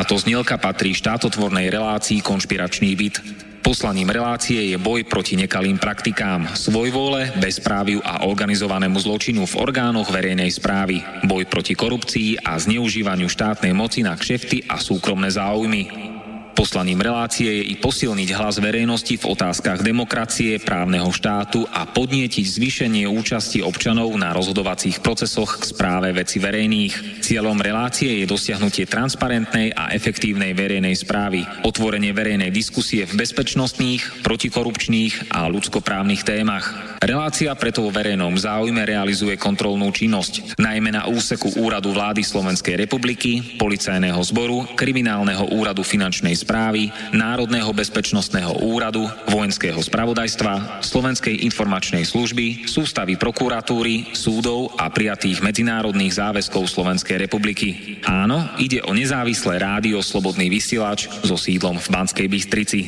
Táto znielka patrí štátotvornej relácii Konšpiračný byt. Poslaním relácie je boj proti nekalým praktikám, svojvôle, bezpráviu a organizovanému zločinu v orgánoch verejnej správy, boj proti korupcii a zneužívaniu štátnej moci na kšefty a súkromné záujmy. Poslaním relácie je i posilniť hlas verejnosti v otázkach demokracie, právneho štátu a podnietiť zvýšenie účasti občanov na rozhodovacích procesoch k správe veci verejných. Cieľom relácie je dosiahnutie transparentnej a efektívnej verejnej správy, otvorenie verejnej diskusie v bezpečnostných, protikorupčných a ľudskoprávnych témach. Relácia preto vo verejnom záujme realizuje kontrolnú činnosť, najmä na úseku Úradu vlády Slovenskej republiky, Policajného zboru, Kriminálneho úradu finančnej správy, Národného bezpečnostného úradu, Vojenského spravodajstva, Slovenskej informačnej služby, sústavy prokuratúry, súdov a prijatých medzinárodných záväzkov Slovenskej republiky. Áno, ide o nezávislé rádio Slobodný vysielač so sídlom v Banskej Bystrici.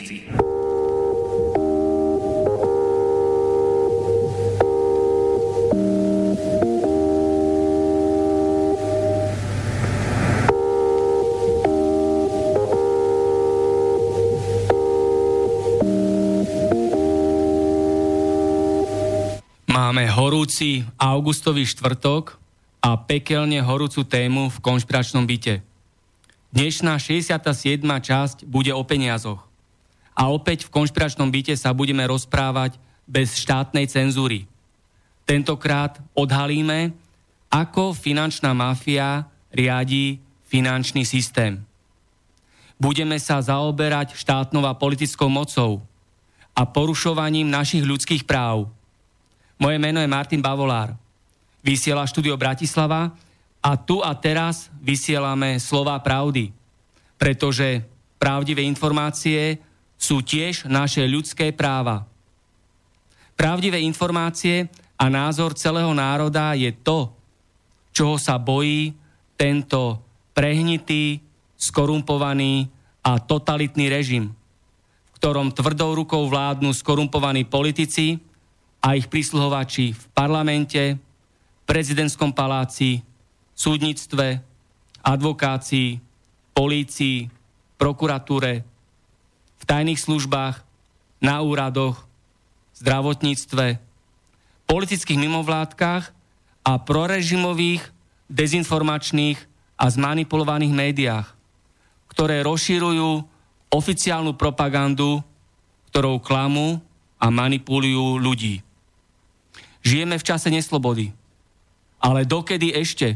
Máme horúci augustový štvrtok a pekelne horúcu tému v konšpiračnom byte. Dnešná 67. časť bude o peniazoch. A opäť v konšpiračnom byte sa budeme rozprávať bez štátnej cenzúry. Tentokrát odhalíme, ako finančná mafia riadi finančný systém. Budeme sa zaoberať štátnou a politickou mocou a porušovaním našich ľudských práv. Moje meno je Martin Bavolár. Vysiela Štúdio Bratislava a tu a teraz vysielame slová pravdy, pretože pravdivé informácie sú tiež naše ľudské práva. Pravdivé informácie a názor celého národa je to, čoho sa bojí tento prehnitý, skorumpovaný a totalitný režim, v ktorom tvrdou rukou vládnu skorumpovaní politici a ich prisluhovači v parlamente, prezidentskom paláci, súdnictve, advokácii, polícii, prokuratúre, v tajných službách, na úradoch, zdravotníctve, politických mimovládkach a prorežimových, dezinformačných a zmanipulovaných médiách, ktoré rozširujú oficiálnu propagandu, ktorou klamú a manipulujú ľudí. Žijeme v čase neslobody. Ale dokedy ešte?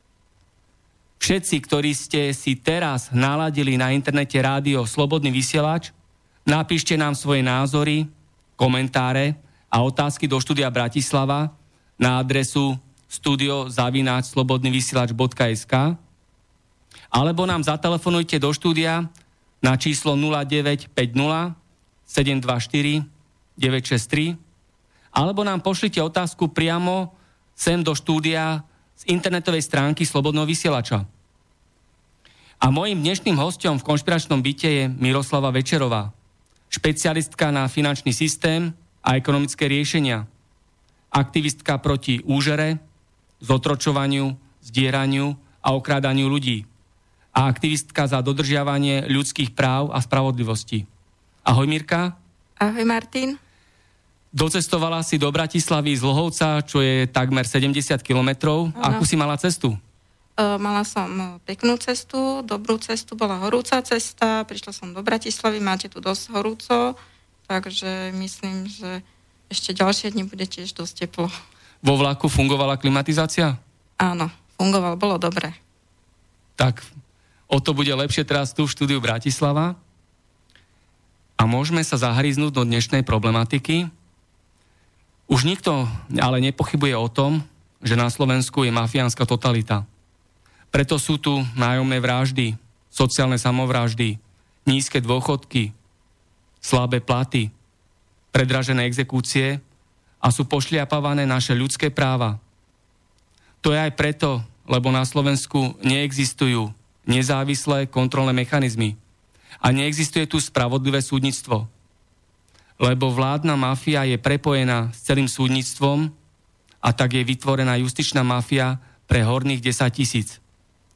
Všetci, ktorí ste si teraz naladili na internete rádio Slobodný vysielač, napíšte nám svoje názory, komentáre a otázky do štúdia Bratislava na adresu studio@slobodnyvysielac.sk alebo nám zatelefonujte do štúdia na číslo 0950 724 963 alebo nám pošlite otázku priamo sem do štúdia z internetovej stránky Slobodného vysielača. A mojím dnešným hosťom v konšpiračnom byte je Miroslava Večerová, špecialistka na finančný systém a ekonomické riešenia, aktivistka proti úžere, zotročovaniu, zdieraniu a okrádaniu ľudí a aktivistka za dodržiavanie ľudských práv a spravodlivosti. Ahoj Mirka. Ahoj Martin. Docestovala si do Bratislavy z Lhovca, čo je takmer 70 kilometrov. Akú si mala cestu? Mala som peknú cestu, dobrú cestu, bola horúca cesta, prišla som do Bratislavy, máte tu dosť horúco, takže myslím, že ešte ďalšie dni bude tiež dosť teplo. Vo vlaku fungovala klimatizácia? Áno, fungoval, bolo dobre. Tak, o to bude lepšie teraz tu v štúdiu Bratislava. A môžeme sa zahryznúť do dnešnej problematiky. Už nikto ale nepochybuje o tom, že na Slovensku je mafiánska totalita. Preto sú tu nájomné vraždy, sociálne samovraždy, nízke dôchodky, slabé platy, predražené exekúcie a sú pošliapávané naše ľudské práva. To je aj preto, lebo na Slovensku neexistujú nezávislé kontrolné mechanizmy a neexistuje tu spravodlivé súdnictvo. Lebo vládna mafia je prepojená s celým súdnictvom a tak je vytvorená justičná mafia pre horných 10 000.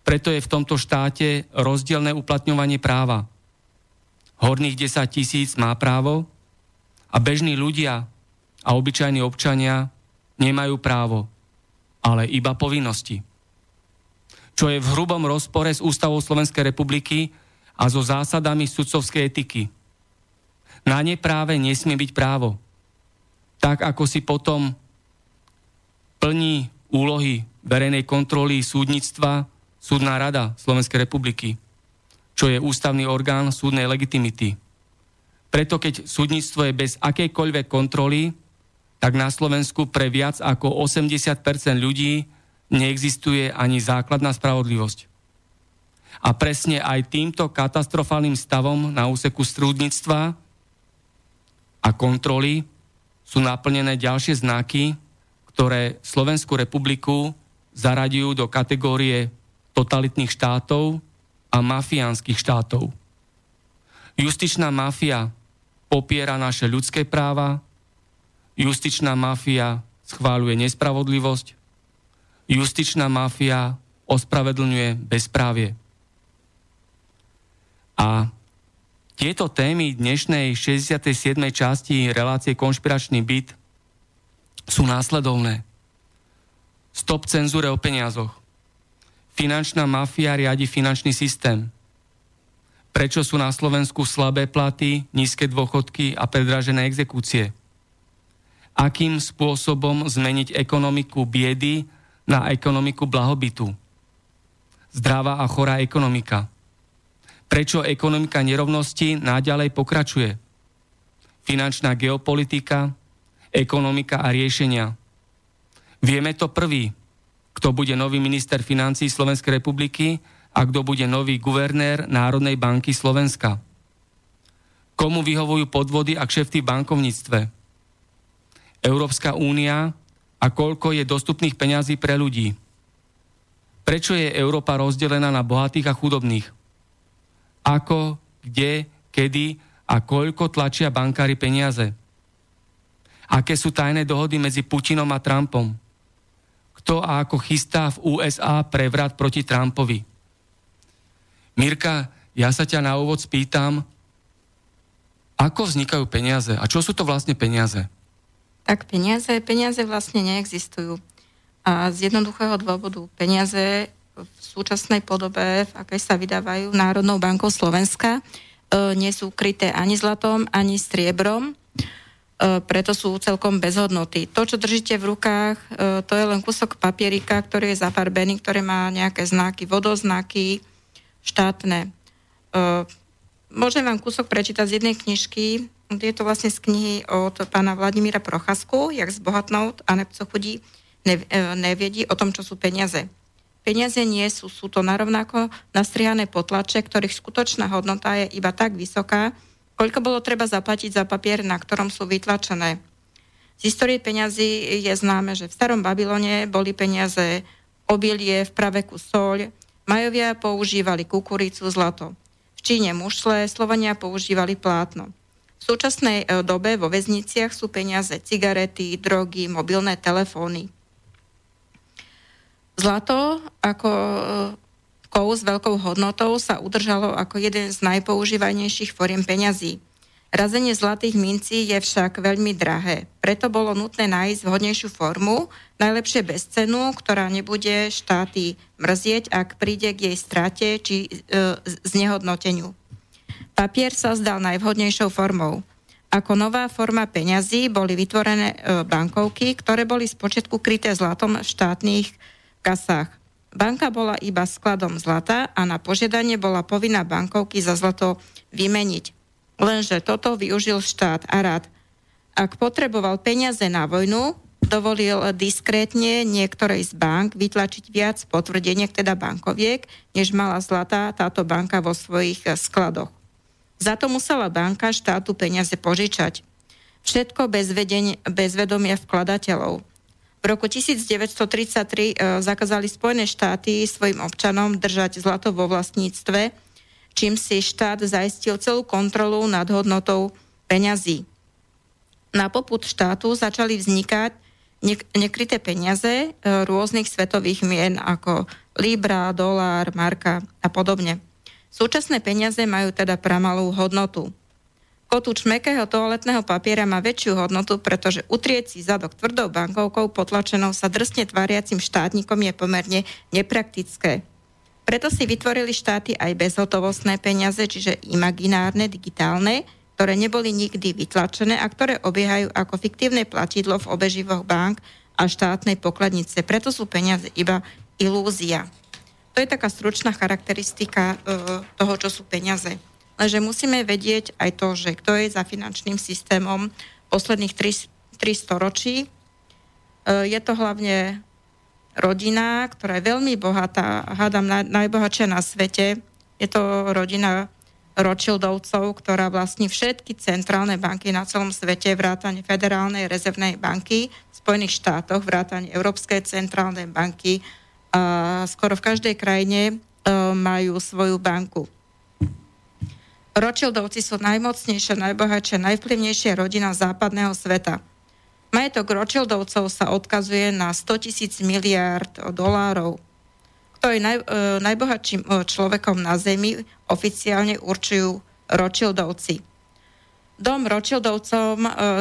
Preto je v tomto štáte rozdielne uplatňovanie práva. Horných 10 000 má právo a bežní ľudia a obyčajní občania nemajú právo, ale iba povinnosti. Čo je v hrubom rozpore s Ústavou Slovenskej republiky a so zásadami sudcovskej etiky. Na nepráve nesmie byť právo. Tak ako si potom plní úlohy verejnej kontroly súdnictva Súdna rada Slovenskej republiky, čo je ústavný orgán súdnej legitimity. Preto keď súdnictvo je bez akejkoľvek kontroly, tak na Slovensku pre viac ako 80% ľudí neexistuje ani základná spravodlivosť. A presne aj týmto katastrofálnym stavom na úseku súdnictva a kontroly sú naplnené ďalšie znaky, ktoré Slovenskú republiku zaraďujú do kategórie totalitných štátov a mafiánskych štátov. Justičná mafia popiera naše ľudské práva, justičná mafia schváľuje nespravodlivosť, justičná mafia ospravedlňuje bezprávie. A tieto témy dnešnej 67. časti relácie Konšpiračný byt sú následovné. Stop cenzúre o peniazoch. Finančná mafia riadi finančný systém. Prečo sú na Slovensku slabé platy, nízke dôchodky a predražené exekúcie? Akým spôsobom zmeniť ekonomiku biedy na ekonomiku blahobytu? Zdravá a chorá ekonomika. Prečo ekonomika nerovnosti naďalej pokračuje? Finančná geopolitika, ekonomika a riešenia. Vieme to prvý, kto bude nový minister financií Slovenskej republiky a kto bude nový guvernér Národnej banky Slovenska. Komu vyhovujú podvody a kšefty v bankovníctve? Európska únia a koľko je dostupných peňazí pre ľudí? Prečo je Európa rozdelená na bohatých a chudobných? Ako, kde, kedy a koľko tlačia bankári peniaze? Aké sú tajné dohody medzi Putinom a Trumpom? Kto a ako chystá v USA prevrat proti Trumpovi? Mirka, ja sa ťa na úvod spýtam, ako vznikajú peniaze a čo sú to vlastne peniaze? Tak peniaze vlastne neexistujú. A z jednoduchého dôvodu peniaze v súčasnej podobe, v akej sa vydávajú Národnou bankou Slovenska, nie sú kryté ani zlatom, ani striebrom, preto sú celkom bez hodnoty. To, čo držíte v rukách, to je len kúsok papierika, ktorý je zafarbený, ktorý má nejaké znaky, vodoznaky štátne. Môžem vám kúsok prečítať z jednej knižky. Je to vlastne z knihy od pána Vladimíra Procházku, Jak zbohatnout a co chudí nevedí o tom, čo sú peniaze. Peniaze nie sú, sú to narovnako nastrihané potlače, ktorých skutočná hodnota je iba tak vysoká, koľko bolo treba zaplatiť za papier, na ktorom sú vytlačené. Z histórie peňazí je známe, že v starom Babylone boli peniaze obilie, v praveku soľ, Majovia používali kukuricu, zlato. V Číne mušle, Slovania používali plátno. V súčasnej dobe vo väzniciach sú peniaze cigarety, drogy, mobilné telefóny. Zlato ako kov s veľkou hodnotou sa udržalo ako jeden z najpoužívanejších foriem peňazí. Razenie zlatých mincí je však veľmi drahé. Preto bolo nutné nájsť vhodnejšiu formu, najlepšie bez cenu, ktorá nebude štáty mrzieť, ak príde k jej strate či znehodnoteniu. Papier sa zdal najvhodnejšou formou. Ako nová forma peňazí boli vytvorené bankovky, ktoré boli spočiatku kryté zlatom v štátnych kasách. Banka bola iba skladom zlata a na požiadanie bola povinná bankovky za zlato vymeniť. Lenže toto využil štát a rád. Ak potreboval peniaze na vojnu, dovolil diskrétne niektorej z bank vytlačiť viac potvrdeniek, teda bankoviek, než mala zlata táto banka vo svojich skladoch. Za to musela banka štátu peniaze požičať. Všetko bez vedomia vkladateľov. V roku 1933 zakázali Spojené štáty svojim občanom držať zlato vo vlastníctve, čím si štát zaistil celú kontrolu nad hodnotou peňazí. Na popud štátu začali vznikať nekryté peniaze rôznych svetových mien ako libra, dolár, marka a podobne. Súčasné peniaze majú teda pramalú hodnotu. Kotúč mäkkého toaletného papiera má väčšiu hodnotu, pretože utrieť si zadok tvrdou bankovkou potlačenou sa drsne tváriacim štátnikom je pomerne nepraktické. Preto si vytvorili štáty aj bezhotovostné peniaze, čiže imaginárne, digitálne, ktoré neboli nikdy vytlačené a ktoré obiehajú ako fiktívne platidlo v obeživoch bank a štátnej pokladnice. Preto sú peniaze iba ilúzia. To je taká stručná charakteristika toho, čo sú peniaze. Lenže musíme vedieť aj to, že kto je za finančným systémom posledných 3 storočí. Je to hlavne rodina, ktorá je veľmi bohatá, hádam najbohatšia na svete. Je to rodina Rothschildovcov, ktorá vlastní všetky centrálne banky na celom svete, vrátane Federálnej rezervnej banky v Spojených štátoch, vrátane Európskej centrálnej banky. A skoro v každej krajine majú svoju banku. Rothschildovci sú najmocnejšia, najbohatšia, najvplyvnejšia rodina západného sveta. Majetok Rothschildovcov sa odkazuje na 100 000 miliárd dolárov. Kto je najbohatším človekom na Zemi, oficiálne určujú Rothschildovci. Dom Rothschildovcom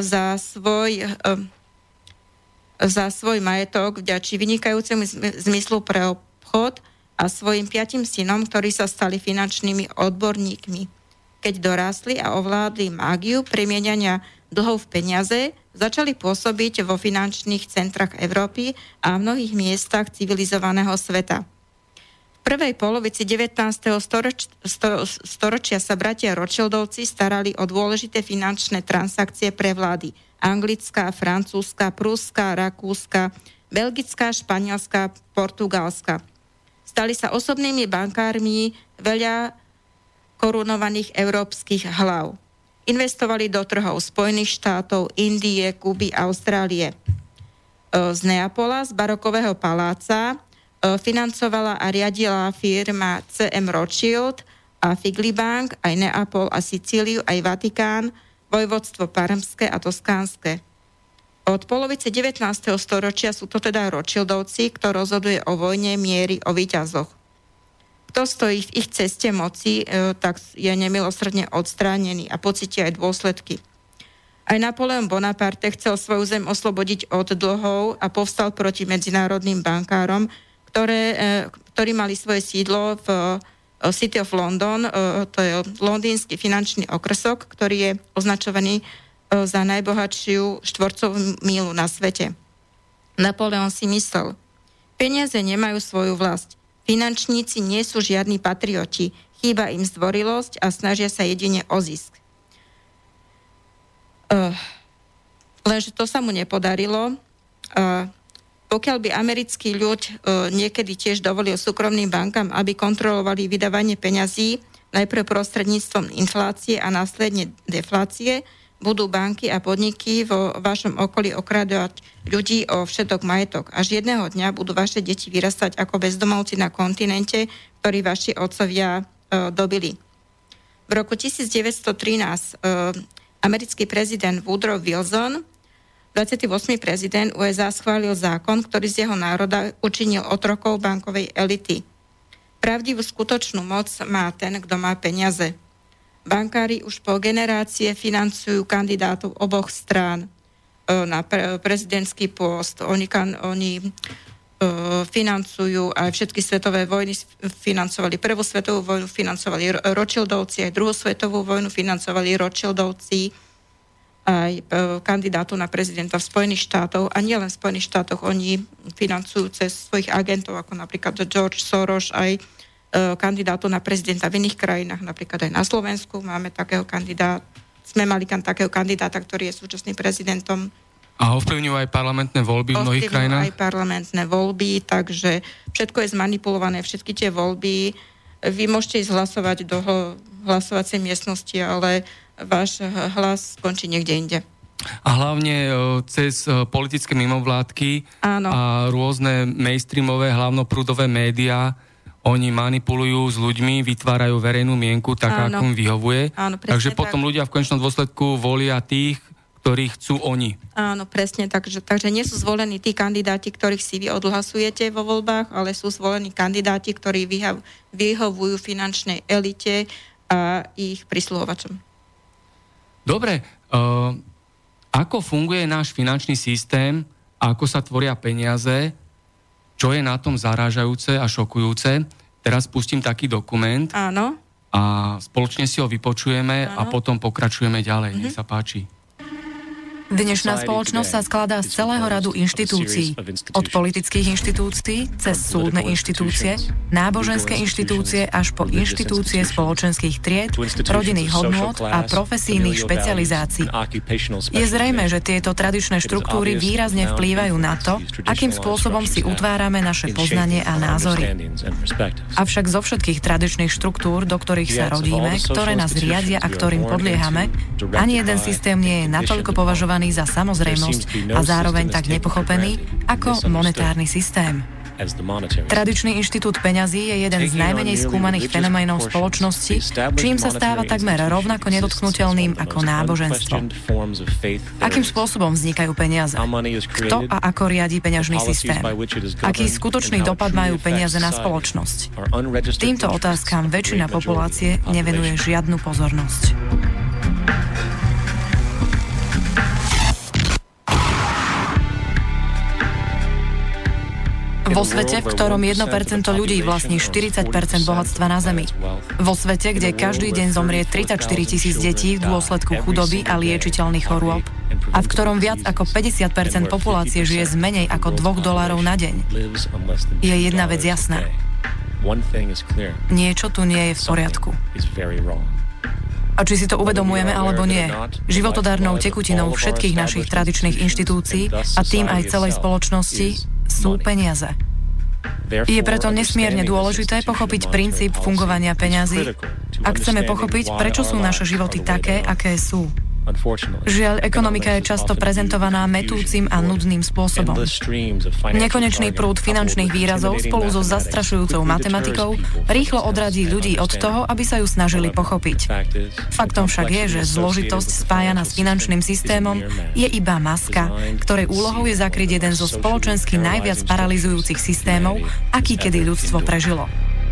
za svoj majetok vďačí vynikajúcemu zmyslu pre obchod a svojim 5 synom, ktorí sa stali finančnými odborníkmi. Keď dorástli a ovládli mágiu premieňania dlhov v peniaze, začali pôsobiť vo finančných centrách Európy a v mnohých miestach civilizovaného sveta. V prvej polovici 19. storočia sa bratia Rothschildovci starali o dôležité finančné transakcie pre vlády anglická, francúzska, prúska, rakúska, belgická, španielská, portugalská. Stali sa osobnými bankármi veľa korunovaných európskych hlav. Investovali do trhov Spojených štátov, Indie, Kuby, Austrálie. Z Neapola, z barokového paláca, financovala a riadila firma C.M. Rothschild a Figli Bank, aj Neapol a Sicíliu, aj Vatikán, vojvodstvo Parmské a Toskánske. Od polovice 19. storočia sú to teda Rothschildovci, kto rozhoduje o vojne, miery, o víťazoch. Kto stojí v ich ceste moci, tak je nemilosrdne odstránený a pocíti aj dôsledky. Aj Napoleon Bonaparte chcel svoju zem oslobodiť od dlhov a povstal proti medzinárodným bankárom, ktorí mali svoje sídlo v City of London, to je londýnsky finančný okrsok, ktorý je označovaný za najbohatšiu štvorcovú míľu na svete. Napoleon si myslel, peniaze nemajú svoju vlast. Finančníci nie sú žiadni patrioti, chýba im zdvorilosť a snažia sa jedine o zisk. Lenže to sa mu nepodarilo. Pokiaľ by americký ľud niekedy tiež dovolil súkromným bankám, aby kontrolovali vydávanie peňazí, najprv prostredníctvom inflácie a následne deflácie, budú banky a podniky vo vašom okolí okradovať ľudí o všetok majetok. Až jedného dňa budú vaše deti vyrastať ako bezdomovci na kontinente, ktorý vaši otcovia dobili. V roku 1913 americký prezident Woodrow Wilson, 28. prezident USA, schválil zákon, ktorý z jeho národa učinil otrokov bankovej elity. Pravdivú skutočnú moc má ten, kto má peniaze. Bankári už po generácie financujú kandidátov oboch strán na prezidentský post. Oni financujú aj všetky svetové vojny, financovali prvú svetovú vojnu, financovali Rothschildovci, aj druhú svetovú vojnu financovali Rothschildovci, aj kandidátov na prezidenta v Spojených štátoch a nielen v Spojených štátoch, oni financujú cez svojich agentov, ako napríklad George Soros, aj kandidátov na prezidenta v iných krajinách, napríklad aj na Slovensku máme sme mali takého kandidáta, ktorý je súčasným prezidentom. A ovplyvňujú aj parlamentné voľby v mnohých krajinách? Aj parlamentné voľby, takže všetko je zmanipulované, všetky tie voľby. Vy môžete ísť hlasovať do hlasovacej miestnosti, ale váš hlas skončí niekde inde. A hlavne cez politické mimovládky a rôzne mainstreamové, hlavnoprúdové médiá, oni manipulujú s ľuďmi, vytvárajú verejnú mienku tak, ako im vyhovuje. Takže potom ľudia v konečnom dôsledku volia tých, ktorí chcú oni. Áno, presne, takže nie sú zvolení tí kandidáti, ktorých si vy odhlasujete vo voľbách, ale sú zvolení kandidáti, ktorí vyhovujú finančnej elite a ich prisluhovačom. Dobre, ako funguje náš finančný systém, ako sa tvoria peniaze, čo je na tom zarážajúce a šokujúce? Teraz pustím taký dokument. Áno. A spoločne si ho vypočujeme a potom pokračujeme ďalej. Nech sa páči. Dnešná spoločnosť sa skladá z celého radu inštitúcií. Od politických inštitúcií, cez súdne inštitúcie, náboženské inštitúcie až po inštitúcie spoločenských tried, rodinných hodnôt a profesijných špecializácií. Je zrejmé, že tieto tradičné štruktúry výrazne vplývajú na to, akým spôsobom si utvárame naše poznanie a názory. Avšak zo všetkých tradičných štruktúr, do ktorých sa rodíme, ktoré nás riadia a ktorým podliehame, ani jeden systém nie je natoľko považovaný za samozrejmosť a zároveň tak nepochopený ako monetárny systém. Tradičný inštitút peňazí je jeden z najmenej skúmaných fenoménov spoločnosti, čím sa stáva takmer rovnako nedotknuteľným ako náboženstvo. Akým spôsobom vznikajú peniaze? Kto a ako riadi peňažný systém? Aký skutočný dopad majú peniaze na spoločnosť? Týmto otázkam väčšina populácie nevenuje žiadnu pozornosť. Vo svete, v ktorom 1% ľudí vlastní 40% bohatstva na Zemi. Vo svete, kde každý deň zomrie 34 000 detí v dôsledku chudoby a liečiteľných chorôb. A v ktorom viac ako 50% populácie žije z menej ako $2 na deň. Je jedna vec jasná. Niečo tu nie je v poriadku. A či si to uvedomujeme alebo nie, životodárnou tekutinou všetkých našich tradičných inštitúcií a tým aj celej spoločnosti sú peniaze. Je preto nesmierne dôležité pochopiť princíp fungovania peňazí, ak chceme pochopiť, prečo sú naše životy také, aké sú. Žiaľ, ekonomika je často prezentovaná mätúcim a nudným spôsobom. Nekonečný prúd finančných výrazov spolu so zastrašujúcou matematikou rýchlo odradí ľudí od toho, aby sa ju snažili pochopiť. Faktom však je, že zložitosť spájaná s finančným systémom je iba maska, ktorej úlohou je zakryť jeden zo spoločensky najviac paralizujúcich systémov, aký kedy ľudstvo prežilo.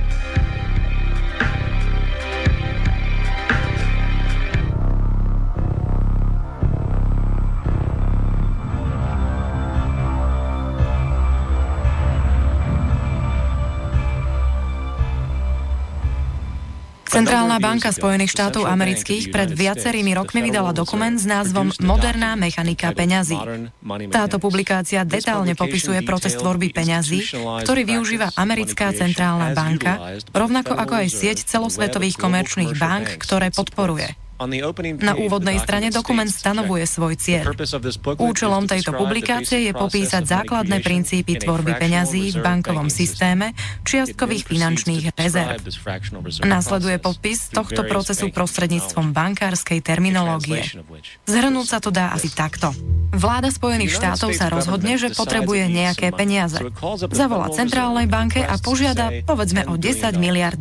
Centrálna banka Spojených štátov amerických pred viacerými rokmi vydala dokument s názvom Moderná mechanika peňazí. Táto publikácia detálne popisuje proces tvorby peňazí, ktorý využíva americká centrálna banka, rovnako ako aj sieť celosvetových komerčných bank, ktoré podporuje. Na úvodnej strane dokument stanovuje svoj cieľ. Účelom tejto publikácie je popísať základné princípy tvorby peňazí v bankovom systéme čiastkových finančných rezerv. Nasleduje popis tohto procesu prostredníctvom bankárskej terminológie. Zhrnúť sa to dá asi takto. Vláda Spojených štátov sa rozhodne, že potrebuje nejaké peniaze. Zavolá centrálnej banke a požiada, povedzme, o $10 miliard.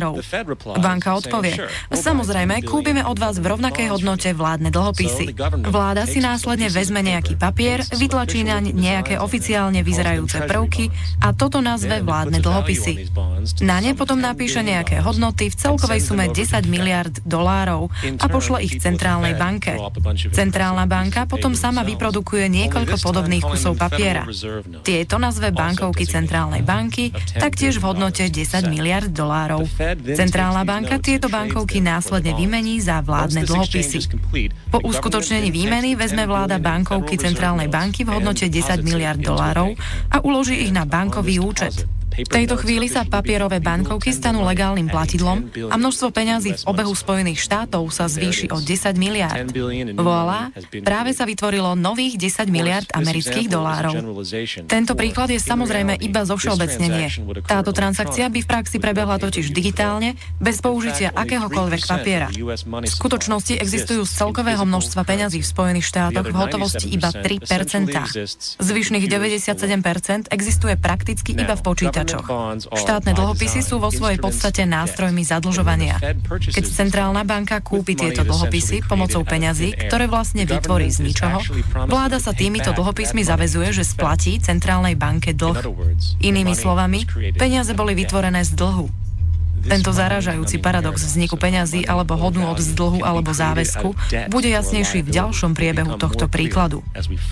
Banka odpovie: samozrejme, kúpime od vás v rovnakej hodnote vládne dlhopisy. Vláda si následne vezme nejaký papier, vytlačí naň nejaké oficiálne vyzerajúce prvky a toto nazve vládne dlhopisy. Na ne potom napíše nejaké hodnoty v celkovej sume $10 miliard a pošle ich centrálnej banke. Centrálna banka potom sama vyprodukuje niekoľko podobných kusov papiera. Tieto nazve bankovky centrálnej banky, taktiež v hodnote $10 miliard. Centrálna banka tieto bankovky následne vymení za vládne dlhopisy. Po uskutočnení výmeny vezme vláda bankovky centrálnej banky v hodnote $10 miliard a uloží ich na bankový účet. V tejto chvíli sa papierové bankovky stanú legálnym platidlom a množstvo peňazí v obehu Spojených štátov sa zvýši o $10 miliárd. Voilà, práve sa vytvorilo nových $10 miliárd amerických dolárov. Tento príklad je samozrejme iba zovšeobecnenie. Táto transakcia by v praxi prebehla totiž digitálne, bez použitia akéhokoľvek papiera. V skutočnosti existujú z celkového množstva peňazí v Spojených štátoch v hotovosti iba 3%. Zvyšných 97% existuje prakticky iba v počítači. počítačoch. Štátne dlhopisy sú vo svojej podstate nástrojmi zadlžovania. Keď centrálna banka kúpi tieto dlhopisy pomocou peňazí, ktoré vlastne vytvorí z ničoho, vláda sa týmito dlhopismi zaväzuje, že splatí centrálnej banke dlh. Inými slovami, peniaze boli vytvorené z dlhu. Tento zarážajúci paradox vzniku peňazí alebo hodnôt z dlhu alebo záväzku bude jasnejší v ďalšom priebehu tohto príkladu.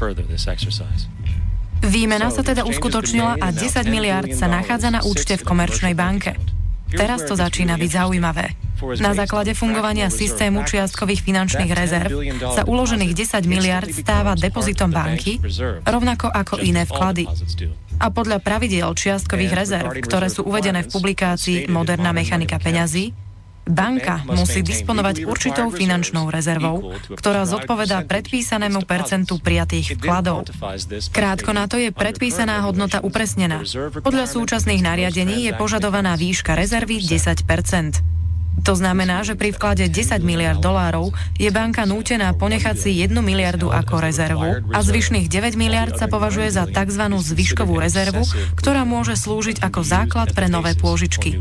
Výmena sa teda uskutočnila a 10 miliárd sa nachádza na účte v Komerčnej banke. Teraz to začína byť zaujímavé. Na základe fungovania systému čiastkových finančných rezerv sa uložených 10 miliárd stáva depozitom banky, rovnako ako iné vklady. A podľa pravidiel čiastkových rezerv, ktoré sú uvedené v publikácii Moderná mechanika peňazí, banka musí disponovať určitou finančnou rezervou, ktorá zodpovedá predpísanému percentu prijatých vkladov. Krátko na to je predpísaná hodnota upresnená. Podľa súčasných nariadení je požadovaná výška rezervy 10%. To znamená, že pri vklade 10 miliard dolárov je banka nútená ponechať si 1 miliardu ako rezervu a zvyšných 9 miliard sa považuje za tzv. Zvyškovú rezervu, ktorá môže slúžiť ako základ pre nové pôžičky.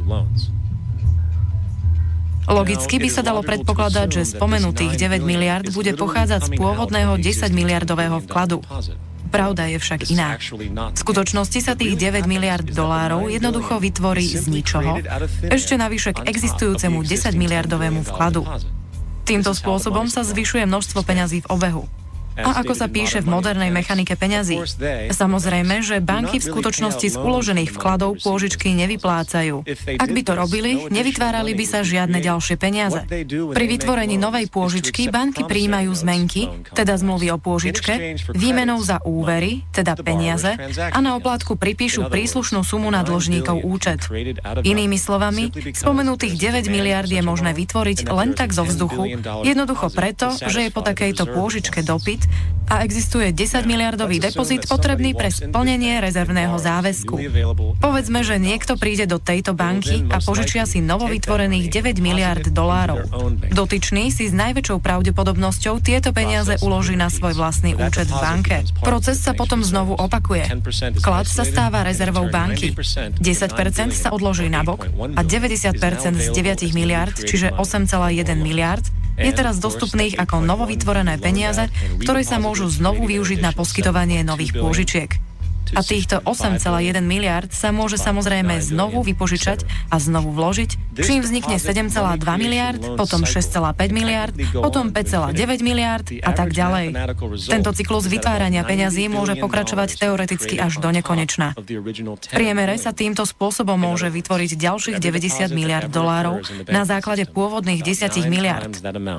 Logicky by sa dalo predpokladať, že spomenutých 9 miliard bude pochádzať z pôvodného 10 miliardového vkladu. Pravda je však iná. V skutočnosti sa tých 9 miliard dolárov jednoducho vytvorí z ničoho, ešte navyše k existujúcemu 10 miliardovému vkladu. Týmto spôsobom sa zvyšuje množstvo peňazí v obehu. A ako sa píše v Modernej mechanike peňazí, samozrejme, že banky v skutočnosti z uložených vkladov pôžičky nevyplácajú. Ak by to robili, nevytvárali by sa žiadne ďalšie peniaze. Pri vytvorení novej pôžičky banky prijímajú zmenky, teda zmluvy o pôžičke, výmenou za úvery, teda peniaze, a na oplátku pripíšu príslušnú sumu na dlžníkov účet. Inými slovami, spomenutých 9 miliard je možné vytvoriť len tak zo vzduchu, jednoducho preto, že je po takejto pôžičke dopyt a existuje 10 miliardový depozit potrebný pre splnenie rezervného záväzku. Povedzme, že niekto príde do tejto banky a požičia si novovytvorených 9 miliard dolárov. Dotyčný si s najväčšou pravdepodobnosťou tieto peniaze uloží na svoj vlastný účet v banke. Proces sa potom znovu opakuje. Vklad sa stáva rezervou banky. 10% sa odloží nabok a 90% z 9 miliard, čiže 8,1 miliard, je teraz dostupných ako novovytvorené peniaze, ktoré sa môžu znovu využiť na poskytovanie nových pôžičiek. A týchto 8,1 miliard sa môže samozrejme znovu vypožičať a znovu vložiť, čím vznikne 7,2 miliard, potom 6,5 miliard, potom 5,9 miliard a tak ďalej. Tento cyklus vytvárania peňazí môže pokračovať teoreticky až do nekonečna. V priemere sa týmto spôsobom môže vytvoriť ďalších 90 miliard dolárov na základe pôvodných 10 miliard.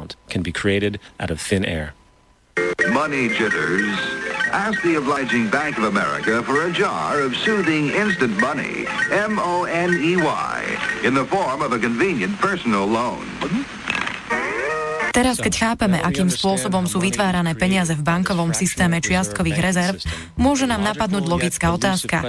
Money jitters. Ask the obliging Bank of America for a jar of soothing instant money, M-O-N-E-Y, in the form of a convenient personal loan. Teraz, keď chápeme, akým spôsobom sú vytvárané peniaze v bankovom systéme čiastkových rezerv, môže nám napadnúť logická otázka.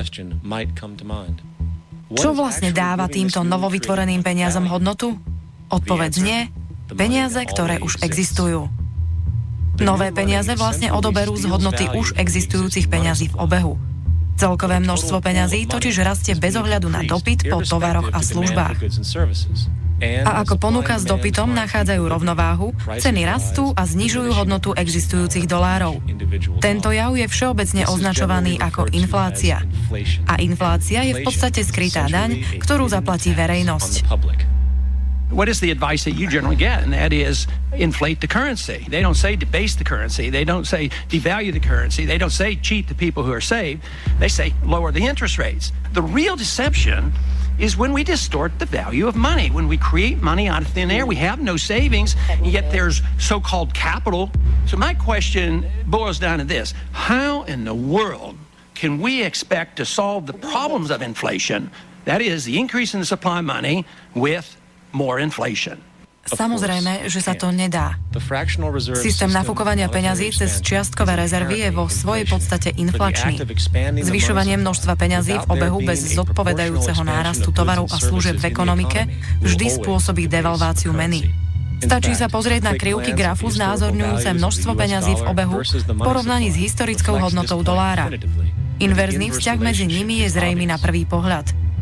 Čo vlastne dáva týmto novovytvoreným peniazom hodnotu? Odpoveď znie: peniaze, ktoré už existujú. Nové peniaze vlastne odoberú z hodnoty už existujúcich peňazí v obehu. Celkové množstvo peňazí totiž rastie bez ohľadu na dopyt po tovaroch a službách. A ako ponuka s dopytom nachádzajú rovnováhu, ceny rastú a znižujú hodnotu existujúcich dolárov. Tento jav je všeobecne označovaný ako inflácia. A inflácia je v podstate skrytá daň, ktorú zaplatí verejnosť. What is the advice that you generally get? And that is inflate the currency. They don't say debase the currency. They don't say devalue the currency. They don't say cheat the people who are saved. They say lower the interest rates. The real deception is when we distort the value of money. When we create money out of thin air, we have no savings, and yet there's so-called capital. So my question boils down to this. How in the world can we expect to solve the problems of inflation, that is, the increase in the supply of money, with more inflation? Samozrejme, že sa to nedá. Systém nafúkovania peňazí cez čiastkové rezervy je vo svojej podstate inflačný. Zvyšovanie množstva peňazí v obehu bez zodpovedajúceho nárastu tovarov a služieb v ekonomike vždy spôsobí devalváciu meny. Stačí sa pozrieť na krivky grafu znázorňujúce množstvo peňazí v obehu v porovnaní s historickou hodnotou dolára. Inverzný vzťah medzi nimi je zrejmý na prvý pohľad.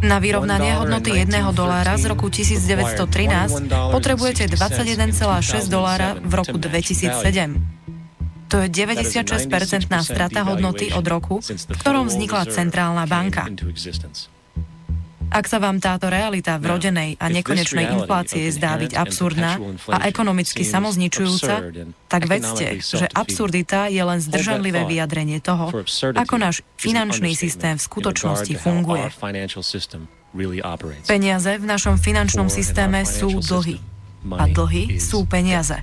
Na vyrovnanie hodnoty $1 z roku 1913 potrebujete $21,6 v roku 2007. To je 96% strata hodnoty od roku, v ktorom vznikla centrálna banka. Ak sa vám táto realita vrodenej a nekonečnej inflácie zdá byť absurdná a ekonomicky samozničujúca, tak vedzte, že absurdita je len zdržanlivé vyjadrenie toho, ako náš finančný systém v skutočnosti funguje. Peniaze v našom finančnom systéme sú dlhy. A dlhy sú peniaze.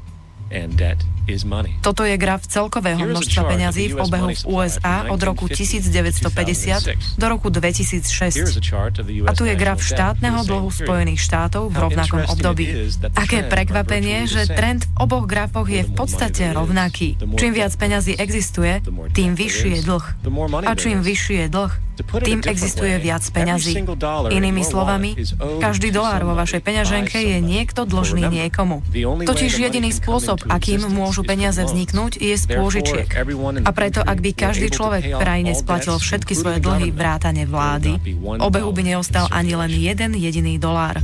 Toto je graf celkového množstva peňazí v obehu v USA od roku 1950 do roku 2006. A tu je graf štátneho dlhu Spojených štátov v rovnakom období. Aké prekvapenie, že trend v oboch grafoch je v podstate rovnaký. Čím viac peňazí existuje, tým vyšší je dlh. A čím vyšší je dlh, tým existuje viac peňazí. Inými slovami, každý dolár vo vašej peňaženke je niekto dlžný niekomu. Totiž jediný spôsob, akým môžu peniaze vzniknúť, je z pôžičiek. A preto, ak by každý človek v krajine splatil všetky svoje dlhy vrátane vlády, obehu by neostal ani len jeden jediný dolár.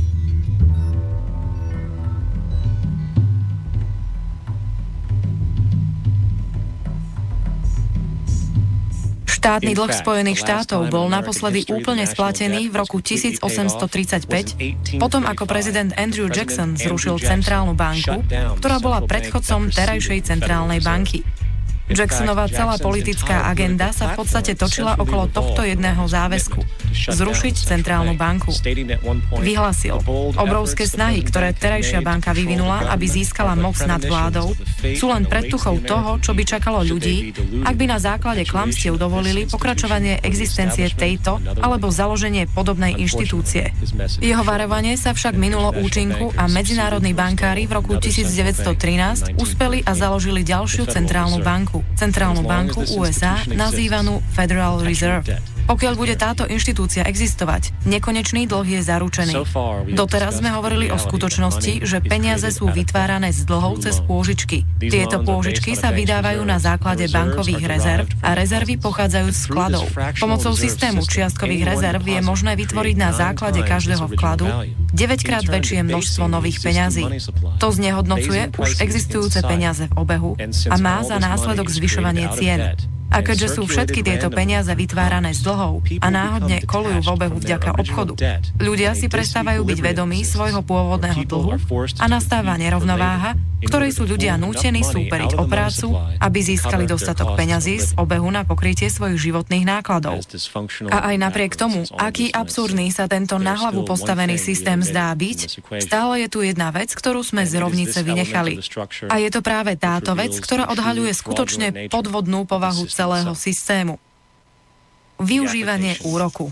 Štátny dlh Spojených štátov bol naposledy úplne splatený v roku 1835, potom ako prezident Andrew Jackson zrušil centrálnu banku, ktorá bola predchodcom terajšej centrálnej banky. Jacksonová celá politická agenda sa v podstate točila okolo tohto jedného záväzku – zrušiť centrálnu banku. Vyhlásil, obrovské snahy, ktoré terajšia banka vyvinula, aby získala moc nad vládou, sú len predtuchou toho, čo by čakalo ľudí, ak by na základe klamstiev dovolili pokračovanie existencie tejto alebo založenie podobnej inštitúcie. Jeho varovanie sa však minulo účinku a medzinárodní bankári v roku 1913 uspeli a založili ďalšiu centrálnu banku USA, nazývanú Federal Reserve. Pokiaľ bude táto inštitúcia existovať, nekonečný dlh je zaručený. Doteraz sme hovorili o skutočnosti, že peniaze sú vytvárané z dlhov cez pôžičky. Tieto pôžičky sa vydávajú na základe bankových rezerv a rezervy pochádzajú z vkladov. Pomocou systému čiastkových rezerv je možné vytvoriť na základe každého vkladu 9-krát väčšie množstvo nových peňazí. To znehodnocuje už existujúce peniaze v obehu a má za následok zvyšovanie cien. A keďže sú všetky tieto peniaze vytvárané z dlhov a náhodne kolujú v obehu vďaka obchodu, ľudia si prestávajú byť vedomí svojho pôvodného dlhu a nastáva nerovnováha, ktorej sú ľudia nútení súperiť o prácu, aby získali dostatok peňazí z obehu na pokrytie svojich životných nákladov. A aj napriek tomu, aký absurdný sa tento na hlavu postavený systém zdá byť, stále je tu jedna vec, ktorú sme z rovnice vynechali. A je to práve táto vec, ktorá odhaľuje skutočne podvodnú povahu celého systému. Využívanie úroku.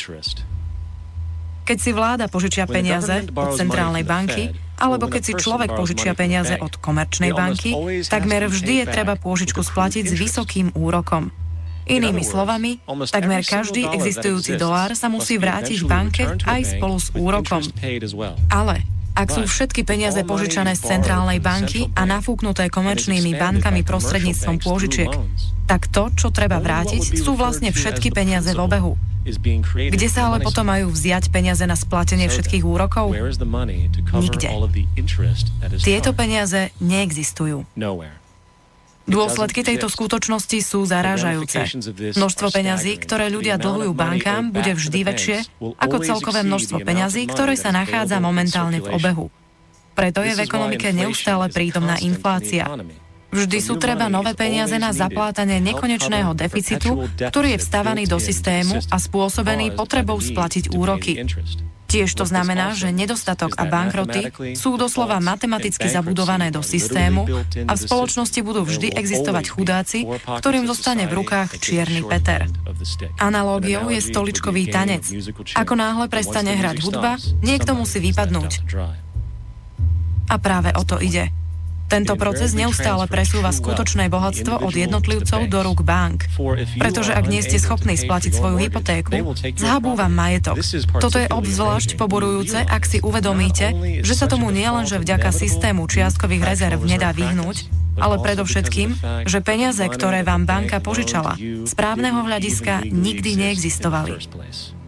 Keď si vláda požičia peniaze od centrálnej banky, alebo keď si človek požičia peniaze od komerčnej banky, takmer vždy je treba pôžičku splatiť s vysokým úrokom. Inými slovami, takmer každý existujúci dolár sa musí vrátiť banke aj spolu s úrokom. Ale ak sú všetky peniaze požičané z centrálnej banky a nafúknuté komerčnými bankami prostredníctvom pôžičiek, tak to, čo treba vrátiť, sú vlastne všetky peniaze v obehu. Kde sa ale potom majú vziať peniaze na splatenie všetkých úrokov? Nikde. Tieto peniaze neexistujú. Dôsledky tejto skutočnosti sú zarážajúce. Množstvo peňazí, ktoré ľudia dlhujú bankám, bude vždy väčšie ako celkové množstvo peňazí, ktoré sa nachádza momentálne v obehu. Preto je v ekonomike neustále prítomná inflácia. Vždy sú treba nové peniaze na zaplátanie nekonečného deficitu, ktorý je vstavaný do systému a spôsobený potrebou splatiť úroky. Tiež to znamená, že nedostatok a bankroty sú doslova matematicky zabudované do systému a v spoločnosti budú vždy existovať chudáci, ktorým zostane v rukách čierny Peter. Analógiou je stoličkový tanec. Ako náhle prestane hrať hudba, niekto musí vypadnúť. A práve o to ide. Tento proces neustále presúva skutočné bohatstvo od jednotlivcov do rúk bank. Pretože ak nie ste schopní splatiť svoju hypotéku, zhabú vám majetok. Toto je obzvlášť poborujúce, ak si uvedomíte, že sa tomu nielenže vďaka systému čiastkových rezerv nedá vyhnúť, ale predovšetkým, že peniaze, ktoré vám banka požičala, z právneho hľadiska nikdy neexistovali.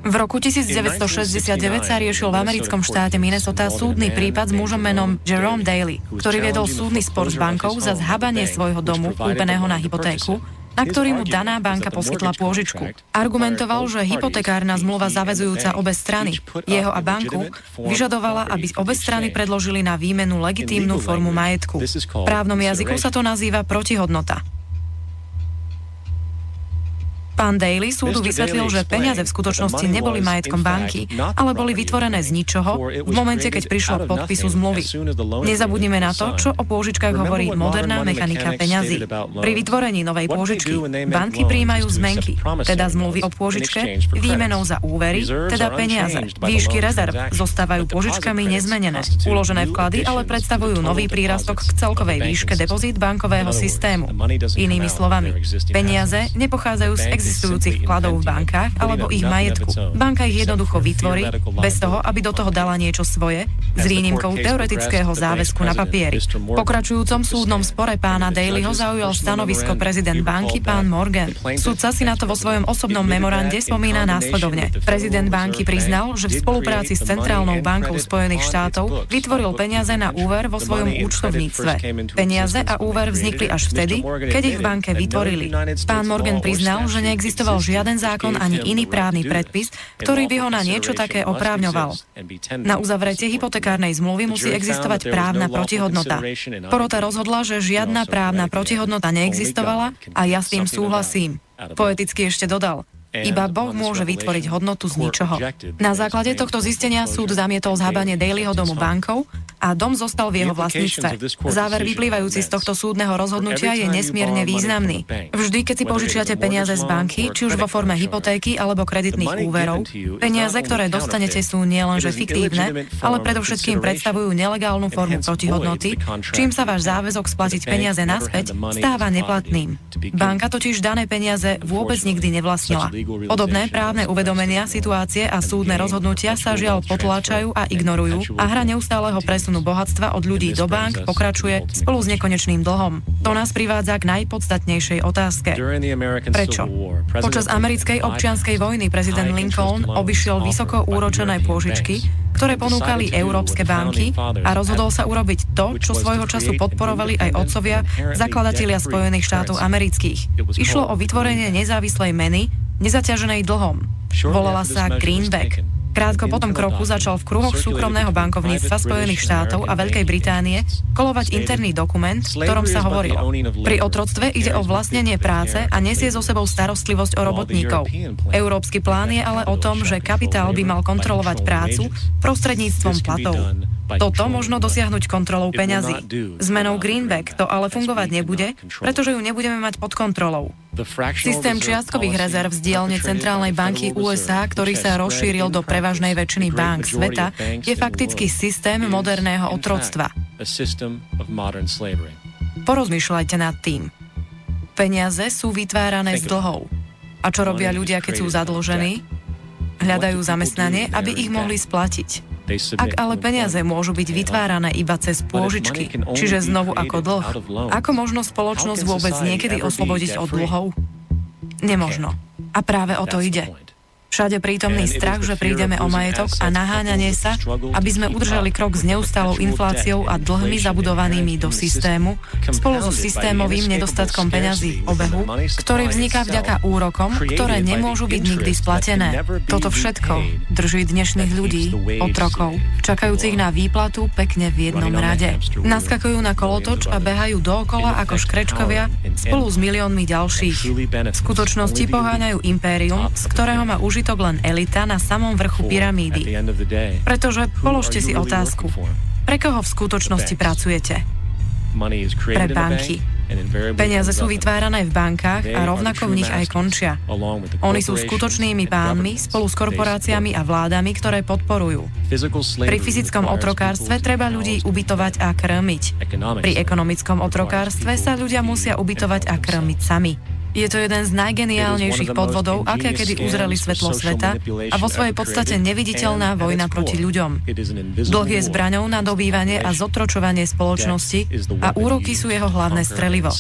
V roku 1969 sa riešil v americkom štáte Minnesota súdny prípad s mužom menom Jerome Daly, ktorý viedol súdny spor s bankou za zhabanie svojho domu, kúpeného na hypotéku, na ktorý mu daná banka poskytla pôžičku. Argumentoval, že hypotekárna zmluva zaväzujúca obe strany, jeho a banku, vyžadovala, aby obe strany predložili na výmenu legitímnu formu majetku. V právnom jazyku sa to nazýva protihodnota. Pán Daly súdu vysvetlil, že peniaze v skutočnosti neboli majetkom banky, ale boli vytvorené z ničoho v momente, keď prišlo k podpisu zmluvy. Nezabudnime na to, čo o pôžičkách hovorí moderná mechanika peňazí. Pri vytvorení novej pôžičky banky prijímajú zmenky, teda zmluvy o pôžičke, výmenou za úvery, teda peniaze. Výšky rezerv zostávajú pôžičkami nezmenené. Uložené vklady ale predstavujú nový prírastok k celkovej výške depozít bankového systému. Inými slovami, peniaze nepochádzajú z existujúcich vkladov v bankách alebo ich majetku. Banka ich jednoducho vytvorí, bez toho, aby do toho dala niečo svoje, s výnimkou teoretického záväzku na papieri. V pokračujúcom súdnom spore pána Dalyho zaujal stanovisko prezident banky pán Morgan. Sudca si na to vo svojom osobnom memorande spomína následovne. Prezident banky priznal, že v spolupráci s Centrálnou bankou Spojených štátov vytvoril peniaze na úver vo svojom účtovníctve. Peniaze a úver vznikli až vtedy, keď ich v banke vytvorili. Pán Morgan priznal, že neexistoval žiaden zákon ani iný právny predpis, ktorý by ho na niečo také oprávňoval. Na uzavretie hypotekárnej zmluvy musí existovať právna protihodnota. Porota rozhodla, že žiadna právna protihodnota neexistovala a ja s tým súhlasím. Poeticky ešte dodal: iba Boh môže vytvoriť hodnotu z ničoho. Na základe tohto zistenia súd zamietol zhabanie Dalyho domu bankou a dom zostal v jeho vlastníctve. Záver vyplývajúci z tohto súdneho rozhodnutia je nesmierne významný. Vždy, keď si požičiate peniaze z banky, či už vo forme hypotéky alebo kreditných úverov, peniaze, ktoré dostanete, sú nielenže fiktívne, ale predovšetkým predstavujú nelegálnu formu protihodnoty, čím sa váš záväzok splatiť peniaze naspäť stáva neplatným. Banka totiž dané peniaze vôbec nikdy nevlastnila. Podobné právne uvedomenia, situácie a súdne rozhodnutia sa žiaľ potláčajú a ignorujú a hra neustáleho presunu bohatstva od ľudí do bank pokračuje spolu s nekonečným dlhom. To nás privádza k najpodstatnejšej otázke. Prečo? Počas americkej občianskej vojny prezident Lincoln obišiel vysoko úročené pôžičky, ktoré ponúkali európske banky a rozhodol sa urobiť to, čo svojho času podporovali aj otcovia, zakladatelia Spojených štátov amerických. Išlo o vytvorenie nezávislej meny, nezaťaženej dlhom. Volala sa Greenback. Krátko po tom kroku začal v kruhoch súkromného bankovníctva Spojených štátov a Veľkej Británie kolovať interný dokument, v ktorom sa hovorilo: pri otroctve ide o vlastnenie práce a nesie so sebou starostlivosť o robotníkov. Európsky plán je ale o tom, že kapitál by mal kontrolovať prácu prostredníctvom platov. Toto možno dosiahnuť kontrolou peňazí. Zmenou Greenback to ale fungovať nebude, pretože ju nebudeme mať pod kontrolou. Systém čiastkových rezerv z dielne Centrálnej banky USA, ktorý sa rozšíril do prevažnej väčšiny bank sveta, je fakticky systém moderného otroctva. Porozmýšľajte nad tým. Peniaze sú vytvárané z dlhov. A čo robia ľudia, keď sú zadlžení? Hľadajú zamestnanie, aby ich mohli splatiť. Ak ale peniaze môžu byť vytvárané iba cez pôžičky, čiže znovu ako dlh, ako možno spoločnosť vôbec niekedy oslobodiť od dlhov? Nemožno. A práve o to ide. Všade prítomný strach, že prídeme o majetok a naháňanie sa, aby sme udržali krok s neustálou infláciou a dlhmi zabudovanými do systému, spolu so systémovým nedostatkom peňazí v obehu, ktorý vzniká vďaka úrokom, ktoré nemôžu byť nikdy splatené. Toto všetko drží dnešných ľudí, otrokov, čakajúcich na výplatu pekne v jednom rade. Naskakujú na kolotoč a behajú dookola ako škrečkovia spolu s miliónmi ďalších. V skutočnosti poháňajú impérium, z ktorého má užitok len elita na samom vrchu pyramídy. Pretože položte si otázku, pre koho v skutočnosti pracujete? Pre banky. Peniaze sú vytvárané v bankách a rovnako v nich aj končia. Oni sú skutočnými pánmi spolu s korporáciami a vládami, ktoré podporujú. Pri fyzickom otrokárstve treba ľudí ubytovať a krmiť. Pri ekonomickom otrokárstve sa ľudia musia ubytovať a krmiť sami. Je to jeden z najgeniálnejších podvodov, aké kedy uzreli svetlo sveta a vo svojej podstate neviditeľná vojna proti ľuďom. Dlh je zbraňou na dobývanie a zotročovanie spoločnosti a úroky sú jeho hlavné strelivo.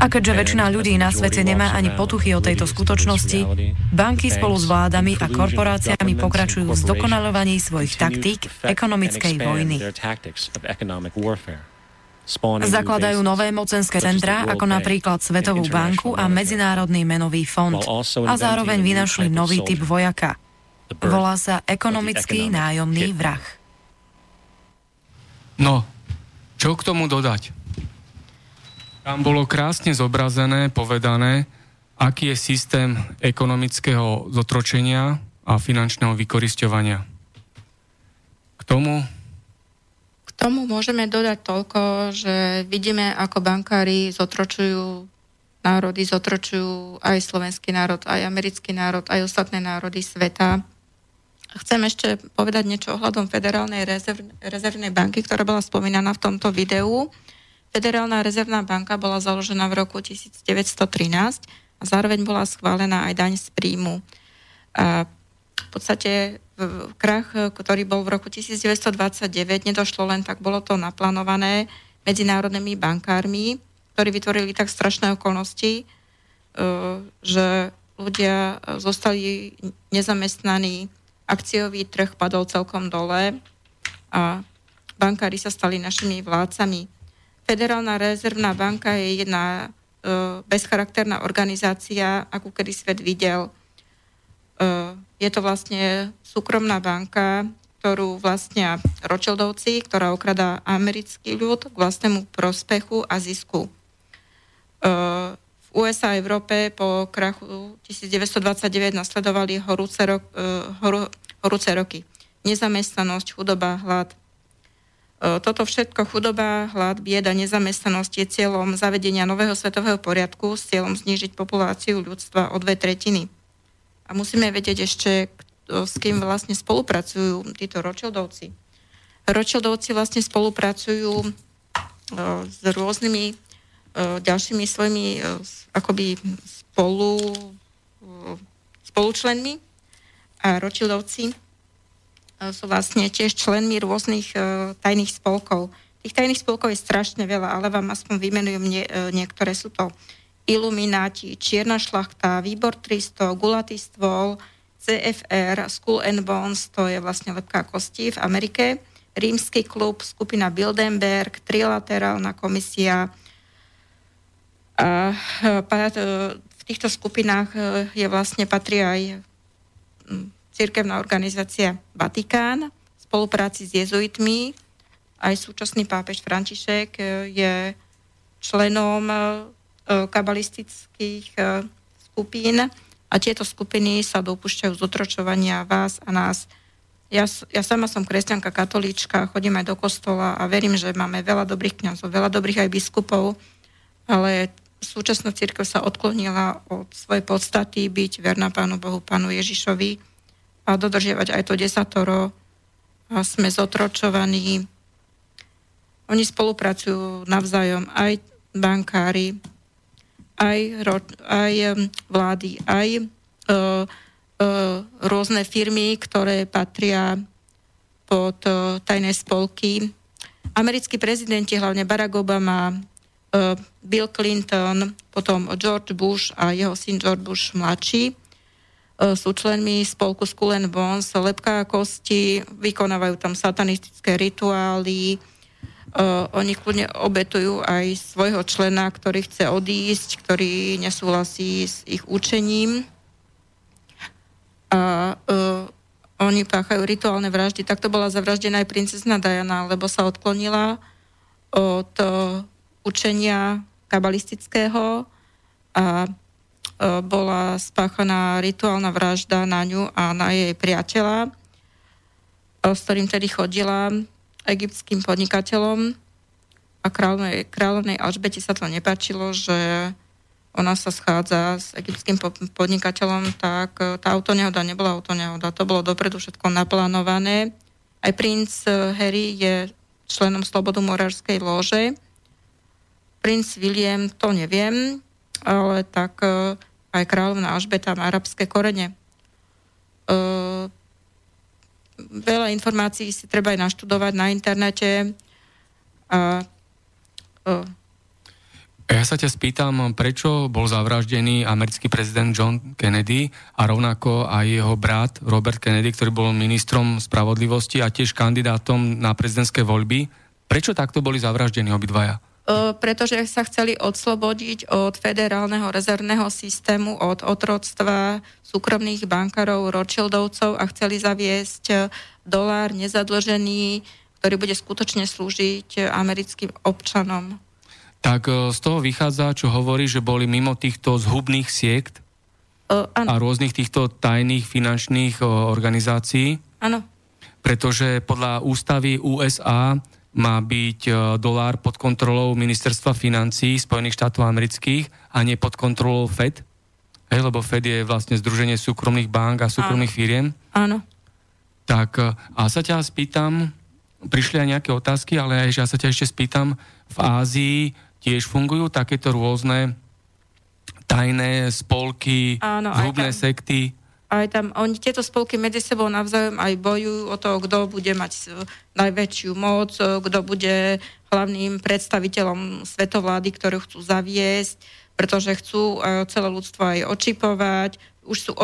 A keďže väčšina ľudí na svete nemá ani potuchy o tejto skutočnosti, banky spolu s vládami a korporáciami pokračujú v zdokonaľovaní svojich taktík ekonomickej vojny. Zakladajú nové mocenské centrá, ako napríklad Svetovú banku a Medzinárodný menový fond. A zároveň vynašli nový typ vojaka. Volá sa ekonomický nájomný vrah. No, čo k tomu dodať? Tam bolo krásne zobrazené, povedané, aký je systém ekonomického zotročenia a finančného vykorisťovania. K tomu môžeme dodať toľko, že vidíme, ako bankári zotročujú národy, zotročujú aj slovenský národ, aj americký národ, aj ostatné národy sveta. Chcem ešte povedať niečo ohľadom Federálnej rezervnej banky, ktorá bola spomínaná v tomto videu. Federálna rezervná banka bola založená v roku 1913 a zároveň bola schválená aj daň z príjmu. A v podstate krach, ktorý bol v roku 1929, nedošlo len tak, bolo to naplánované medzinárodnými bankármi, ktorí vytvorili tak strašné okolnosti, že ľudia zostali nezamestnaní, akciový trh padol celkom dole a bankári sa stali našimi vládcami. Federálna rezervná banka je jedna bezcharakterná organizácia, akú kedy svet videl. Je to vlastne súkromná banka, ktorú vlastnia Rothschildovci, ktorá okradá americký ľud k vlastnému prospechu a zisku. V USA a Európe po krachu 1929 nasledovali horúce roky. Nezamestnanosť, chudoba, hlad. Toto všetko, chudoba, hlad, bieda, nezamestnanosť je cieľom zavedenia nového svetového poriadku s cieľom znížiť populáciu ľudstva o 2/3. A musíme vedieť ešte, s kým vlastne spolupracujú títo Rothschildovci. Rothschildovci vlastne spolupracujú s rôznymi ďalšími svojimi akoby spolučlenmi a Rothschildovci sú vlastne tiež členmi rôznych tajných spolkov. Tých tajných spolkov je strašne veľa, ale vám aspoň vymenujem niektoré. Sú to Ilumináti, Čierna šlachta, Výbor 300, Gulatý stôl, CFR, Skull and Bones, to je vlastne lebka kosti v Amerike, Rímsky klub, skupina Bilderberg, Trilaterálna komisia. A v týchto skupinách patrí aj cirkevná organizácia Vatikán, v spolupráci s jezuitmi. Aj súčasný pápež František je členom kabalistických skupín a tieto skupiny sa dopúšťajú zotročovania vás a nás. Ja sama som kresťanka, katolíčka, chodím aj do kostola a verím, že máme veľa dobrých kňazov, veľa dobrých aj biskupov, ale súčasná cirkev sa odklonila od svojej podstaty byť verná Pánu Bohu, Pánu Ježišovi a dodržiavať aj to desatoro a sme zotročovaní. Oni spolupracujú navzájom, aj bankári, aj vlády, aj rôzne firmy, ktoré patria pod tajné spolky. Americkí prezidenti, hlavne Barack Obama, Bill Clinton, potom George Bush a jeho syn George Bush mladší sú členmi spolku Skull and Bones, lebka kosti, vykonávajú tam satanistické rituály. Oni kľudne obetujú aj svojho člena, ktorý chce odísť, ktorý nesúhlasí s ich učením. A oni páchajú rituálne vraždy. Takto bola zavraždená aj princezna Diana, lebo sa odklonila od učenia kabalistického a bola spáchaná rituálna vražda na ňu a na jej priateľa, s ktorým tedy chodila egyptským podnikateľom a kráľovnej Alžbete sa to nepáčilo, že ona sa schádza s egyptským podnikateľom, tak tá autonehoda nebola autonehoda, to bolo dopredu všetko naplánované. Aj princ Harry je členom Slobodomorárskej lóže. Princ William, to neviem, ale tak aj kráľovná Alžbeta má arabské korene. Veľa informácií si treba aj naštudovať na internete. Ja sa ťa spýtam, prečo bol zavraždený americký prezident John Kennedy a rovnako aj jeho brat Robert Kennedy, ktorý bol ministrom spravodlivosti a tiež kandidátom na prezidentské voľby. Prečo takto boli zavraždení obidvaja? Pretože sa chceli odslobodiť od federálneho rezervného systému, od otroctva súkromných bankárov, Rothschildovcov a chceli zaviesť dolár nezadlžený, ktorý bude skutočne slúžiť americkým občanom. Tak z toho vychádza, čo hovorí, že boli mimo týchto zhubných siekt a rôznych týchto tajných finančných organizácií. Áno. Pretože podľa ústavy USA má byť dolár pod kontrolou Ministerstva financií Spojených štátov amerických a nie pod kontrolou Fed. Lebo Fed je vlastne združenie súkromných bank a súkromných firiem. Áno. Tak a sa ťa spýtam, prišli aj nejaké otázky, ale aj ja sa ťa ešte spýtam, v Ázii tiež fungujú takéto rôzne tajné spolky, zhubné sekty? Aj tam, oni tieto spolky medzi sebou navzájom aj bojujú o to, kto bude mať najväčšiu moc, kto bude hlavným predstaviteľom svetovlády, ktorú chcú zaviesť, pretože chcú celé ľudstvo aj očipovať. Už sú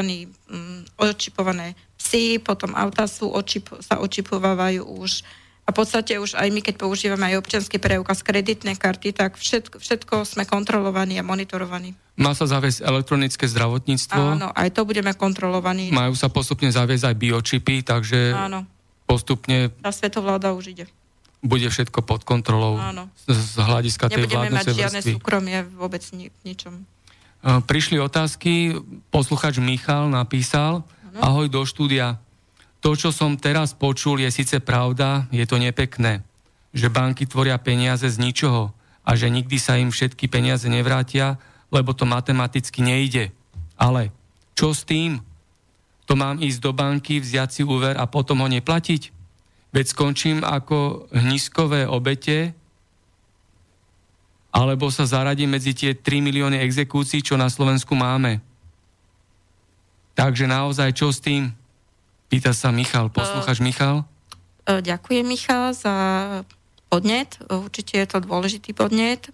očipované psy, potom autá sa očipovávajú už. A v podstate už aj my, keď používame aj občiansky preukaz, kreditné karty, tak všetko sme kontrolovaní a monitorovaní. Má sa zaviesť elektronické zdravotníctvo? Áno, aj to budeme kontrolovaní. Majú sa postupne zaviesť aj biočipy, takže postupne... Tá svetovláda už ide. Bude všetko pod kontrolou. Áno. Z hľadiska tej vládnucej vrstvy. Nebudeme mať žiadne súkromie vôbec v ničom. Prišli otázky, posluchač Michal napísal, ahoj do štúdia. To, čo som teraz počul, je síce pravda, je to nepekné, že banky tvoria peniaze z ničoho a že nikdy sa im všetky peniaze nevrátia, lebo to matematicky nejde. Ale čo s tým? To mám ísť do banky, vziať si úver a potom ho neplatiť? Veď skončím ako hniskové obete, alebo sa zaradím medzi tie 3 milióny exekúcií, čo na Slovensku máme. Takže naozaj, čo s tým? Pýta sa Michal. Poslúchaš, Michal? Ďakujem, Michal, za podnet. Určite je to dôležitý podnet.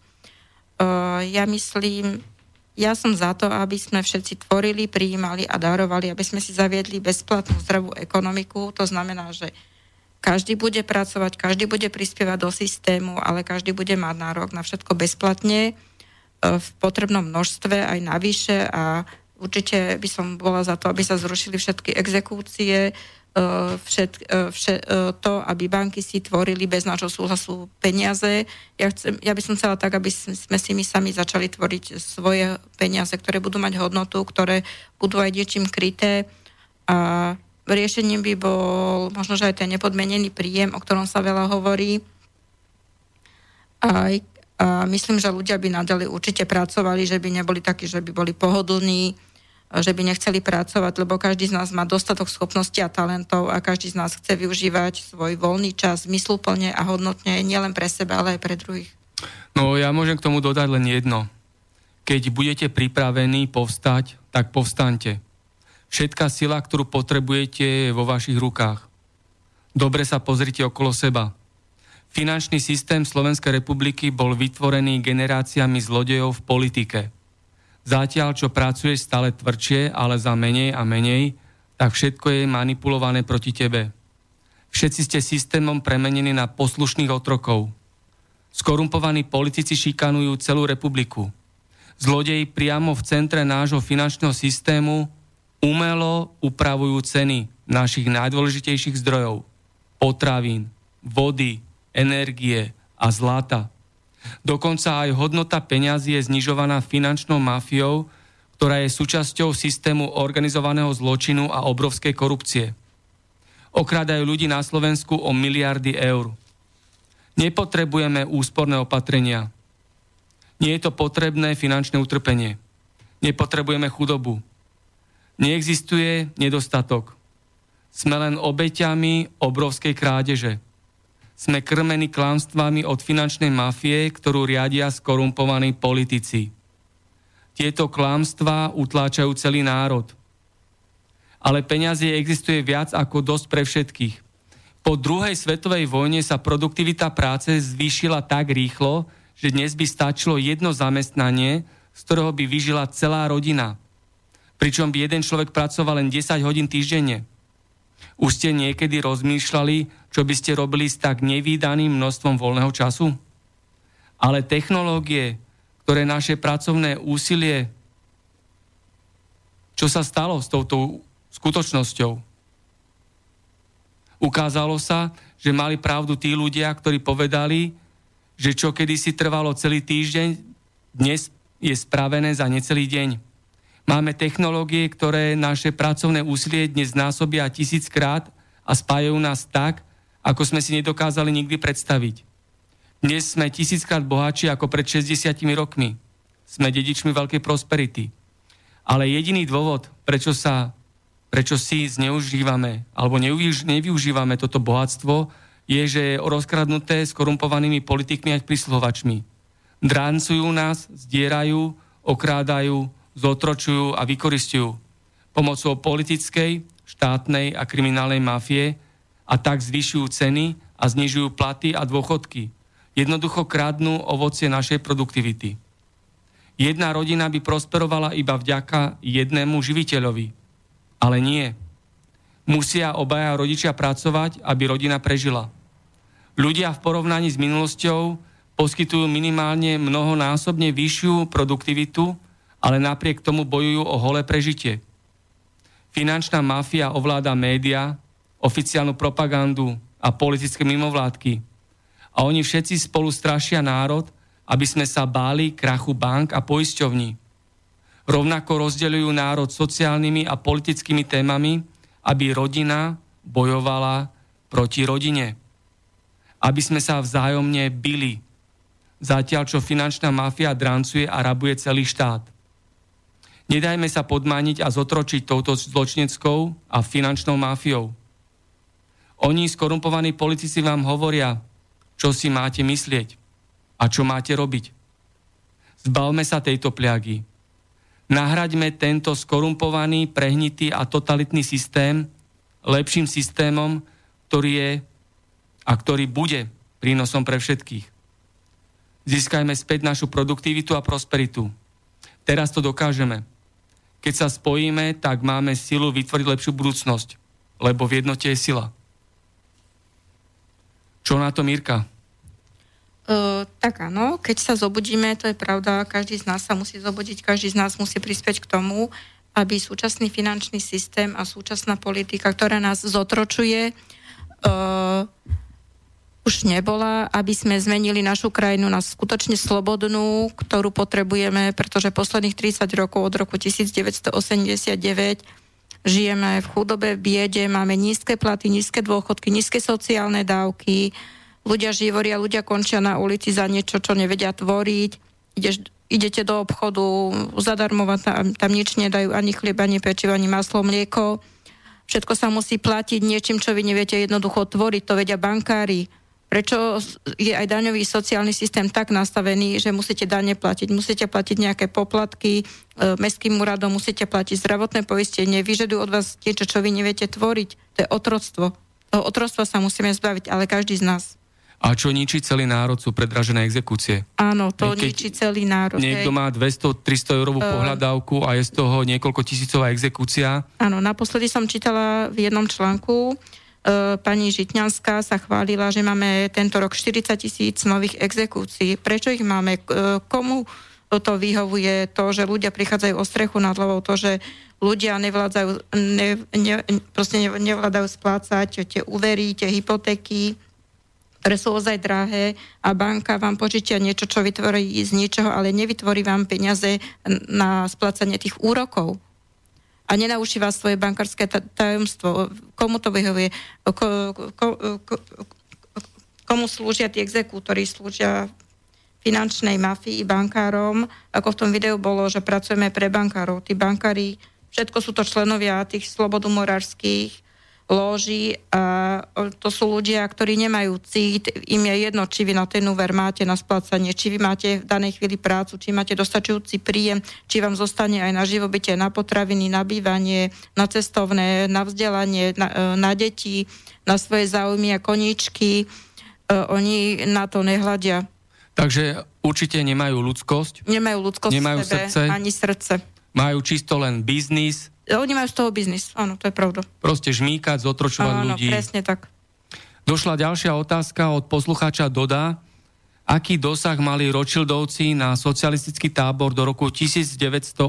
Ja som za to, aby sme všetci tvorili, prijímali a darovali, aby sme si zaviedli bezplatnú zdravú ekonomiku. To znamená, že každý bude pracovať, každý bude prispievať do systému, ale každý bude mať nárok na všetko bezplatne v potrebnom množstve aj navyše a určite by som bola za to, aby sa zrušili všetky exekúcie, to, aby banky si tvorili bez nášho súhlasu peniaze. Ja by som chcela tak, aby sme si my sami začali tvoriť svoje peniaze, ktoré budú mať hodnotu, ktoré budú aj niečím kryté a riešením by bol možno, že aj ten nepodmienený príjem, o ktorom sa veľa hovorí. A myslím, že ľudia by naďalej určite pracovali, že by neboli takí, že by boli pohodlní, že by nechceli pracovať, lebo každý z nás má dostatok schopností a talentov a každý z nás chce využívať svoj voľný čas zmysluplne a hodnotne, nielen pre seba, ale aj pre druhých. No ja môžem k tomu dodať len jedno. Keď budete pripravení povstať, tak povstaňte. Všetká sila, ktorú potrebujete, je vo vašich rukách. Dobre sa pozrite okolo seba. Finančný systém Slovenskej republiky bol vytvorený generáciami zlodejov v politike. Zatiaľ, čo pracuješ stále tvrdšie, ale za menej a menej, tak všetko je manipulované proti tebe. Všetci ste systémom premenení na poslušných otrokov. Skorumpovaní politici šikanujú celú republiku. Zlodeji priamo v centre nášho finančného systému umelo upravujú ceny našich najdôležitejších zdrojov, potravín, vody, energie a zlata. Dokonca aj hodnota peňazí je znižovaná finančnou mafiou, ktorá je súčasťou systému organizovaného zločinu a obrovskej korupcie. Okrádajú ľudí na Slovensku o miliardy eur. Nepotrebujeme úsporné opatrenia. Nie je to potrebné finančné utrpenie. Nepotrebujeme chudobu. Neexistuje nedostatok. Sme len obeťami obrovskej krádeže. Sme krmení klamstvami od finančnej mafie, ktorú riadia skorumpovaní politici. Tieto klamstvá utláčajú celý národ. Ale peňazí existuje viac ako dosť pre všetkých. Po druhej svetovej vojne sa produktivita práce zvýšila tak rýchlo, že dnes by stačilo jedno zamestnanie, z ktorého by vyžila celá rodina. Pričom by jeden človek pracoval len 10 hodín týždenne. Už ste niekedy rozmýšľali, čo by ste robili s tak nevídaným množstvom voľného času? Ale technológie, ktoré naše pracovné úsilie, čo sa stalo s touto skutočnosťou? Ukázalo sa, že mali pravdu tí ľudia, ktorí povedali, že čo kedysi trvalo celý týždeň, dnes je spravené za necelý deň. Máme technológie, ktoré naše pracovné úsilie dnes násobia 1000-krát a spájajú nás tak, ako sme si nedokázali nikdy predstaviť. Dnes sme 1000-krát bohatší ako pred 60 rokmi. Sme dedičmi veľkej prosperity. Ale jediný dôvod, prečo si zneužívame alebo nevyužívame toto bohatstvo, je, že je rozkradnuté skorumpovanými politikmi a prisluhovačmi. Drancujú nás, zdierajú, okrádajú, zotročujú a vykoristujú pomocou politickej, štátnej a kriminálnej mafie a tak zvyšujú ceny a znižujú platy a dôchodky. Jednoducho kradnú ovocie našej produktivity. Jedna rodina by prosperovala iba vďaka jednému živiteľovi. Ale nie. Musia obaja rodičia pracovať, aby rodina prežila. Ľudia v porovnaní s minulosťou poskytujú minimálne mnohonásobne vyššiu produktivitu, ale napriek tomu bojujú o holé prežitie. Finančná mafia ovláda média, oficiálnu propagandu a politické mimovládky. A oni všetci spolu strašia národ, aby sme sa báli krachu bank a poisťovní. Rovnako rozdeľujú národ sociálnymi a politickými témami, aby rodina bojovala proti rodine. Aby sme sa vzájomne bili. Zatiaľ, čo finančná mafia drancuje a rabuje celý štát. Nedajme sa podmániť a zotročiť touto zločineckou a finančnou mafiou. Oni, skorumpovaní politici, vám hovoria, čo si máte myslieť a čo máte robiť. Zbavme sa tejto pliagy. Nahraďme tento skorumpovaný, prehnitý a totalitný systém lepším systémom, ktorý je a ktorý bude prínosom pre všetkých. Získajme späť našu produktivitu a prosperitu. Teraz to dokážeme. Keď sa spojíme, tak máme silu vytvoriť lepšiu budúcnosť, lebo v jednote je sila. Čo na to, Mirka? Tak áno, keď sa zobudíme, to je pravda, každý z nás sa musí zobudiť, každý z nás musí prispieť k tomu, aby súčasný finančný systém a súčasná politika, ktorá nás zotročuje, už nebola, aby sme zmenili našu krajinu na skutočne slobodnú, ktorú potrebujeme, pretože posledných 30 rokov od roku 1989 žijeme v chudobe, v biede, máme nízke platy, nízke dôchodky, nízke sociálne dávky, ľudia živoria, ľudia končia na ulici za niečo, čo nevedia tvoriť, idete do obchodu, zadarmo tam nič nedajú, ani chlieb, ani pečivo, ani maslo, mlieko, všetko sa musí platiť niečím, čo vy neviete jednoducho tvoriť, to vedia bankári. Prečo je aj daňový sociálny systém tak nastavený, že musíte dane platiť, musíte platiť nejaké poplatky mestským úradom, musíte platiť zdravotné poistenie, vyžadujú od vás niečo, čo vy neviete tvoriť. To je otroctvo. Toho otroctva sa musíme zbaviť, ale každý z nás. A čo ničí celý národ, sú predražené exekúcie. Áno, to ničí celý národ. Niekto má 200-300 eurovú pohľadávku a je z toho niekoľko tisícová exekúcia. Áno, naposledy som čítala v jednom článku, pani Žitňanská sa chválila, že máme tento rok 40 000 nových exekúcií. Prečo ich máme? Komu to vyhovuje? To, že ľudia prichádzajú o strechu nad hlavou, to, že ľudia nevládajú splácať tie úvery, tie hypotéky, ktoré sú ozaj drahé a banka vám požičia niečo, čo vytvorí z ničoho, ale nevytvorí vám peniaze na splácanie tých úrokov. A nenaučí vás svoje bankárske tajomstvo. Komu to vyhovuje? Komu slúžia tí exekútori? Slúžia finančnej mafii, bankárom. Ako v tom videu bolo, že pracujeme pre bankárov. Tí bankári, všetko sú to členovia tých slobodomorárskych lóži a to sú ľudia, ktorí nemajú cít, im je jedno, či vy na ten úver máte na splácanie, či vy máte v danej chvíli prácu, či máte dostačujúci príjem, či vám zostane aj na živobytie, na potraviny, na bývanie, na cestovné, na vzdelanie, na deti, na svoje záujmy a koníčky. Oni na to nehľadia. Takže určite nemajú ľudskosť. Nemajú ľudskosť nemajú v sebe, srdce, ani srdce. Majú čisto len biznis. Oni majú z toho biznis, áno, to je pravda. Proste žmýkať, zotročovať ľudí. Áno, presne tak. Došla ďalšia otázka od poslucháča Doda. Aký dosah mali Rothschildovci na socialistický tábor do roku 1989?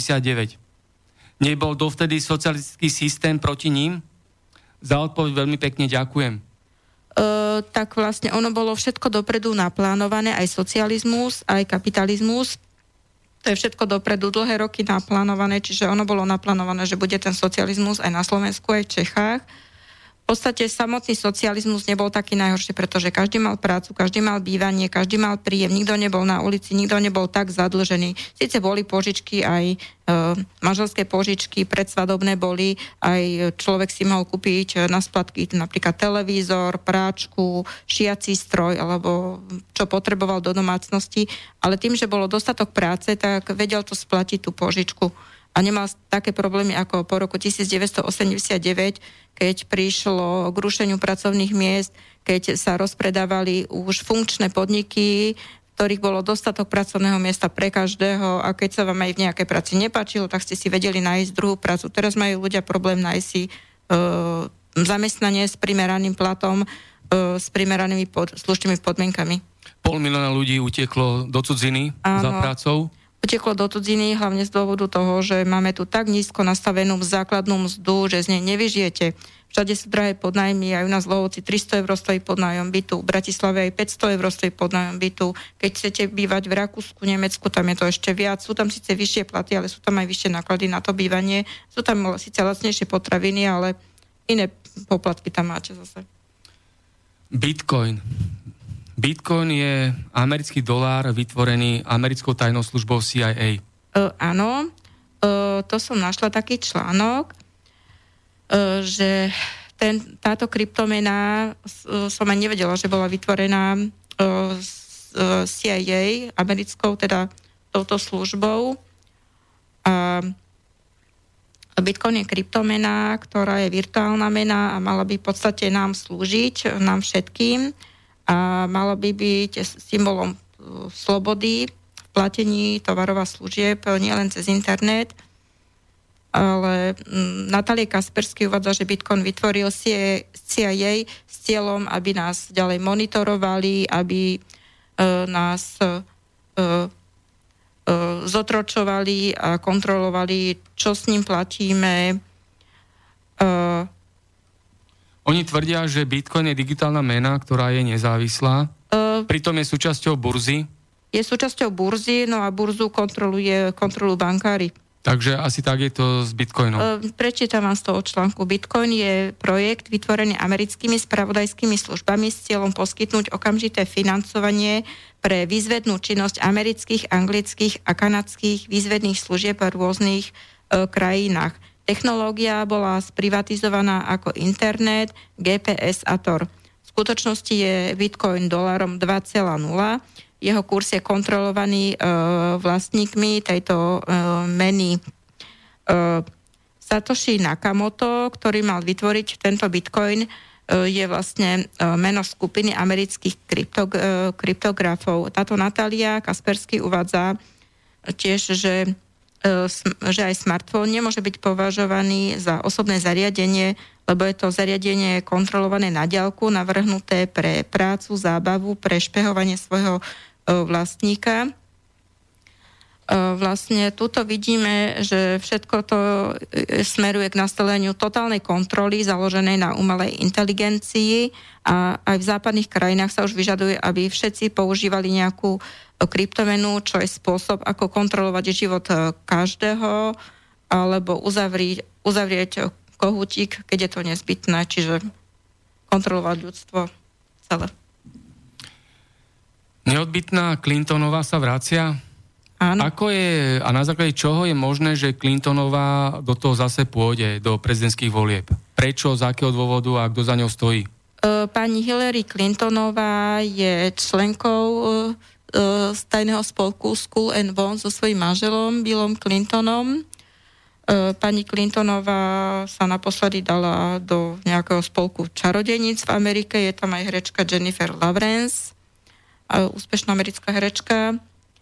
Nebol dovtedy socialistický systém proti ním? Za odpoveď veľmi pekne ďakujem. Tak vlastne ono bolo všetko dopredu naplánované, aj socializmus, aj kapitalizmus. To je všetko dopredu dlhé roky naplánované, čiže ono bolo naplánované, že bude ten socializmus aj na Slovensku, aj v Čechách. V podstate samotný socializmus nebol taký najhorší, pretože každý mal prácu, každý mal bývanie, každý mal príjem, nikto nebol na ulici, nikto nebol tak zadlžený. Sice boli požičky, aj manželské požičky, predsvadobné boli, aj človek si mohol kúpiť na splatky napríklad televízor, práčku, šiací stroj, alebo čo potreboval do domácnosti, ale tým, že bolo dostatok práce, tak vedel to splatiť tú požičku. A nemal také problémy ako po roku 1989, keď prišlo k rušeniu pracovných miest, keď sa rozpredávali už funkčné podniky, v ktorých bolo dostatok pracovného miesta pre každého a keď sa vám aj v nejakej práci nepáčilo, tak ste si vedeli nájsť druhú prácu. Teraz majú ľudia problém nájsť si zamestnanie s primeraným platom, s primeranými slušnými podmienkami. 500 000 ľudí utieklo do cudziny za prácou. Uteklo do cudziny hlavne z dôvodu toho, že máme tu tak nízko nastavenú základnú mzdu, že z nej nevyžijete. Všade sú drahé podnájmy, aj u nás v Lovci 300 eur stojí podnájom bytu, v Bratislave aj 500 eur stojí podnájom bytu. Keď chcete bývať v Rakúsku, Nemecku, tam je to ešte viac. Sú tam síce vyššie platy, ale sú tam aj vyššie náklady na to bývanie. Sú tam síce lacnejšie potraviny, ale iné poplatky tam máte zase. Bitcoin je americký dolár vytvorený americkou tajnou službou CIA. Áno, to som našla taký článok, že táto kryptomena, som aj nevedela, že bola vytvorená CIA, americkou, teda touto službou. A Bitcoin je kryptomena, ktorá je virtuálna mena a mala by v podstate nám slúžiť, nám všetkým. A malo by byť symbolom slobody v platení tovarov a služieb nielen cez internet, ale Natália Kaspersky uvádza, že Bitcoin vytvoril CIA s cieľom, aby nás ďalej monitorovali, aby nás zotročovali a kontrolovali, čo s ním platíme. Oni tvrdia, že Bitcoin je digitálna mena, ktorá je nezávislá. Pritom je súčasťou burzy. Je súčasťou burzy, no a burzu kontrolujú bankári. Takže asi tak je to s Bitcoinom. Prečítam vám z toho článku. Bitcoin je projekt vytvorený americkými spravodajskými službami s cieľom poskytnúť okamžité financovanie pre výzvednú činnosť amerických, anglických a kanadských výzvedných služieb v rôznych krajinách. Technológia bola sprivatizovaná ako internet, GPS a Tor. V skutočnosti je Bitcoin dolarom 2,0. Jeho kurz je kontrolovaný vlastníkmi tejto meny. Satoshi Nakamoto, ktorý mal vytvoriť tento Bitcoin, je vlastne meno skupiny amerických kryptografov. Táto Natália Kaspersky uvádza tiež, že aj smartfón nemôže byť považovaný za osobné zariadenie, lebo je to zariadenie kontrolované na diaľku, navrhnuté pre prácu, zábavu, pre špehovanie svojho vlastníka. Vlastne tuto vidíme, že všetko to smeruje k nastaveniu totálnej kontroly založenej na umelej inteligencii a aj v západných krajinách sa už vyžaduje, aby všetci používali nejakú kryptomenu, čo je spôsob, ako kontrolovať život každého alebo uzavrieť kohútik, keď je to nezbytné, čiže kontrolovať ľudstvo celé. Neodbytná Clintonová sa vracia? Áno. Ako je a na základe čoho je možné, že Clintonová do toho zase pôjde, do prezidentských volieb? Prečo, z akého dôvodu a kto za ňou stojí? Pani Hillary Clintonová je členkou z tajného spolku Skull and Bones so svojím manželom Billom Clintonom. Pani Clintonová sa naposledy dala do nejakého spolku čarodejníc v Amerike, je tam aj herečka Jennifer Lawrence. úspešná americká herečka.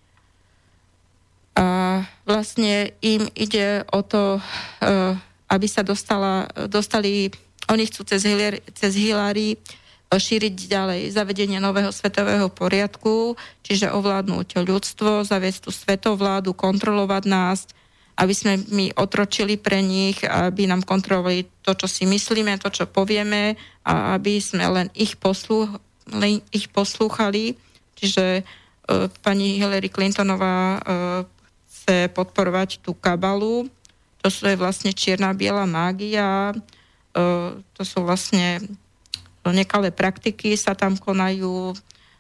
A vlastne im ide o to, aby sa dostali, oni chcú cez Hillary šíriť ďalej zavedenie nového svetového poriadku, čiže ovládnuť ľudstvo, zaviesť tú svetovládu, kontrolovať nás, aby sme my otročili pre nich, aby nám kontrolovali to, čo si myslíme, to, čo povieme a aby sme len ich poslúchali. Čiže pani Hillary Clintonová chce podporovať tú kabalu. To je vlastne čierna-biela mágia. To sú vlastne nekalé praktiky sa tam konajú,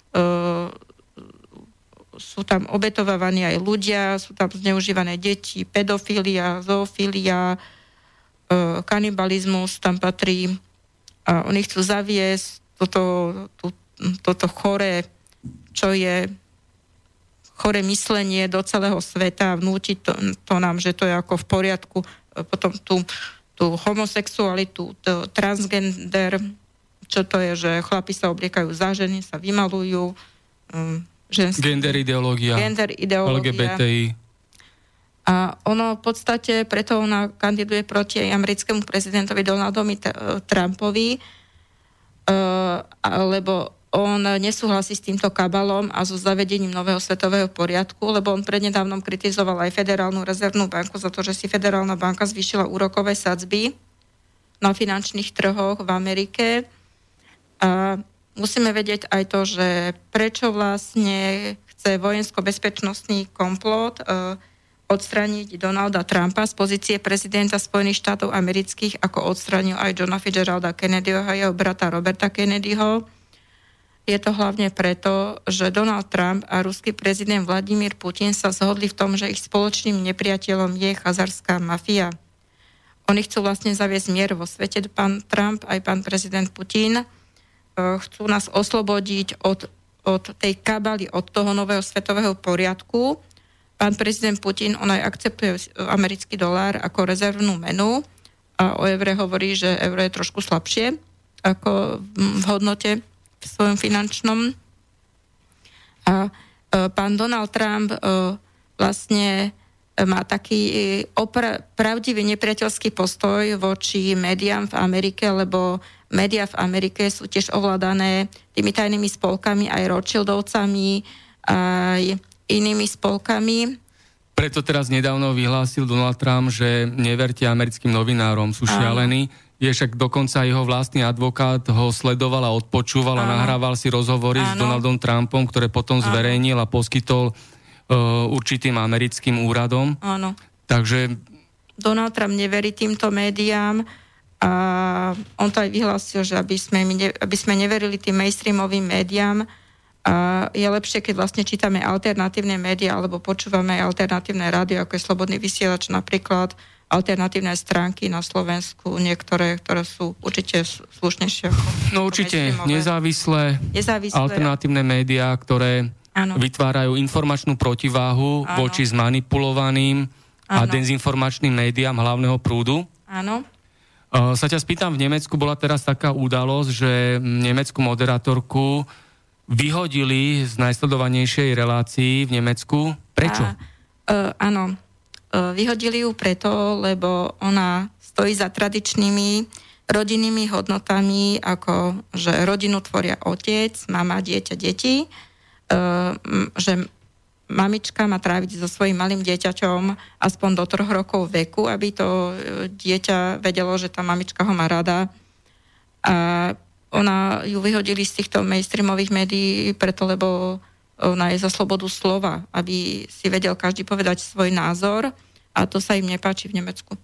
sú tam obetovávaní aj ľudia, sú tam zneužívané deti, pedofília, zoofília, kanibalizmus tam patrí. A oni chcú zaviesť toto choré, čo je choré myslenie do celého sveta a vnútiť to nám, že to je ako v poriadku. Potom tú homosexualitu, transgender, čo to je, že chlapi sa obliekajú za ženy, sa vymalujú, ženské. Gender ideológia. LGBTI. A ono v podstate, preto ona kandiduje proti americkému prezidentovi Donaldovi Trumpovi, lebo on nesúhlasí s týmto kabalom a so zavedením nového svetového poriadku, lebo on prednedávnom kritizoval aj Federálnu rezervnú banku za to, že si Federálna banka zvýšila úrokové sadzby na finančných trhoch v Amerike. A musíme vedieť aj to, že prečo vlastne chce vojensko-bezpečnostný komplot odstrániť Donalda Trumpa z pozície prezidenta Spojených štátov amerických, ako odstránil aj Johna Fitzgeralda Kennedyho a jeho brata Roberta Kennedyho. Je to hlavne preto, že Donald Trump a ruský prezident Vladimír Putin sa zhodli v tom, že ich spoločným nepriateľom je chazarská mafia. Oni chcú vlastne zaviesť mier vo svete, pán Trump aj pán prezident Putin. Chcú nás oslobodiť od tej kabaly, od toho nového svetového poriadku. Pán prezident Putin, on aj akceptuje americký dolár ako rezervnú menu a o eure hovorí, že euro je trošku slabšie ako v hodnote v svojom finančnom. A pán Donald Trump vlastne má taký pravdivý nepriateľský postoj voči médiám v Amerike, lebo médiá v Amerike sú tiež ovládané tými tajnými spolkami, aj Rothschildovcami, aj inými spolkami. Preto teraz nedávno vyhlásil Donald Trump, že neverte americkým novinárom, sú šialení. Je však dokonca jeho vlastný advokát ho sledoval a odpočúval a nahrával si rozhovory s Donaldom Trumpom, ktoré potom zverejnil a poskytol určitým americkým úradom. Áno. Takže Donald Trump neverí týmto médiám a on to aj vyhlásil, že aby sme neverili tým mainstreamovým médiám a je lepšie, keď vlastne čítame alternatívne médiá alebo počúvame aj alternatívne rádio, ako je Slobodný vysielač napríklad, alternatívne stránky na Slovensku, niektoré, ktoré sú určite slušnejšie. No určite nezávislé alternatívne médiá, ktoré vytvárajú informačnú protiváhu voči zmanipulovaným a dezinformačným médiám hlavného prúdu. Áno. Sa ťa spýtam, v Nemecku bola teraz taká udalosť, že nemeckú moderátorku vyhodili z najsledovanejšej relácii v Nemecku. Prečo? Áno. Vyhodili ju preto, lebo ona stojí za tradičnými rodinnými hodnotami, ako že rodinu tvoria otec, mama, dieťa, deti, že mamička má tráviť so svojím malým dieťaťom aspoň do 3 rokov veku, aby to dieťa vedelo, že tá mamička ho má rada. A ona ju vyhodili z týchto mainstreamových médií preto, lebo ona je za slobodu slova, aby si vedel každý povedať svoj názor a to sa im nepáči v Nemecku.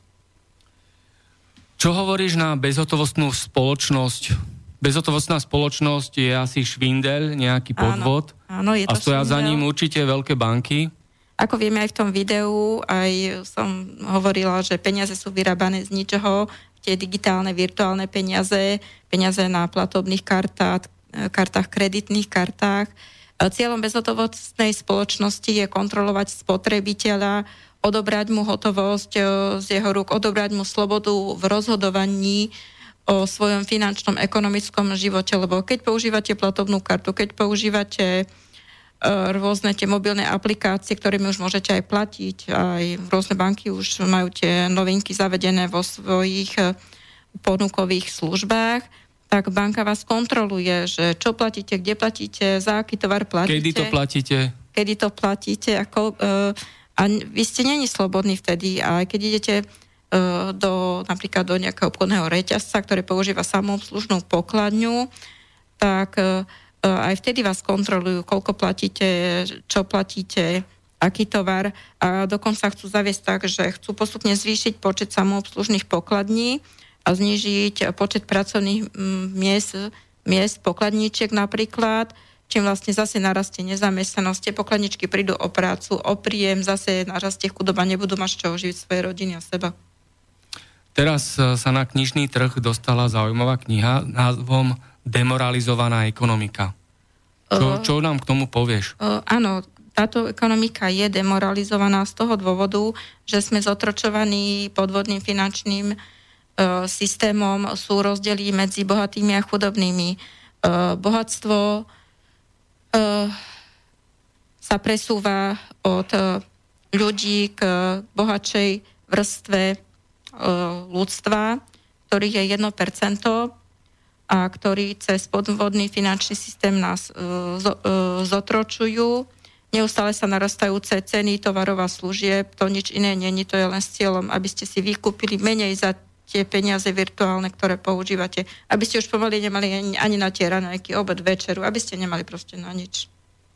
Čo hovoríš na bezhotovostnú spoločnosť? Bezhotovostná spoločnosť je asi švindel, nejaký podvod. Áno, je to a stoja švindel. Za ním určite veľké banky. Ako vieme aj v tom videu, aj som hovorila, že peniaze sú vyrábané z ničoho, tie digitálne, virtuálne peniaze na platobných kartách, kreditných kartách. Cieľom bezhotovostnej spoločnosti je kontrolovať spotrebiteľa, odobrať mu hotovosť z jeho rúk, odobrať mu slobodu v rozhodovaní o svojom finančnom, ekonomickom živote, lebo keď používate platobnú kartu, keď používate rôzne tie mobilné aplikácie, ktorými už môžete aj platiť. Aj rôzne banky už majú tie novinky zavedené vo svojich ponukových službách, tak banka vás kontroluje, že čo platíte, kde platíte, za aký tovar platíte. Kedy to platíte? Kedy to platíte. A vy ste není slobodní vtedy. A keď idete napríklad do nejakého obchodného reťazca, ktoré používa samoobslužnú pokladňu, tak aj vtedy vás kontrolujú, koľko platíte, čo platíte, aký tovar. A dokonca chcú zaviesť tak, že chcú postupne zvýšiť počet samoobslužných pokladní a znížiť počet pracovných miest pokladníčiek napríklad, čím vlastne zase narastie nezamestnanosť. Tie pokladničky prídu o prácu, o príjem, zase narastie chudoba, nebudú mať z čoho živiť svoje rodiny a seba. Teraz sa na knižný trh dostala zaujímavá kniha názvom Demoralizovaná ekonomika. Čo nám k tomu povieš? Áno, táto ekonomika je demoralizovaná z toho dôvodu, že sme zotročovaní podvodným finančným systémom, sú rozdiely medzi bohatými a chudobnými. Bohatstvo sa presúva od ľudí k bohatšej vrstve ľudstva, ktorých je 1%, a ktorí cez podvodný finančný systém nás zotročujú. Neustále sa narastajúce ceny tovarov a služieb, to nič iné není, to je len s cieľom, aby ste si vykúpili menej za tie peniaze virtuálne, ktoré používate. Aby ste už pomaly nemali ani na tie raňajky, obed, večeru, aby ste nemali proste na nič.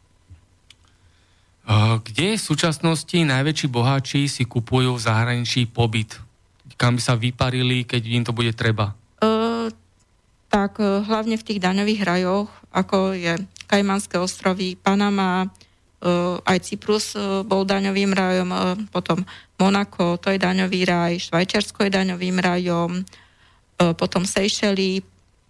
Kde v súčasnosti najväčší boháči si kupujú v zahraničí pobyt? Kam by sa vyparili, keď im to bude treba? Tak hlavne v tých daňových rajoch, ako je Kajmanské ostrovy, Panama, aj Cyprus bol daňovým rajom, potom Monako, to je daňový raj, Švajčiarsko je daňovým rajom, potom Seychely,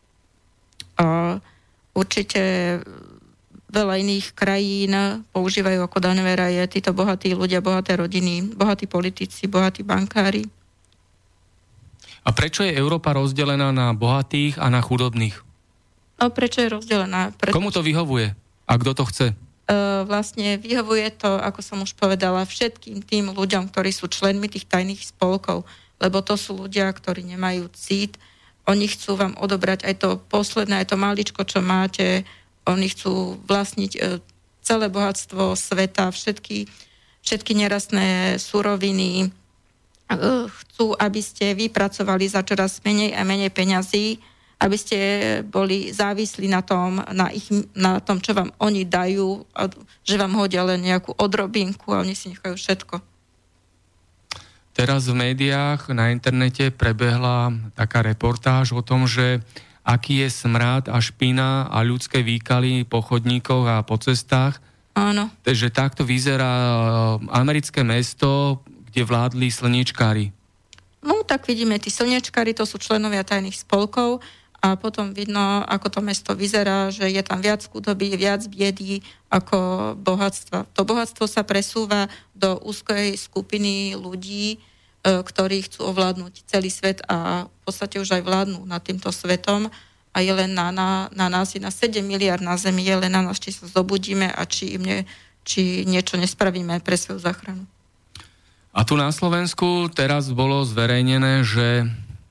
určite veľa iných krajín používajú ako daňové raje títo bohatí ľudia, bohaté rodiny, bohatí politici, bohatí bankári. A prečo je Európa rozdelená na bohatých a na chudobných? Prečo je rozdelená? Komu to vyhovuje? A kto to chce? Vlastne vyhovuje to, ako som už povedala, všetkým tým ľuďom, ktorí sú členmi tých tajných spolkov, lebo to sú ľudia, ktorí nemajú cít. Oni chcú vám odobrať aj to posledné, aj to maličko, čo máte. Oni chcú vlastniť celé bohatstvo sveta, všetky nerastné suroviny. Chcú, aby ste vy pracovali za čoraz menej a menej peňazí, aby ste boli závislí na tom, čo vám oni dajú, že vám hodia len nejakú odrobinku a oni si nechajú všetko. Teraz v médiách, na internete prebehla taká reportáž o tom, že aký je smrad a špina a ľudské výkaly po chodníkoch a po cestách. Áno. Takže takto vyzerá americké mesto, kde vládli slniečkári. No tak vidíme, tí slniečkári, to sú členovia tajných spolkov a potom vidno, ako to mesto vyzerá, že je tam viac chudoby, viac biedy ako bohatstva. To bohatstvo sa presúva do úzkej skupiny ľudí, ktorí chcú ovládnuť celý svet a v podstate už aj vládnu nad týmto svetom a je len na nás, je na 7 miliard na Zemi, je len na nás, či sa zobudíme a či niečo nespravíme pre svoju záchranu. A tu na Slovensku teraz bolo zverejnené, že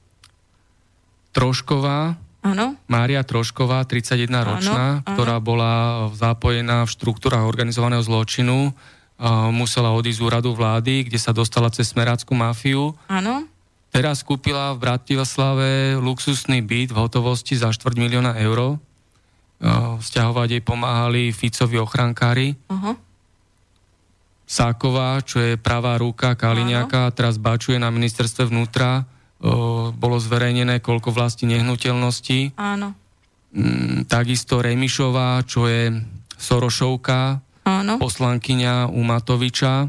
Trošková, Mária Trošková, 31-ročná, ktorá bola zapojená v štruktúrach organizovaného zločinu, musela odísť z úradu vlády, kde sa dostala cez smerácku mafiu. Áno. Teraz kúpila v Bratislave luxusný byt v hotovosti za 250 000 eur. Sťahovať jej pomáhali Ficovi ochrankári. Sáková, čo je pravá ruka Kaliňáka, teraz bačuje na ministerstve vnútra. Bolo zverejnené, koľko vlastní nehnuteľností. Áno. Takisto Remišová, čo je Sorošovka, poslankyňa u Matoviča.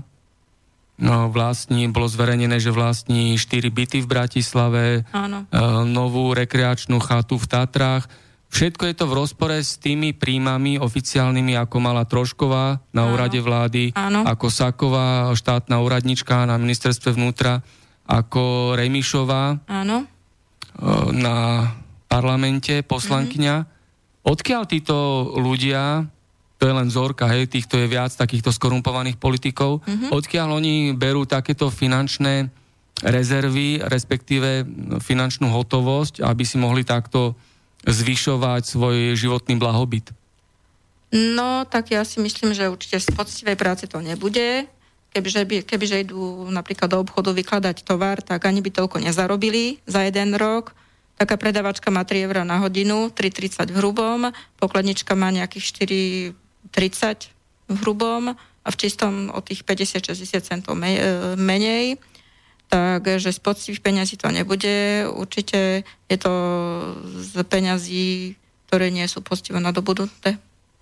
Bolo zverejnené, že vlastní 4 byty v Bratislave, novú rekreačnú chatu v Tatrách. Všetko je to v rozpore s tými príjmami oficiálnymi, ako mala Trošková na úrade vlády, ako Sáková, štátna úradnička na ministerstve vnútra, ako Remišová na parlamente, poslankyňa. Odkiaľ títo ľudia to je len vzorka, hej, týchto je viac takýchto skorumpovaných politikov. Odkiaľ oni berú takéto finančné rezervy, respektíve finančnú hotovosť, aby si mohli takto zvyšovať svoj životný blahobyt? No, tak ja si myslím, že určite z poctivej práce to nebude. Kebyže idú napríklad do obchodu vykladať tovar, tak ani by toľko nezarobili za jeden rok. Taká predavačka má 3 € na hodinu, 3,30 v hrubom, pokladnička má nejakých 4,30 v hrubom a v čistom o tých 50-60 centov menej. Takže z poctivých peňazí to nebude. Určite je to z peňazí, ktoré nie sú poctivo nadobudnuté.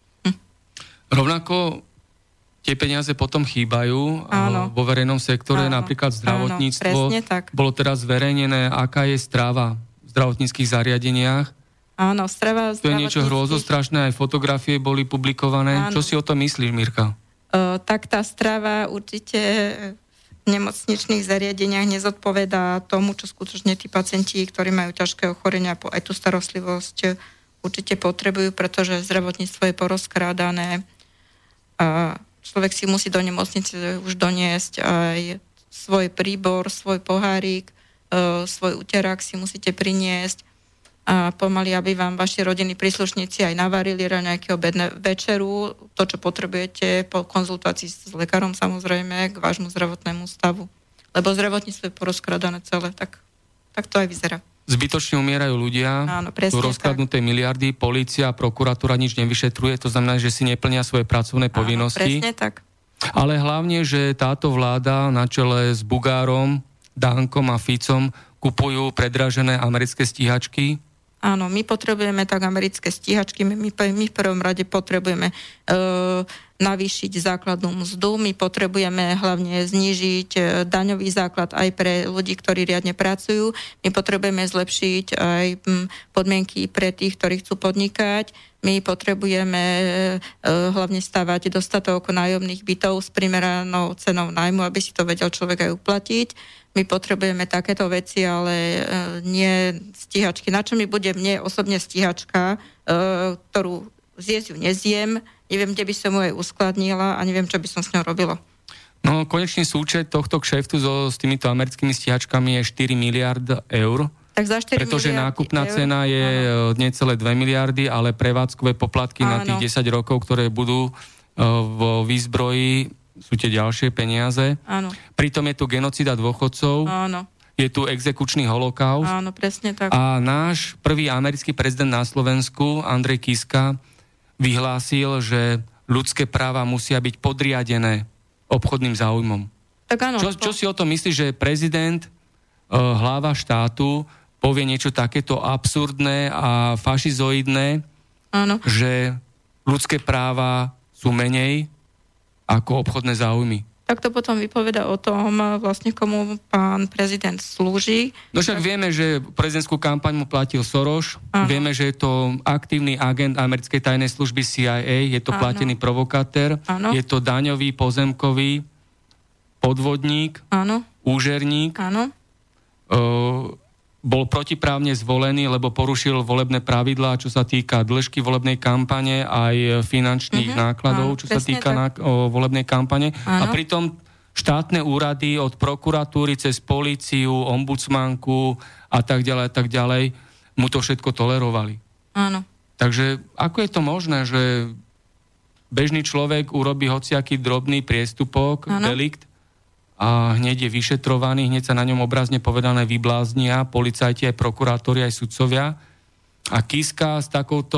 Rovnako tie peniaze potom chýbajú vo verejnom sektore, napríklad zdravotníctvo. Bolo teraz zverejnené, aká je strava v zdravotníckych zariadeniach. Áno, strava to je niečo hrôzostrašné, aj fotografie boli publikované. Áno. Čo si o tom myslíš, Mirka? Tak tá strava určite v nemocničných zariadeniach nezodpovedá tomu, čo skutočne tí pacienti, ktorí majú ťažké ochorenia, aj tú starostlivosť určite potrebujú, pretože zdravotníctvo je porozkrádané a človek si musí do nemocnice už doniesť aj svoj príbor, svoj pohárik, svoj uterák si musíte priniesť a pomaly, aby vám vaši rodinní príslušníci aj navarili nejaký obed večeru, to, čo potrebujete po konzultácii s lekárom samozrejme k vášmu zdravotnému stavu. Lebo zdravotníctvo je porozkradané celé, tak to aj vyzerá. Zbytočne umierajú ľudia, sú rozkladnuté miliardy, polícia, prokuratúra nič nevyšetruje, to znamená, že si neplnia svoje pracovné povinnosti. Presne tak. Ale hlavne, že táto vláda na čele s Bugárom, Dankom a Ficom kupujú predražené americké stíhačky. Áno, my potrebujeme tak americké stíhačky, my v prvom rade potrebujeme navýšiť základnú mzdu, my potrebujeme hlavne znížiť daňový základ aj pre ľudí, ktorí riadne pracujú, my potrebujeme zlepšiť aj podmienky pre tých, ktorí chcú podnikať, my potrebujeme hlavne stavať dostatok nájomných bytov s primeranou cenou nájmu, aby si to vedel človek aj uplatiť. My potrebujeme takéto veci, ale nie stíhačky. Na čo mi bude mne osobne stíhačka, ktorú zjesť ju nezjem, neviem, kde by som ju aj uskladnila a neviem, čo by som s ňou robila. No, konečný súčet tohto kšeftu s týmito americkými stíhačkami je 4 miliard eur. Tak za 4 pretože nákupná cena je necelé 2 miliardy, ale prevádzkové poplatky na tých 10 rokov, ktoré budú vo výzbroji, sú tie ďalšie peniaze. Áno. Pritom je tu genocida dôchodcov. Áno. Je tu exekučný holokaust. Áno, presne tak. A náš prvý americký prezident na Slovensku, Andrej Kiska, vyhlásil, že ľudské práva musia byť podriadené obchodným záujmom. Tak áno. Čo si o tom myslíš, že prezident, hlava štátu, povie niečo takéto absurdné a fašizoidné, že ľudské práva sú menej ako obchodné záujmy? Tak to potom vypoveda o tom, vlastne komu pán prezident slúži. No však vieme, že prezidentskú kampaň mu platil Soros, vieme, že je to aktívny agent americkej tajnej služby CIA, je to platený provokatér, je to daňový, pozemkový podvodník, úžerník, bol protiprávne zvolený, lebo porušil volebné pravidlá, čo sa týka dĺžky volebnej kampane, aj finančných nákladov, čo sa týka volebnej kampane. A pritom štátne úrady od prokuratúry cez políciu, ombudsmanku a tak ďalej, mu to všetko tolerovali. Áno. Takže ako je to možné, že bežný človek urobí hociaký drobný priestupok, delikt, a hneď je vyšetrovaný, hneď sa na ňom obrazne povedané vybláznia policajti, aj prokurátori, aj sudcovia. A Kiska s takouto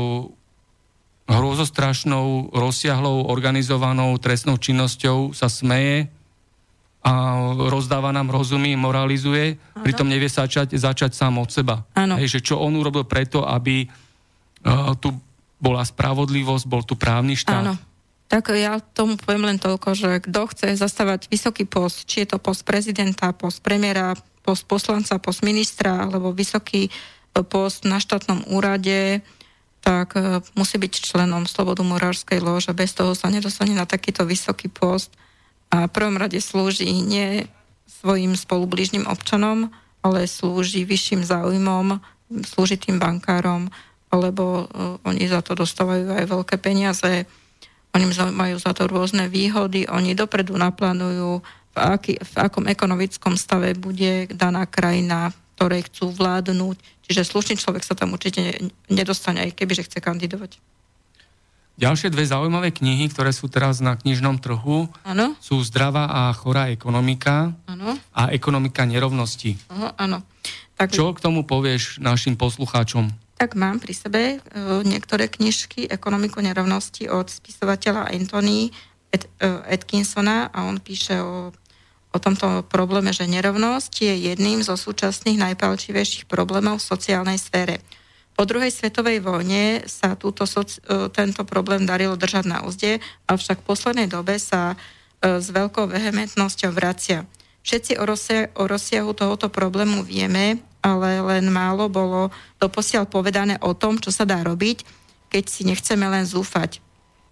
hrozostrašnou, rozsiahlou, organizovanou trestnou činnosťou sa smeje a rozdáva nám rozumy, moralizuje, pritom nevie začať sám od seba. Hej, že čo on urobil preto, aby tu bola spravodlivosť, bol tu právny štát. Áno. Tak ja tomu poviem len toľko, že kto chce zastávať vysoký post, či je to post prezidenta, post premiéra, post poslanca, post ministra, alebo vysoký post na štátnom úrade, tak musí byť členom Slobodomurárskej lóže. Bez toho sa nedostane na takýto vysoký post. A v prvom rade slúži nie svojim spolublížnym občanom, ale slúži vyšším záujmom, slúži tým bankárom, lebo oni za to dostávajú aj veľké peniaze. oni majú za to rôzne výhody, oni dopredu naplánujú, v akom ekonomickom stave bude daná krajina, ktorej chcú vládnuť. Čiže slušný človek sa tam určite nedostane, aj kebyže chce kandidovať. Ďalšie dve zaujímavé knihy, ktoré sú teraz na knižnom trhu, ano? Sú Zdravá a chorá ekonomika ano? A Ekonomika nerovnosti. Áno. Tak... Čo k tomu povieš našim poslucháčom? Tak mám pri sebe niektoré knižky Ekonomiku nerovnosti od spisovateľa Anthony Atkinsona a on píše o tomto probléme, že nerovnosť je jedným zo súčasných najpálčivejších problémov v sociálnej sfére. Po druhej svetovej vojne sa tento problém darilo držať na uzde, avšak v poslednej dobe sa s veľkou vehementnosťou vracia. Všetci o rozsiahu tohoto problému vieme, ale len málo bolo doposiaľ povedané o tom, čo sa dá robiť, keď si nechceme len zúfať.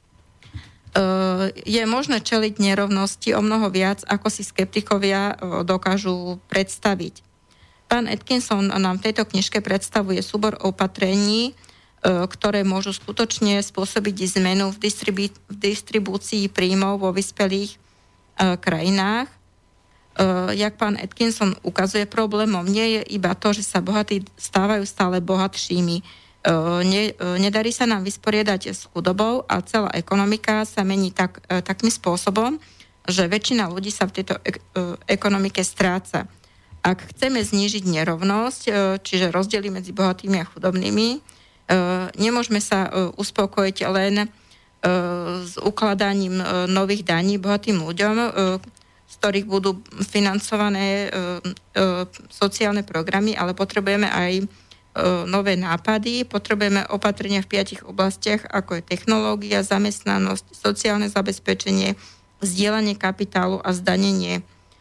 Je možné čeliť nerovnosti o mnoho viac, ako si skeptikovia dokážu predstaviť. Pán Atkinson nám v tejto knižke predstavuje súbor opatrení, ktoré môžu skutočne spôsobiť zmenu v distribúcii príjmov vo vyspelých krajinách. Jak pán Atkinson ukazuje, problémom nie je iba to, že sa bohatí stávajú stále bohatšími. Nedarí sa nám vysporiadať s chudobou a celá ekonomika sa mení takým spôsobom, že väčšina ľudí sa v tejto ekonomike stráca. Ak chceme znížiť nerovnosť, čiže rozdiely medzi bohatými a chudobnými, nemôžeme sa uspokojiť len s ukladaním nových daní bohatým ľuďom, z ktorých budú financované sociálne programy, ale potrebujeme aj nové nápady, potrebujeme opatrenia v 5 oblastiach, ako je technológia, zamestnanosť, sociálne zabezpečenie, zdieľanie kapitálu a zdanenie.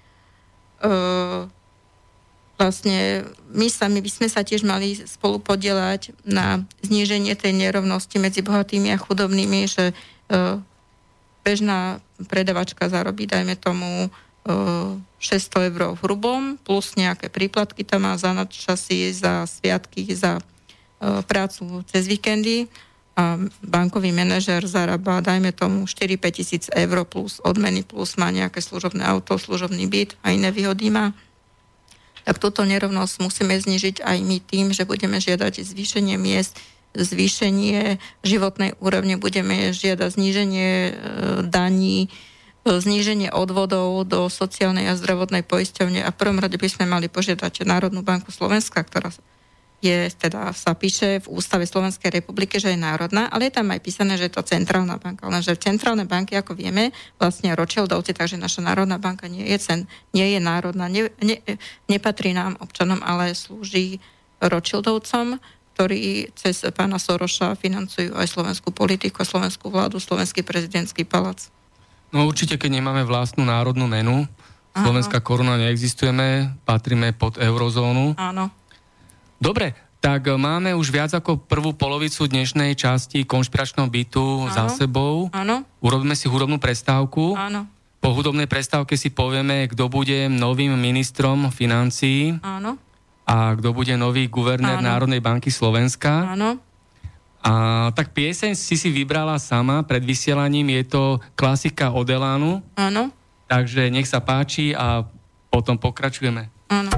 Vlastne my sami by sme sa tiež mali spolu podieľať na zníženie tej nerovnosti medzi bohatými a chudobnými, že bežná predavačka zarobí, dajme tomu, 600 eur v hrubom, plus nejaké príplatky tam má za nadčasy, za sviatky, za prácu cez víkendy a bankový manažér zarába, dajme tomu, 4-5 tisíc eur plus odmeny, plus má nejaké služobné auto, služobný byt a iné výhody má. Tak túto nerovnosť musíme znižiť aj my tým, že budeme žiadať zvýšenie miest, zvýšenie životnej úrovne, budeme žiadať zníženie daní, zníženie odvodov do sociálnej a zdravotnej poisťovne a v prvom rade by sme mali požiadať Národnú banku Slovenska, ktorá sa píše v ústave Slovenskej republiky, že je národná, ale je tam aj písané, že je to centrálna banka. Lenže centrálne banky, ako vieme, vlastne Rothschildovci, takže naša národná banka nie je národná, nepatrí nám občanom, ale slúži Rothschildovcom, ktorí cez pána Soroša financujú aj slovenskú politiku, slovenskú vládu, slovenský prezidentský palác. No určite, keď nemáme vlastnú národnú menu, slovenská koruna neexistujeme, patríme pod eurozónu. Áno. Dobre, tak máme už viac ako prvú polovicu dnešnej časti konšpiračného bytu za sebou. Áno. Urobíme si hudobnú prestávku. Áno. Po hudobnej prestávke si povieme, kto bude novým ministrom financií. Áno. A kto bude nový guvernér Národnej banky Slovenska. Áno. A tak pieseň si vybrala sama pred vysielaním, je to klasika od Elánu. Áno. Takže nech sa páči a potom pokračujeme. Áno.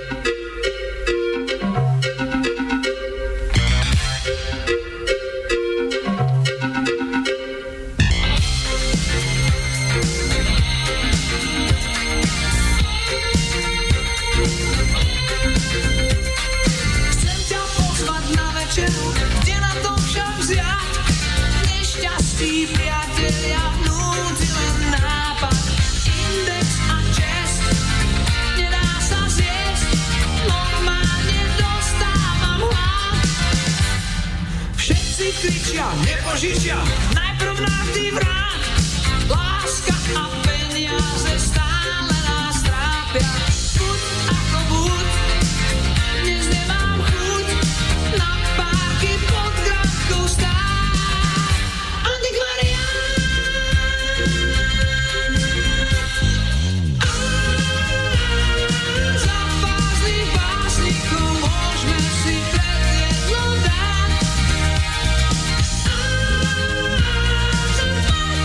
Kričia, nepožičia, najprv nás ty vrát. Láska a peniaze stále nás trápia. Buď ako buď, dnes nemám chuť na párky pod grádkou stáť. Antikvariát. Za pásnych básnikov môžeme si predjedlo dať.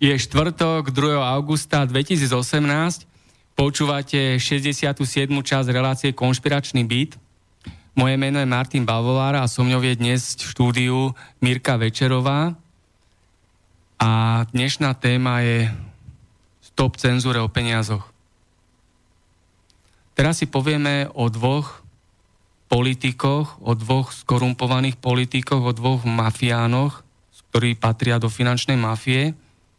Je štvrtok, 2. augusta 2018. Počúvate 67. časť relácie Konšpiračný byt. Moje meno je Martin Balvolár a so mňou je dnes v štúdiu Mirka Večerová. A dnešná téma je stop cenzúre o peniazoch. Teraz si povieme o dvoch politikoch, o dvoch skorumpovaných politikoch, o dvoch mafiánoch, ktorí patria do finančnej mafie.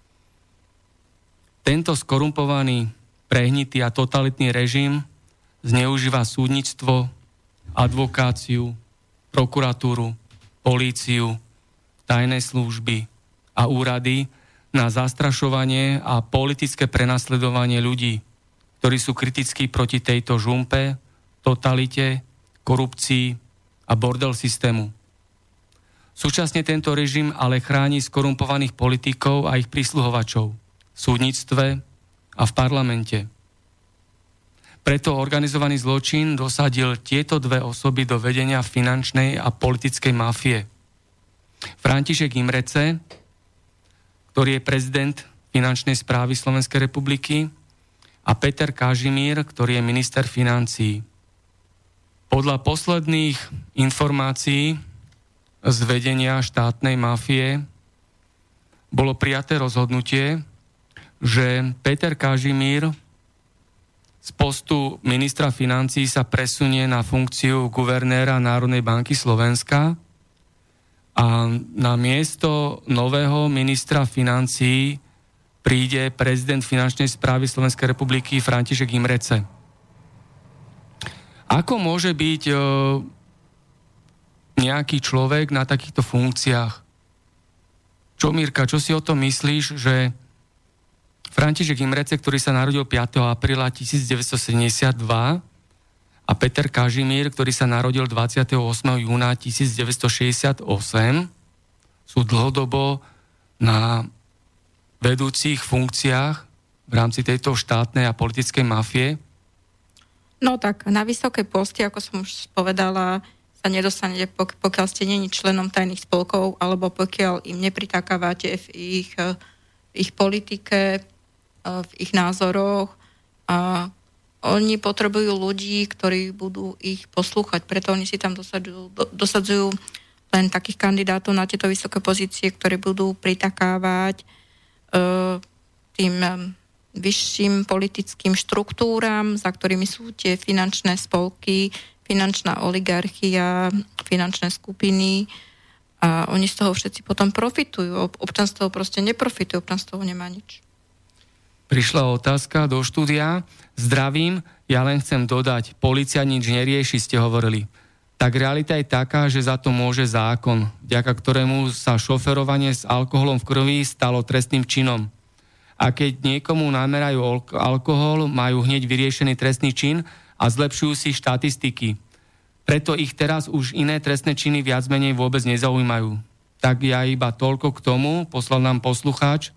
Tento skorumpovaný, prehnitý a totalitný režim zneužíva súdnictvo, advokáciu, prokuratúru, políciu, tajné služby a úrady na zastrašovanie a politické prenasledovanie ľudí, ktorí sú kritickí proti tejto žumpe, totalite, korupcii a bordel systému. Súčasne tento režim ale chráni skorumpovaných politikov a ich prisluhovačov v súdnictve a v parlamente. Preto organizovaný zločin dosadil tieto dve osoby do vedenia finančnej a politickej mafie. František Imrece, ktorý je prezident finančnej správy Slovenskej republiky, a Peter Kažimír, ktorý je minister financií. Podľa posledných informácií z vedenia štátnej mafie bolo prijaté rozhodnutie, že Peter Kažimír z postu ministra financií sa presunie na funkciu guvernéra Národnej banky Slovenska a na miesto nového ministra financií príde prezident finančnej správy Slovenskej republiky František Imrece. Ako môže byť nejaký človek na takýchto funkciách? Čo, Mirka, čo si o tom myslíš, že František Imrece, ktorý sa narodil 5. apríla 1972 a Peter Kažimír, ktorý sa narodil 28. júna 1968, sú dlhodobo na vedúcich funkciách v rámci tejto štátnej a politickej mafie? No tak na vysoké posty, ako som už povedala, sa nedostanete, pokiaľ ste není členom tajných spolkov, alebo pokiaľ im nepritakávate v ich politike, v ich názoroch, a oni potrebujú ľudí, ktorí budú ich poslúchať. Preto oni si tam dosadzujú len takých kandidátov na tieto vysoké pozície, ktorí budú pritakávať tým vyšším politickým štruktúram, za ktorými sú tie finančné spolky, finančná oligarchia, finančné skupiny, a oni z toho všetci potom profitujú. Občan z toho proste neprofituje, občan z toho nemá nič. Prišla otázka do štúdia. Zdravím, ja len chcem dodať, polícia nič nerieši, ste hovorili. Tak realita je taká, že za to môže zákon, vďaka ktorému sa šoferovanie s alkoholom v krvi stalo trestným činom. A keď niekomu namerajú alkohol, majú hneď vyriešený trestný čin a zlepšujú si štatistiky. Preto ich teraz už iné trestné činy viac menej vôbec nezaujímajú. Tak ja iba toľko k tomu, poslal nám poslucháč,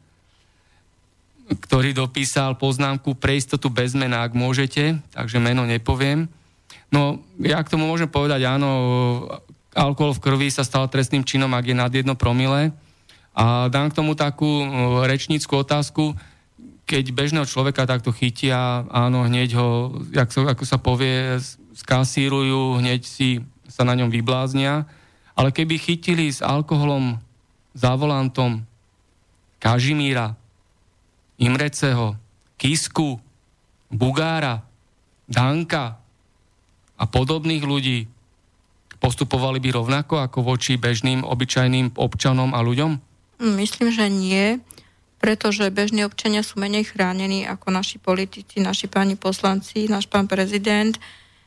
ktorý dopísal poznámku pre istotu bez mena, ak môžete, takže meno nepoviem. No, ja k tomu môžem povedať, áno, alkohol v krvi sa stal trestným činom, ak je nad 1 promile. A dám k tomu takú rečnícku otázku, keď bežného človeka takto chytia, áno, hneď ho, ako sa povie, skasírujú, hneď si sa na ňom vybláznia. Ale keby chytili s alkoholom za volantom Kažimíra, Imreceho, Kisku, Bugára, Danka a podobných ľudí, postupovali by rovnako ako voči bežným, obyčajným občanom a ľuďom? Myslím, že nie, pretože bežní občania sú menej chránení ako naši politici, naši páni poslanci, náš pán prezident.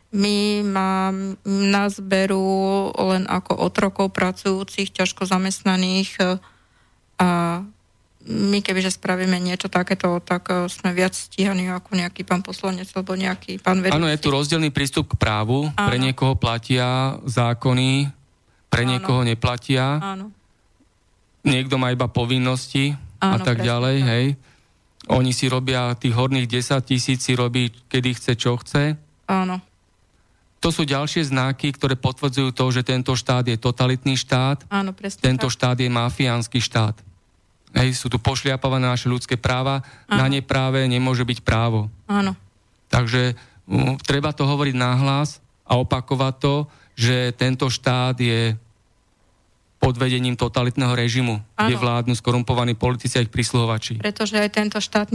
Nás berú len ako otrokov pracujúcich, ťažko zamestnaných, a my kebyže spravíme niečo takéto, tak sme viac stíhaní ako nejaký pán poslanec alebo nejaký pán vedúci. Áno, je tu rozdielný prístup k právu. Áno. Pre niekoho platia zákony, pre niekoho neplatia. Áno. Niekto má iba povinnosti. Áno, a tak ďalej. Tak. Hej. Oni si robia, tých horných 10 000 si robí, kedy chce, čo chce. Áno. To sú ďalšie znaky, ktoré potvrdzujú to, že tento štát je totalitný štát. Áno, presne. Tento štát je mafiánsky štát. Sú tu pošliapavané naše ľudské práva. Na nepráve nemôže byť právo. Áno. Takže treba to hovoriť nahlas a opakovať to, že tento štát je pod vedením totalitného režimu, kde vládnu skorumpovaní politici a ich prisluhovači. Pretože aj tento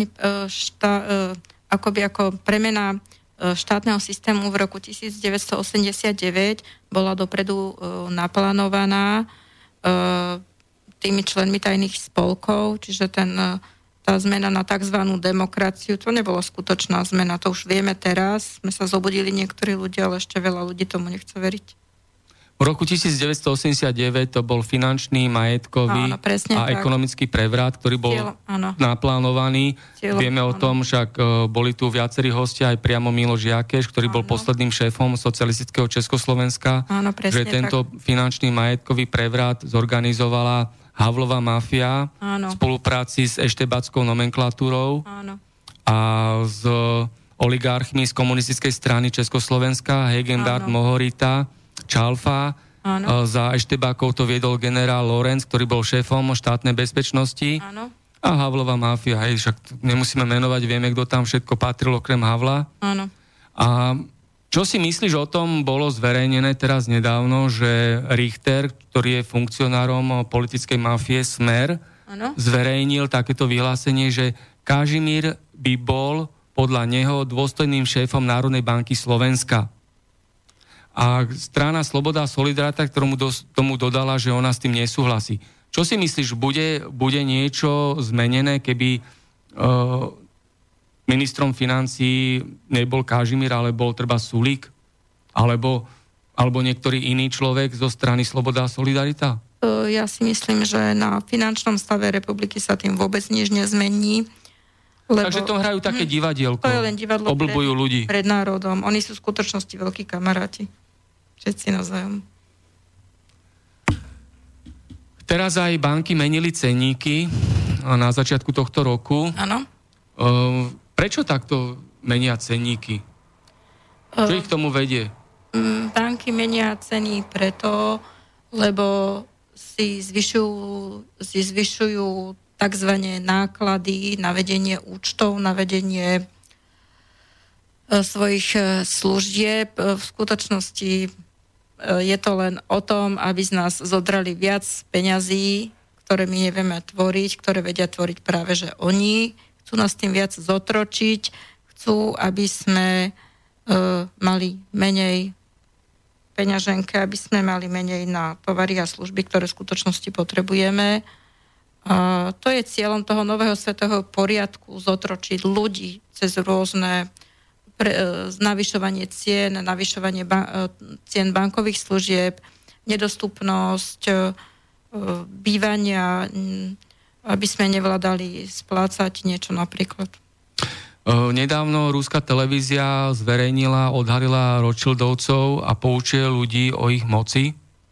ako premena štátneho systému v roku 1989 bola dopredu naplánovaná tými členmi tajných spolkov, čiže tá zmena na tzv. Demokraciu, to nebola skutočná zmena, to už vieme teraz, sme sa zobudili niektorí ľudia, ale ešte veľa ľudí tomu nechce veriť. V roku 1989 to bol finančný, majetkový ekonomický prevrat, ktorý bol naplánovaný. Vieme o tom, však boli tu viacerí hostia, aj priamo Miloš Jakeš, ktorý bol posledným šéfom socialistického Československa, že tento finančný majetkový prevrat zorganizovala Havlová mafia v spolupráci s eštebáckou nomenklatúrou a s oligarchmi z komunistickej strany Československa, Hegendard, Mohorita, Čalfa. Za eštebákov to viedol generál Lorenz, ktorý bol šéfom štátnej bezpečnosti. A Havlová mafia, však nemusíme menovať, vieme, kto tam všetko patril okrem Havla. A čo si myslíš o tom, bolo zverejnené teraz nedávno, že Richter, ktorý je funkcionárom politickej mafie Smer, zverejnil takéto vyhlásenie, že Kažimír by bol podľa neho dôstojným šéfom Národnej banky Slovenska. A strana Sloboda a Solidarita, ktorú tomu dodala, že ona s tým nesúhlasí. Čo si myslíš, bude niečo zmenené, keby ministrom financií nebol Kažimír, ale bol treba Sulík? Alebo niektorý iný človek zo strany Sloboda a Solidarita? Ja si myslím, že na finančnom stave republiky sa tým vôbec nič nezmení. Takže to hrajú také divadielko. To je len divadlo obľúbujú ľudí. Pred národom. Oni sú v skutočnosti veľkí kamaráti. Všetci navzájom. Teraz aj banky menili cenníky na začiatku tohto roku. Áno. Prečo takto menia cenníky? Čo ich k tomu vedie? Banky menia ceny preto, lebo si zvyšujú takzvané náklady na vedenie účtov, na vedenie svojich služieb. V skutočnosti je to len o tom, aby z nás zodrali viac peňazí, ktoré my nevieme tvoriť, ktoré vedia tvoriť práve, že oni chcú nás tým viac zotročiť, chcú, aby sme mali menej peňaženke, aby sme mali menej na tovary a služby, ktoré v skutočnosti potrebujeme. To je cieľom toho nového svetového poriadku, zotročiť ľudí cez rôzne navyšovanie cien, cien bankových služieb, nedostupnosť bývania, aby sme nevládali splácať niečo napríklad. Nedávno ruská televízia odhalila Rothschildovcov a poučuje ľudí o ich moci.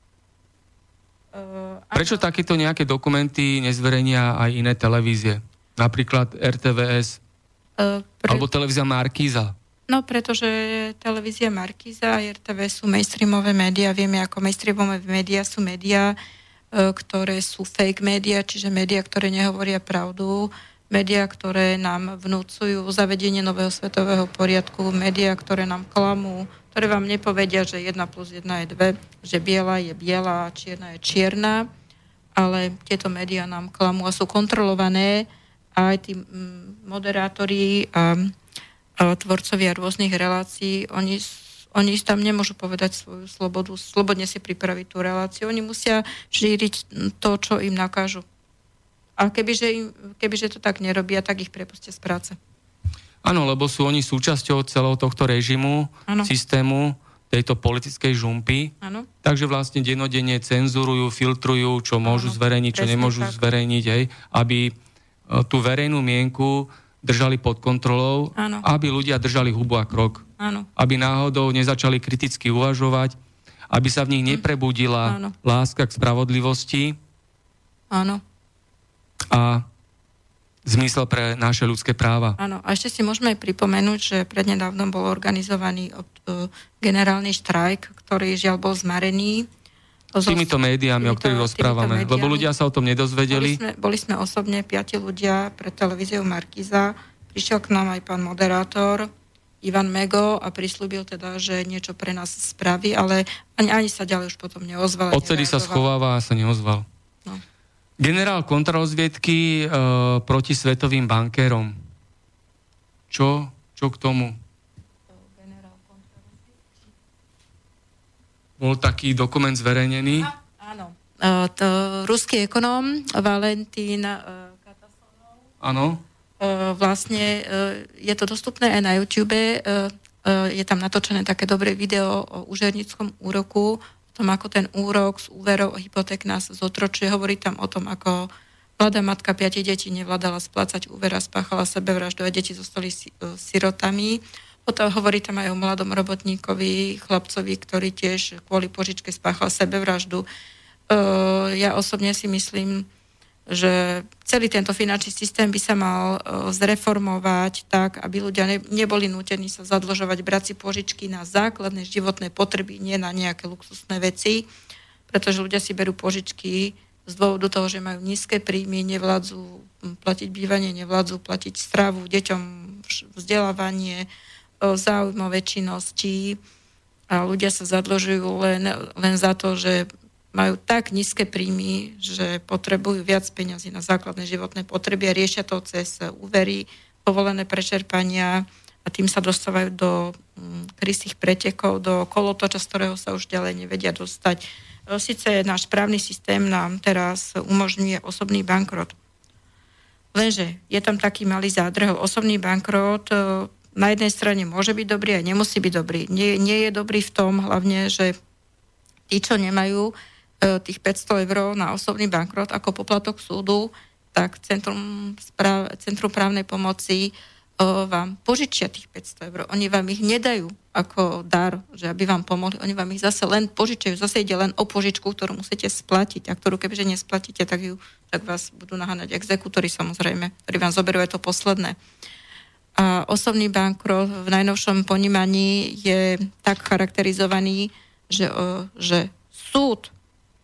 Prečo takéto nejaké dokumenty nezverejnia aj iné televízie? Napríklad RTVS alebo televízia Markíza. No, pretože televízia Markíza a RTVS sú mainstreamové médiá. Vieme, ako mainstreamové médiá sú médiá, ktoré sú fake médiá, čiže médiá, ktoré nehovoria pravdu, médiá, ktoré nám vnúcujú zavedenie nového svetového poriadku, médiá, ktoré nám klamú, ktoré vám nepovedia, že 1 + 1 je 2, že biela je biela a čierna je čierna, ale tieto médiá nám klamú a sú kontrolované a aj tí moderátori a tvorcovia rôznych relácií, oni tam nemôžu povedať svoju slobodu, slobodne si pripraviť tú reláciu. Oni musia šíriť to, čo im nakážu. A kebyže to tak nerobia, tak ich prepustia z práce. Áno, lebo sú oni súčasťou celého tohto režimu, systému, tejto politickej žumpy. Áno. Takže vlastne dennodenne cenzurujú, filtrujú, čo môžu zverejniť, čo nemôžu zverejniť, aby tú verejnú mienku držali pod kontrolou, aby ľudia držali hubu a krok. Áno. Aby náhodou nezačali kriticky uvažovať, aby sa v nich neprebudila láska k spravodlivosti. Áno. A zmysel pre naše ľudské práva. Áno. A ešte si môžeme aj pripomenúť, že prednedávnom bol organizovaný generálny štrajk, ktorý žiaľ bol zmarený. Týmito médiami, o ktorých rozprávame. Lebo ľudia sa o tom nedozvedeli. Boli sme osobne 5 ľudia pre televíziu Markíza. Prišiel k nám aj pán moderátor Ivan Mego a prislúbil teda, že niečo pre nás spraví, ale ani sa ďalej už potom neozval. Odtedy sa schováva a sa neozval. No. Generál kontrarozviedky proti svetovým bankérom. Čo k tomu? Bol taký dokument zverejnený? Áno. Ruský ekonóm Valentín Katasonov. Áno. Vlastne je to dostupné aj na YouTube. Je tam natočené také dobré video o úžernickom úroku, o tom, ako ten úrok z úverov a hypoték nás zotročuje. Hovorí tam o tom, ako mladá matka 5 detí nevládala splácať úver a spáchala sebevraždu a deti zostali sirotami. Potom hovorí tam aj o mladom robotníkovi, chlapcovi, ktorý tiež kvôli požičke spáchal sebevraždu. Ja osobne si myslím, že celý tento finančný systém by sa mal zreformovať tak, aby ľudia neboli nútení sa zadlžovať, brať si požičky na základné životné potreby, nie na nejaké luxusné veci, pretože ľudia si berú požičky z dôvodu toho, že majú nízke príjmy, nevládzu platiť bývanie, nevládzu platiť stravu, deťom vzdelávanie, záujmové činnosti a ľudia sa zadlžujú len za to, že majú tak nízke príjmy, že potrebujú viac peňazí na základné životné potreby a riešia to cez úvery, povolené prečerpania a tým sa dostávajú do krysých pretekov, do kolotoča, z ktorého sa už ďalej nevedia dostať. Sice náš právny systém nám teraz umožňuje osobný bankrot, lenže je tam taký malý zádrhel. Osobný bankrot na jednej strane môže byť dobrý a nemusí byť dobrý. Nie je dobrý v tom hlavne, že tí, čo nemajú tých 500 eur na osobný bankrot ako poplatok súdu, tak Centrum právnej pomoci vám požičia tých 500 eur. Oni vám ich nedajú ako dar, že aby vám pomohli. Oni vám ich zase len požičajú. Zase ide len o požičku, ktorú musíte splatiť. A ktorú kebyže nesplatíte, tak vás budú naháňať exekútori samozrejme, ktorí vám zoberú aj to posledné. A osobný bankrot v najnovšom ponímaní je tak charakterizovaný, že súd,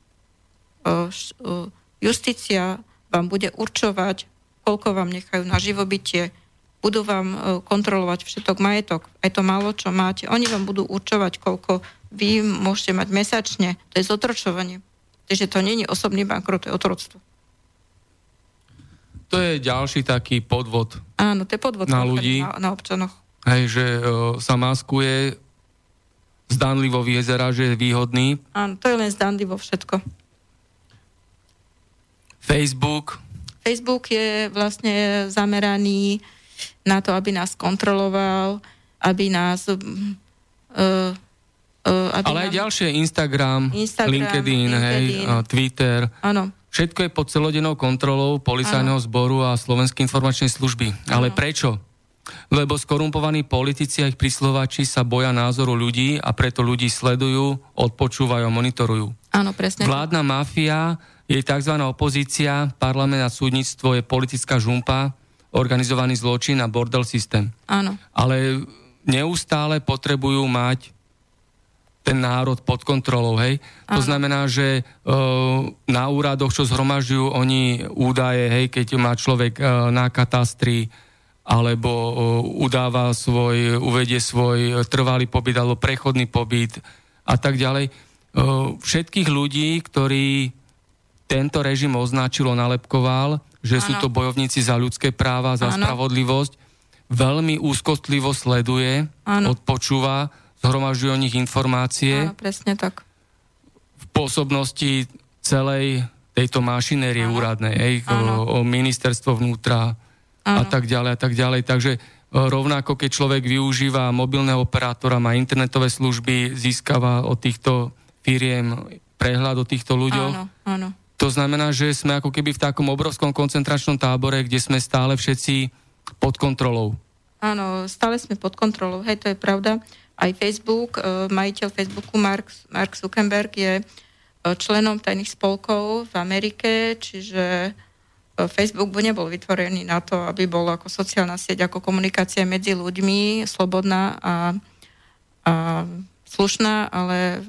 justícia vám bude určovať, koľko vám nechajú na živobytie, budú vám kontrolovať všetok majetok, aj to málo, čo máte. Oni vám budú určovať, koľko vy môžete mať mesačne. To je zotročovanie. Takže to nie je osobný bankrot, to je otroctvo. To je ďalší taký podvod. Áno, to je podvod na ľudí, na občanoch. Hej, že sa maskuje, zdanlivo vyzerá, že je výhodný. Áno, to je len zdanlivo všetko. Facebook je vlastne zameraný na to, aby nás kontroloval, aby nás... ale aj ďalšie Instagram, LinkedIn, hej, Twitter. Áno. Všetko je pod celodennou kontrolou policajného zboru a Slovenskej informačnej služby. Ale prečo? Lebo skorumpovaní politici a ich prisluhovači sa boja názoru ľudí a preto ľudí sledujú, odpočúvajú a monitorujú. Áno, presne. Vládna mafia, jej tzv. Opozícia, parlament a súdnictvo je politická žumpa, organizovaný zločin a bordel systém. Áno. Ale neustále potrebujú mať ten národ pod kontrolou, hej? To znamená, že na úradoch, čo zhromažďujú oni údaje, hej, keď má človek na katastri, alebo uvedie svoj trvalý pobyt, alebo prechodný pobyt a tak ďalej. Všetkých ľudí, ktorí tento režim označilo, nalepkoval, že sú to bojovníci za ľudské práva, za spravodlivosť, veľmi úzkostlivo sleduje, odpočúva, zhromažďujú o nich informácie. Áno, presne tak. V pôsobnosti celej tejto mašinérie úradnej, o ministerstvo vnútra a tak ďalej, a tak ďalej. Takže rovnako, keď človek využíva mobilného operátora, má internetové služby, získava od týchto firiem prehľad o týchto ľuďoch. Áno. To znamená, že sme ako keby v takom obrovskom koncentračnom tábore, kde sme stále všetci pod kontrolou. Áno, stále sme pod kontrolou, hej, to je pravda. Aj Facebook, majiteľ Facebooku Mark Zuckerberg je členom tajných spolkov v Amerike, čiže Facebook nebol vytvorený na to, aby bol ako sociálna sieť, ako komunikácia medzi ľuďmi, slobodná a slušná, ale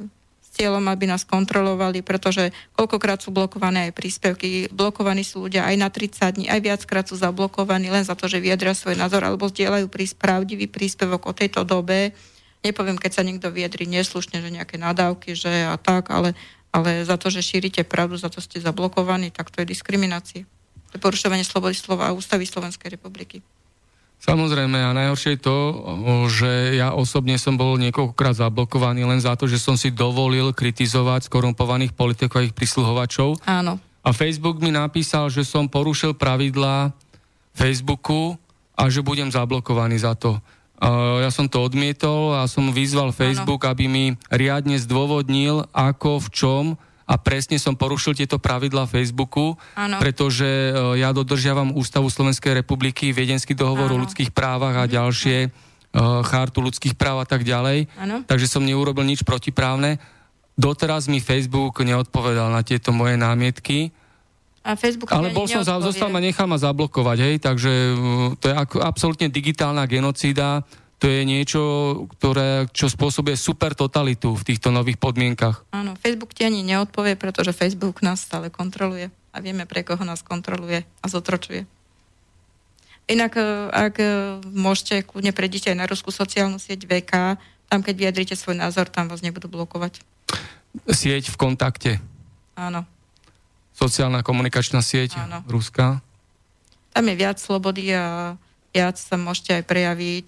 cieľom, aby nás kontrolovali, pretože koľkokrát sú blokované aj príspevky, blokovaní sú ľudia aj na 30 dní, aj viackrát sú zablokovaní len za to, že vyjadria svoj názor alebo zdieľajú pravdivý príspevok o tejto dobe. Nepoviem, keď sa niekto vyjadri neslušne, že nejaké nadávky, že a tak, ale za to, že šírite pravdu, za to ste zablokovaní, tak to je diskriminácia. To je porušovanie slobody slova a ústavy Slovenskej republiky. Samozrejme, a najhoršie je to, že ja osobne som bol niekoľkokrát zablokovaný len za to, že som si dovolil kritizovať skorumpovaných politikov a ich prisluhovačov. Áno. A Facebook mi napísal, že som porušil pravidlá Facebooku a že budem zablokovaný za to. Ja som to odmietol a som vyzval Facebook, aby mi riadne zdôvodnil, ako, v čom a presne som porušil tieto pravidlá Facebooku, pretože ja dodržiavam Ústavu Slovenskej republiky, Viedenský dohovor o ľudských právach a ďalšie, chartu ľudských práv a tak ďalej. Takže som neurobil nič protiprávne. Doteraz mi Facebook neodpovedal na tieto moje námietky. A Facebook ale zostal ma, nechal ma zablokovať, hej, takže to je absolútne digitálna genocída. To je niečo, čo spôsobuje super totalitu v týchto nových podmienkach. Áno, Facebook ti ani neodpovie, pretože Facebook nás stále kontroluje. A vieme, pre koho nás kontroluje a zotročuje. Inak, ak môžete, kľudne prejdite aj na ruskú sociálnu sieť VK, tam keď vyjadrite svoj názor, tam vás nebudú blokovať. Sieť v kontakte. Áno. Sociálna komunikačná sieť ruská. Tam je viac slobody a viac sa môžete aj prejaviť.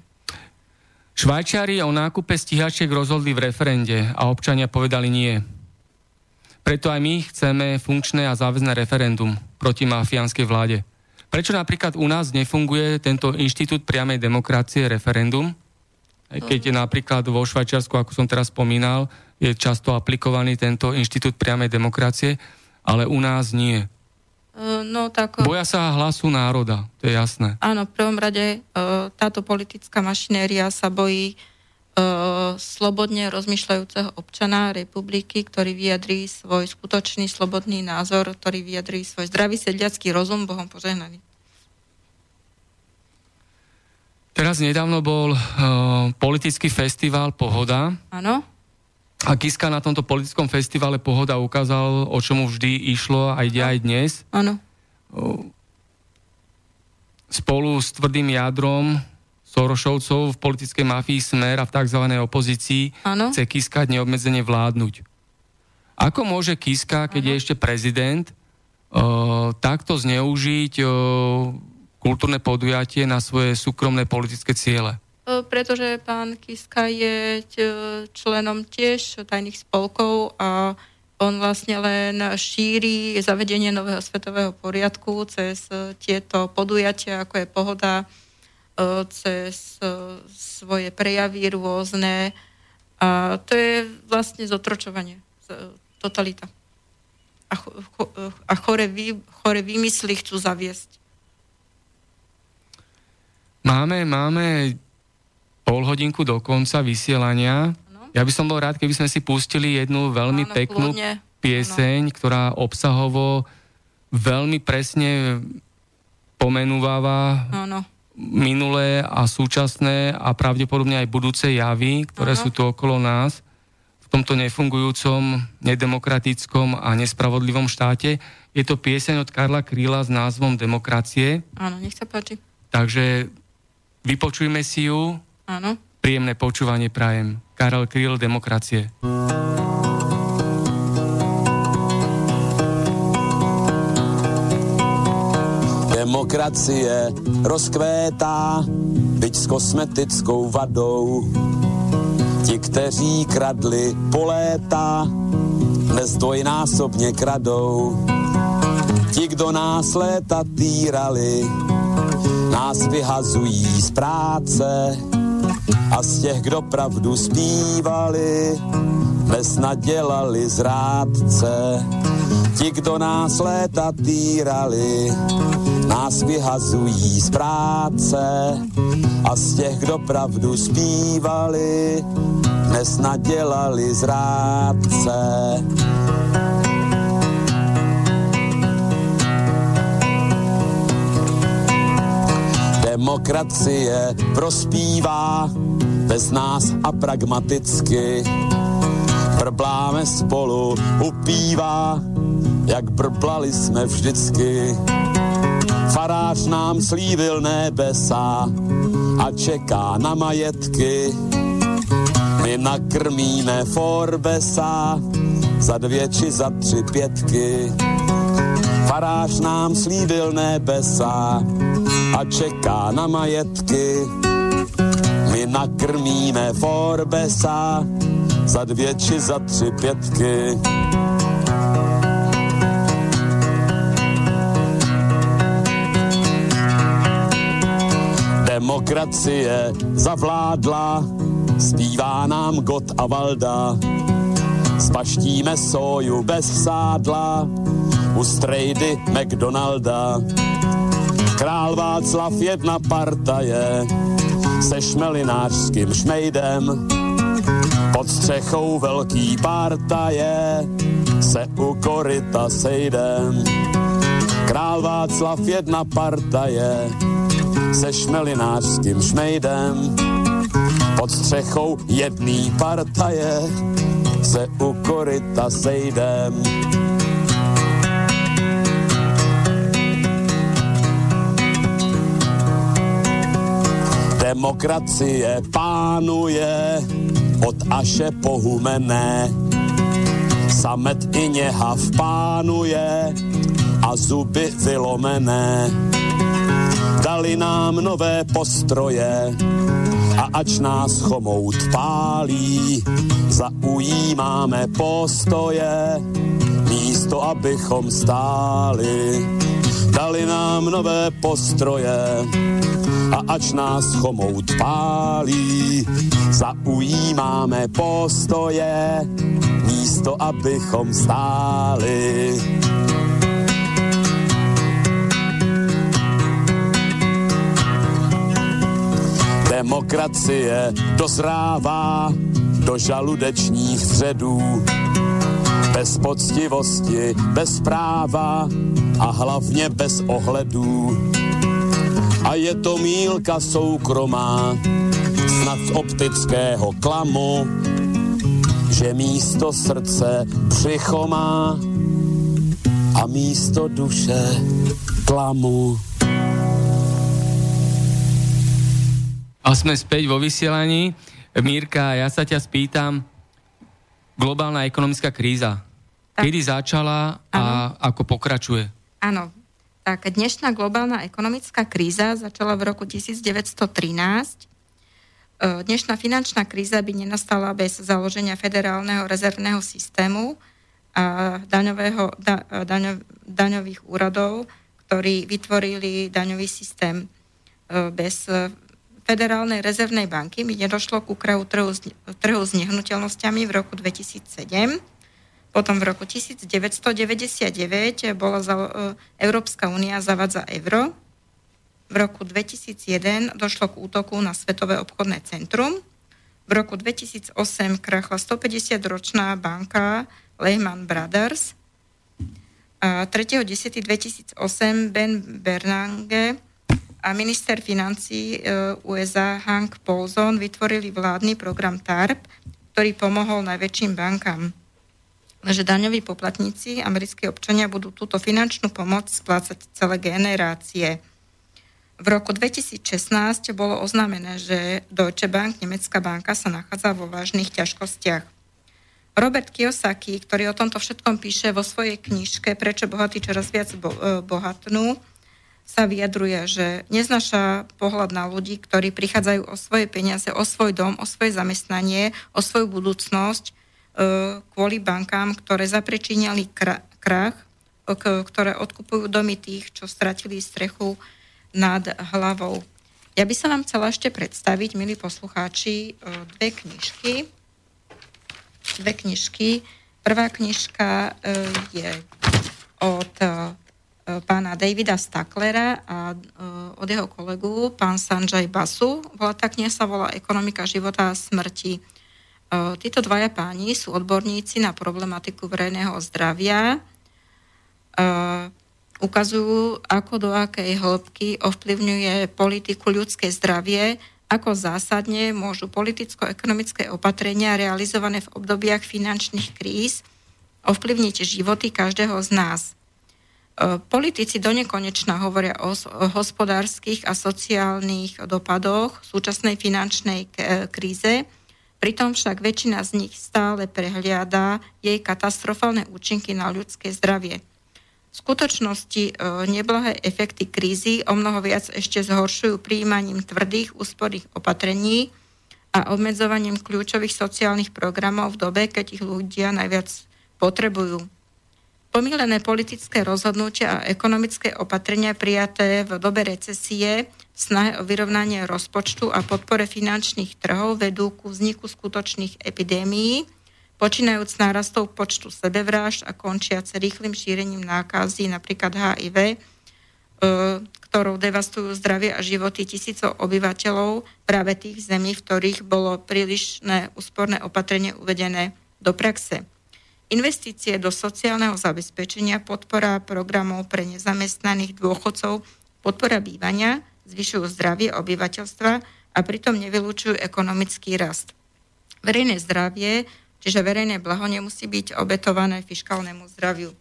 Švajčiari o nákupe stíhačiek rozhodli v referende a občania povedali nie. Preto aj my chceme funkčné a záväzné referendum proti mafiánskej vláde. Prečo napríklad u nás nefunguje tento inštitút priamej demokracie referendum? Keď je napríklad vo Švajčiarsku, ako som teraz spomínal, je často aplikovaný tento inštitút priamej demokracie, ale u nás nie. Boja sa hlasu národa, to je jasné. Áno, v prvom rade táto politická mašinéria sa bojí slobodne rozmýšľajúceho občana republiky, ktorý vyjadrí svoj skutočný slobodný názor, ktorý vyjadrí svoj zdravý sedliacky rozum, Bohom požehnaný. Teraz nedávno bol politický festival Pohoda. Áno. A Kiska na tomto politickom festivale Pohoda ukázal, o čomu vždy išlo a ide aj dnes. Áno. Spolu s tvrdým jadrom Sorošovcov v politickej mafii Smer a v tzv. Opozícii chce Kiska neobmedzene vládnuť. Ako môže Kiska, keď je ešte prezident, takto zneužiť kultúrne podujatie na svoje súkromné politické ciele? Pretože pán Kiska je členom tiež tajných spolkov a on vlastne len šíri zavedenie nového svetového poriadku cez tieto podujatia, ako je Pohoda, cez svoje prejavy rôzne. A to je vlastne zotročovanie, totalita. A chore výmysly chcú zaviesť. Máme polhodinku do konca vysielania. Ja by som bol rád, keby sme si pustili jednu veľmi peknú pieseň, ktorá obsahovo veľmi presne pomenúváva minulé a súčasné a pravdepodobne aj budúce javy, ktoré sú tu okolo nás v tomto nefungujúcom, nedemokratickom a nespravodlivom štáte. Je to pieseň od Karla Kryla s názvom Demokracie. Áno, nech sa páči. Takže vypočujme si ju. Áno. Príjemné počúvanie prajem. Karel Kryl, Demokracie. Demokracie rozkvétá, byť s kosmetickou vadou. Ti, kteří kradli po léta, dnes dvojnásobně kradou. Ti, kdo nás léta týrali, nás vyhazují z práce. A z těch, kdo pravdu zpívali, dnes nadělali zrádce. Ti, kdo nás léta týrali, nás vyhazují z práce. A z těch, kdo pravdu zpívali, dnes nadělali zrádce. Demokracie prospívá bez nás a pragmaticky. brbláme spolu u píva, jak brblali jsme vždycky. Farář nám slívil nebesa a čeká na majetky. My nakrmíme Forbesa za 2 či za 3 5. Farář nám slíbil nebesa a čeká na majetky. My nakrmíme Forbesa za 2 či za 3 5. Demokracie zavládla, zpívá nám Gott a Valda. Spaštíme soju bez sádla u strejdy McDonalda. Král Václav jedna partaje se šmelinářským šmejdem. Pod střechou velký partaje se u koryta sejdem. Král Václav jedna partaje se šmelinářským šmejdem. Pod střechou jedný partaje se u koryta sejdem. Demokracie pánuje od Aše po Humenné. Samet i Něhav pánuje a zuby vylomené. Dali nám nové postroje a ač nás chomout pálí, zaujímáme postoje, místo abychom stáli. Dali nám nové postroje a ač nás chomout pálí, zaujímáme postoje, místo abychom stáli. Demokracie dozrává do žaludečních středů. Bez poctivosti, bez práva a hlavně bez ohledů. A je to mýlka soukromá, snad z optického klamu, že místo srdce břicho má a místo duše klamu. A sme späť vo vysielaní. Mírka, ja sa ťa spýtam, globálna ekonomická kríza, kedy začala a ako pokračuje? Áno, tak dnešná globálna ekonomická kríza začala v roku 1913. Dnešná finančná kríza by nenastala bez založenia federálneho rezervného systému a daňových úradov, ktorí vytvorili daňový systém. Bez Federálnej rezervnej banky by nedošlo ku krachu trhu s nehnuteľnosťami v roku 2007. Potom v roku 1999 bola Európska únia zavádza euro. V roku 2001 došlo k útoku na Svetové obchodné centrum. V roku 2008 krachla 150-ročná banka Lehman Brothers. A 3.10.2008 Ben Bernanke a minister financií USA Hank Paulson vytvorili vládny program TARP, ktorý pomohol najväčším bankám. Že daňoví poplatníci, americkí občania, budú túto finančnú pomoc splácať celé generácie. V roku 2016 bolo oznámené, že Deutsche Bank, nemecká banka, sa nachádza vo vážnych ťažkostiach. Robert Kiyosaki, ktorý o tomto všetkom píše vo svojej knižke Prečo bohatí čoraz viac bohatnú, sa vyjadruje, že neznáša pohľad na ľudí, ktorí prichádzajú o svoje peniaze, o svoj dom, o svoje zamestnanie, o svoju budúcnosť kvôli bankám, ktoré zaprečíňali krach, ktoré odkupujú domy tých, čo stratili strechu nad hlavou. Ja by som vám chcela ešte predstaviť, milí poslucháči, dve knižky. Prvá knižka je od pána Davida Stacklera a od jeho kolegu, pán Sanjay Basu. Tá kniha sa volá Ekonomika života a smrti. Títo dvaja páni sú odborníci na problematiku verejného zdravia. Ukazujú, ako do akej hĺbky ovplyvňuje politiku ľudské zdravie ako zásadne môžu politicko-ekonomické opatrenia realizované v obdobiach finančných kríz ovplyvniť životy každého z nás. Politici donekonečna hovoria o hospodárskych a sociálnych dopadoch súčasnej finančnej kríze, pritom však väčšina z nich stále prehliada jej katastrofálne účinky na ľudské zdravie. V skutočnosti neblahé efekty krízy omnoho viac ešte zhoršujú prijímaním tvrdých úsporných opatrení a obmedzovaním kľúčových sociálnych programov v dobe, keď ich ľudia najviac potrebujú. Pomýlené politické rozhodnutia a ekonomické opatrenia prijaté v dobe recesie v snahe o vyrovnanie rozpočtu a podpore finančných trhov vedú ku vzniku skutočných epidémií, počínajúc nárastou počtu sebevrážd a končiace rýchlym šírením nákazy, napríklad HIV, ktorou devastujú zdravie a životy tisícov obyvateľov práve tých zemí, v ktorých bolo prílišné úsporné opatrenie uvedené do praxe. Investície do sociálneho zabezpečenia, podpora programov pre nezamestnaných dôchodcov, podpora bývania, zvyšujú zdravie obyvateľstva a pritom nevylučujú ekonomický rast. Verejné zdravie, čiže verejné blaho nemusí byť obetované fiškálnemu zdraviu.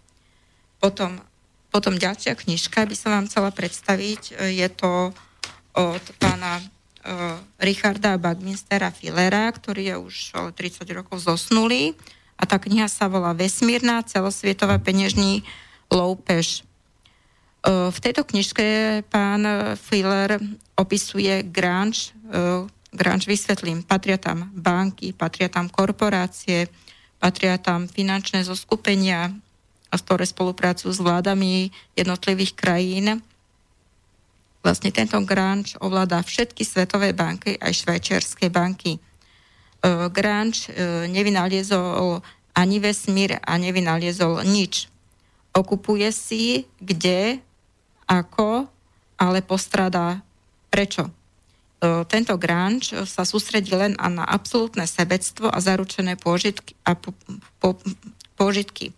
Potom ďalšia knižka by som vám chcela predstaviť. Je to od pána Richarda Buckminstera Fullera, ktorý je už 30 rokov zosnulý. A tá kniha sa volá Vesmírna celosvietová peňažní loupež. V tejto knižke pán Fuller opisuje grunge. Grunge vysvetlím. Patria tam banky, patria tam korporácie, patria tam finančné zoskupenia, ktoré spolupracujú s vládami jednotlivých krajín. Vlastne tento grunge ovláda všetky svetové banky, aj švajčiarske banky. Grunge nevynaliezol ani vesmír a nevynaliezol nič. Okupuje si kde, ako, ale postrádá prečo. Tento grunge sa sústredí len na absolútne sebectvo a zaručené pôžitky.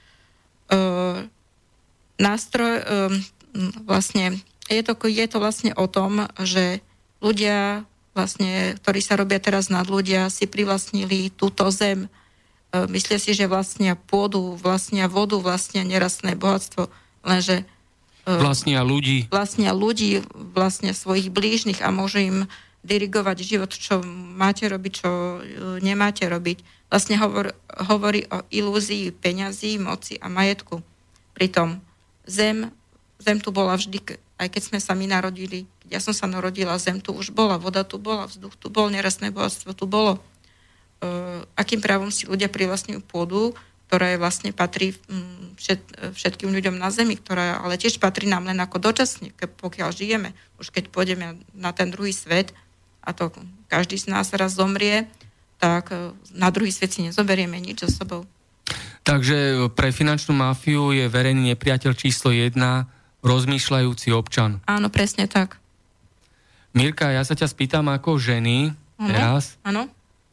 Nástroj vlastne je to vlastne o tom, že ľudia vlastne, ktorí sa robia teraz nad ľudia, si privlastnili túto zem. Myslia si, že vlastnia pôdu, vlastnia vodu, vlastnia nerastné bohatstvo, lenže vlastnia ľudí, vlastnia svojich blížnych a môžu im dirigovať život, čo máte robiť, čo nemáte robiť. Vlastne hovorí o ilúzii peňazí, moci a majetku. Pritom zem tu bola vždy, aj keď sme sa my narodili. Ja som sa narodila, zem tu už bola, voda tu bola, vzduch tu bol, nerastné bohatstvo tu bolo. Akým právom si ľudia privlastňujú pôdu, ktorá vlastne patrí všetkým ľuďom na zemi, ktorá ale tiež patrí nám len ako dočasne, pokiaľ žijeme. Už keď pôjdeme na ten druhý svet, a to každý z nás raz zomrie, tak na druhý svet si nezoberieme nič so sebou. Takže pre finančnú mafiu je verejný nepriateľ číslo 1 rozmýšľajúci občan. Áno, presne tak. Mirka, ja sa ťa spýtam ako ženy teraz. Áno.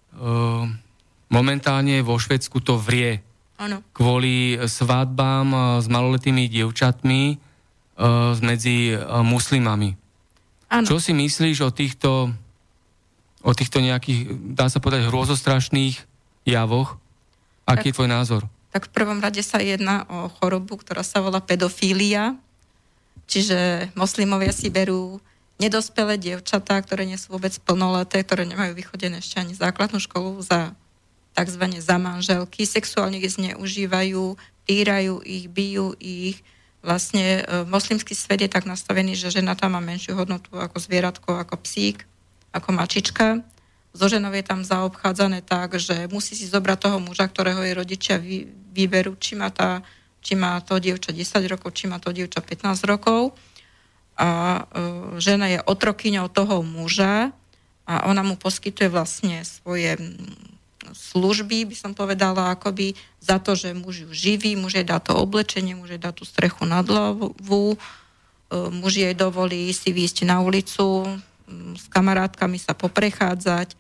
Momentálne vo Švédsku to vrie. Áno. Kvôli svadbám s maloletými dievčatmi medzi muslimami. Áno. Čo si myslíš o týchto nejakých, dá sa povedať, hrôzostrašných javoch? Aký je tvoj názor? Tak v prvom rade sa jedná o chorobu, ktorá sa volá pedofília. Čiže moslimovia si berú nedospelé dievčatá, ktoré nie sú vôbec plnoleté, ktoré nemajú vychodené ešte ani základnú školu, za takzvané za manželky, sexuálne ich zneužívajú, týrajú ich, bijú ich. Vlastne moslimský svet je tak nastavený, že žena tam má menšiu hodnotu ako zvieratko, ako psík, ako mačička. So ženou je tam zaobchádzané tak, že musí si zobrať toho muža, ktorého jej rodičia vyberú, či má to dievča 10 rokov, či má to dievča 15 rokov. A žena je otrokyňou toho muža a ona mu poskytuje vlastne svoje služby, by som povedala, akoby za to, že muž ju živí, muž jej dá to oblečenie, muž jej dá tú strechu nad hlavu, muž jej dovolí si výjsť na ulicu, s kamarátkami sa poprechádzať.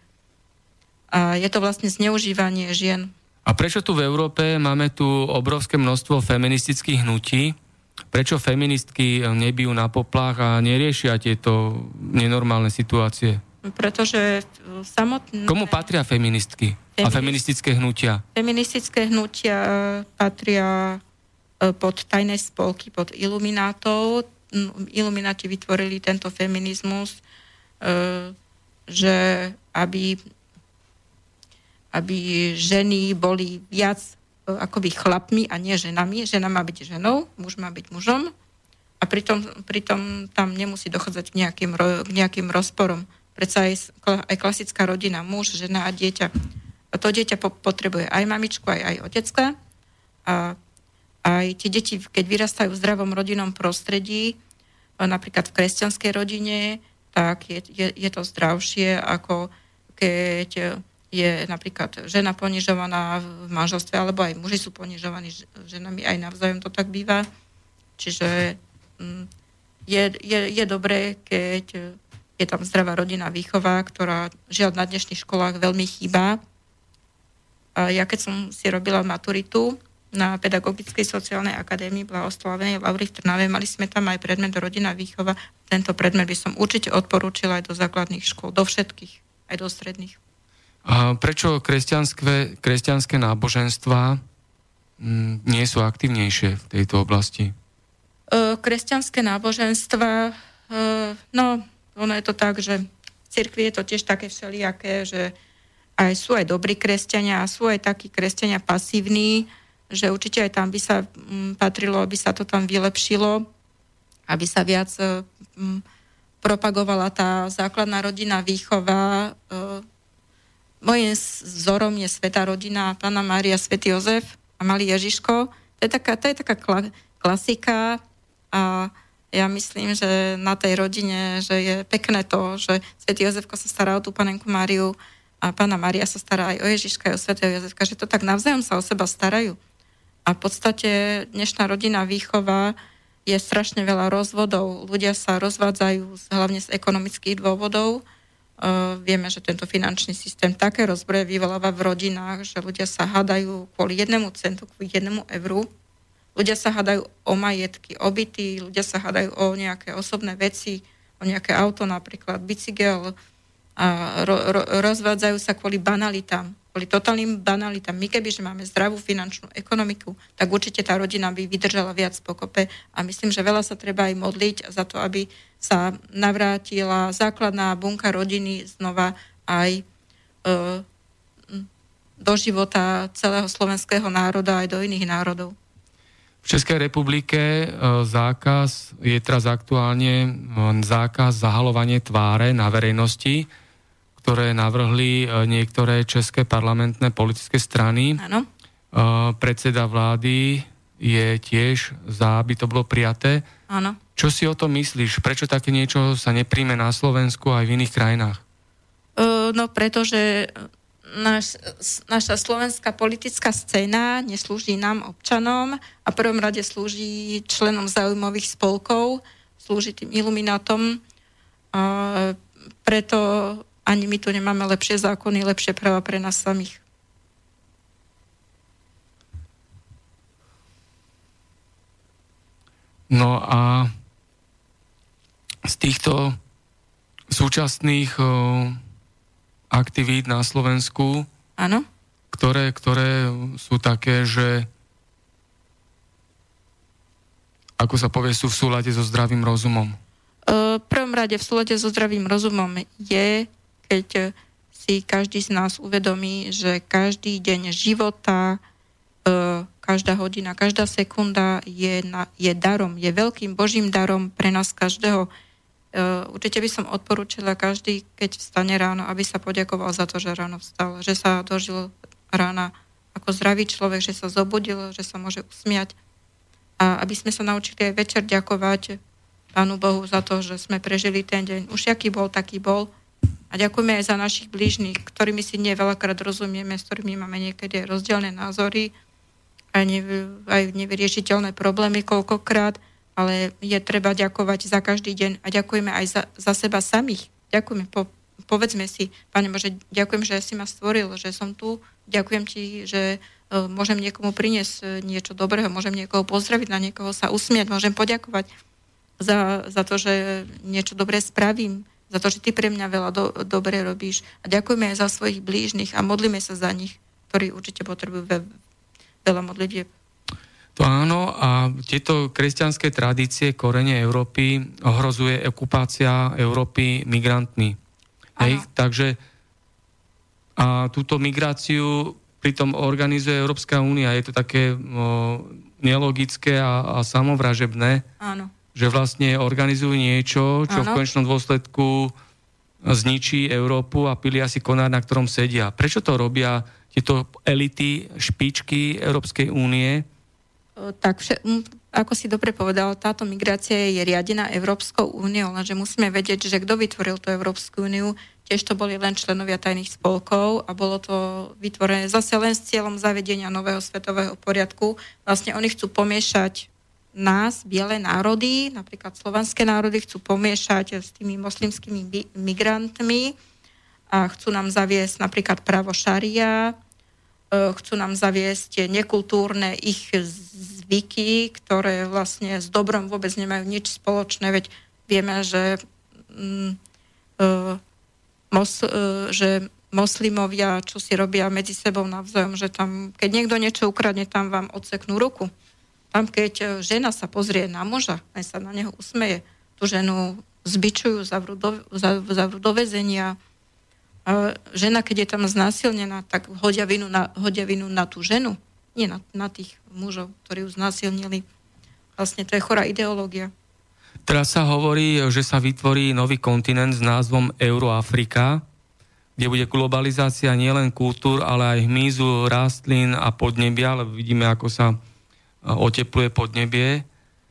A je to vlastne zneužívanie žien. A prečo tu v Európe máme tu obrovské množstvo feministických hnutí? Prečo feministky nebijú na poplach a neriešia tieto nenormálne situácie? pretože samotné... Komu patria feministky a feministické hnutia? Feministické hnutia patria pod tajné spolky, pod iluminátov. Ilumináti vytvorili tento feminizmus, že aby ženy boli viac akoby chlapmi a nie ženami. Žena má byť ženou, muž má byť mužom a pritom tam nemusí dochádzať k nejakým rozporom. Predsa aj klasická rodina, muž, žena a dieťa. A to dieťa potrebuje aj mamičku, aj otecka. A aj tie deti, keď vyrastajú v zdravom rodinnom prostredí, napríklad v kresťanskej rodine, tak je to zdravšie, ako keď je napríklad žena ponižovaná v manželstve, alebo aj muži sú ponižovaní ženami, aj navzájom to tak býva. Čiže je dobré, keď je tam zdravá rodinná výchova, ktorá žiaľ na dnešných školách veľmi chýba. A ja keď som si robila maturitu na Pedagogickej sociálnej akadémii Blahoslavenej Laury v Trnave, mali sme tam aj predmet rodinná výchova. Tento predmet by som určite odporúčila aj do základných škôl, do všetkých, aj do stredných. A prečo kresťanské náboženstvá nie sú aktívnejšie v tejto oblasti? Kresťanské náboženstva, ono je to tak, že v cirkvi je to tiež také všelijaké, že sú aj dobrí kresťania a sú aj takí kresťania pasívni, že určite aj tam by sa patrilo, aby sa to tam vylepšilo, aby sa viac propagovala tá základná rodinná výchova. Mojím vzorom je svätá rodina, Panna Mária, svätý Jozef a malý Ježiško. To je taká klasika a ja myslím, že na tej rodine, že je pekné to, že svätý Jozefko sa stará o tú panenku Máriu a Panna Mária sa stará aj o Ježiška, aj o svätého Jozefka, že to tak navzájom sa o seba starajú. A v podstate dnešná rodinná výchova je strašne veľa rozvodov. Ľudia sa rozvádzajú hlavne z ekonomických dôvodov. Vieme, že tento finančný systém také rozbroje vyvoláva v rodinách, že ľudia sa hádajú kvôli 1 centu, kvôli 1 euru. Ľudia sa hádajú o majetky, o byty, ľudia sa hádajú o nejaké osobné veci, o nejaké auto, napríklad bicykel. A rozvádzajú sa kvôli banalitám, kvôli totálnym banalitám. My kebyže máme zdravú finančnú ekonomiku, tak určite tá rodina by vydržala viac pokope a myslím, že veľa sa treba aj modliť za to, aby sa navrátila základná bunka rodiny znova aj do života celého slovenského národa aj do iných národov. V Českej republike je teraz aktuálne zákaz zahaľovanie tváre na verejnosti, ktoré navrhli niektoré české parlamentné politické strany. Áno. Predseda vlády je tiež za, aby to bolo prijaté. Áno. Čo si o tom myslíš? Prečo také niečo sa nepríjme na Slovensku aj v iných krajinách? Pretože naša slovenská politická scéna neslúži nám, občanom, a v prvom rade slúži členom záujmových spolkov, slúži tým iluminátom. Preto ani my tu nemáme lepšie zákony, lepšie práva pre nás samých. No a z týchto súčasných aktivít na Slovensku, áno, ktoré sú také, že ako sa povie, sú v súlade so zdravým rozumom? V prvom rade v súlade so zdravým rozumom je, keď si každý z nás uvedomí, že každý deň života, každá hodina, každá sekunda je darom, je veľkým Božím darom pre nás každého. Určite by som odporúčila každý, keď vstane ráno, aby sa poďakoval za to, že ráno vstal, že sa dožil rána ako zdravý človek, že sa zobudil, že sa môže usmiať. A aby sme sa naučili aj večer ďakovať Pánu Bohu za to, že sme prežili ten deň. Už aký bol, taký bol. A ďakujeme aj za našich blížnych, ktorými si nie veľakrát rozumieme, s ktorými máme niekedy rozdielne názory, aj nevyriešiteľné problémy koľkokrát, ale je treba ďakovať za každý deň a ďakujeme aj za seba samých. Ďakujeme, povedzme si, Pane Bože, ďakujem, že si ma stvoril, že som tu, ďakujem Ti, že môžem niekomu priniesť niečo dobrého, môžem niekoho pozdraviť, na niekoho sa usmiať, môžem poďakovať za to, že niečo dobré spravím, za to, že ty pre mňa veľa dobre robíš a ďakujeme aj za svojich blížnych a modlíme sa za nich, ktorí určite potrebujú veľa modlitieb. To áno, a tieto kresťanské tradície, korene Európy ohrozuje okupácia Európy migrantmi. Hej? Takže a túto migráciu pritom organizuje Európska únia. Je to také nelogické a samovražebné. Áno. Že vlastne organizujú niečo, čo v konečnom dôsledku zničí Európu a pilia si konár, na ktorom sedia. Prečo to robia tieto elity, špičky Európskej únie? Tak, ako si dobre povedal, táto migrácia je riadená Európskou úniou, lenže musíme vedieť, že kto vytvoril tú Európsku úniu, tiež to boli len členovia tajných spolkov a bolo to vytvorené zase len s cieľom zavedenia nového svetového poriadku. Vlastne oni chcú pomiešať nás, biele národy, napríklad slovanské národy, chcú pomiešať s tými moslimskými migrantmi a chcú nám zaviesť napríklad právo šaria, chcú nám zaviesť nekultúrne ich zvyky, ktoré vlastne s dobrom vôbec nemajú nič spoločné, veď vieme, že moslimovia, čo si robia medzi sebou navzájom, že tam, keď niekto niečo ukradne, tam vám odseknú ruku. Tam, keď žena sa pozrie na muža, aj sa na neho usmeje, tú ženu zbičujú, zavrú do väzenia. A žena, keď je tam znásilnená, tak hodia vinu na tú ženu, nie na tých mužov, ktorí ju znásilnili. Vlastne to je chorá ideológia. Teraz sa hovorí, že sa vytvorí nový kontinent s názvom Euroafrika, kde bude globalizácia nielen kultúr, ale aj hmyzu, rastlín a podnebia, ale vidíme, ako sa otepluje podnebie.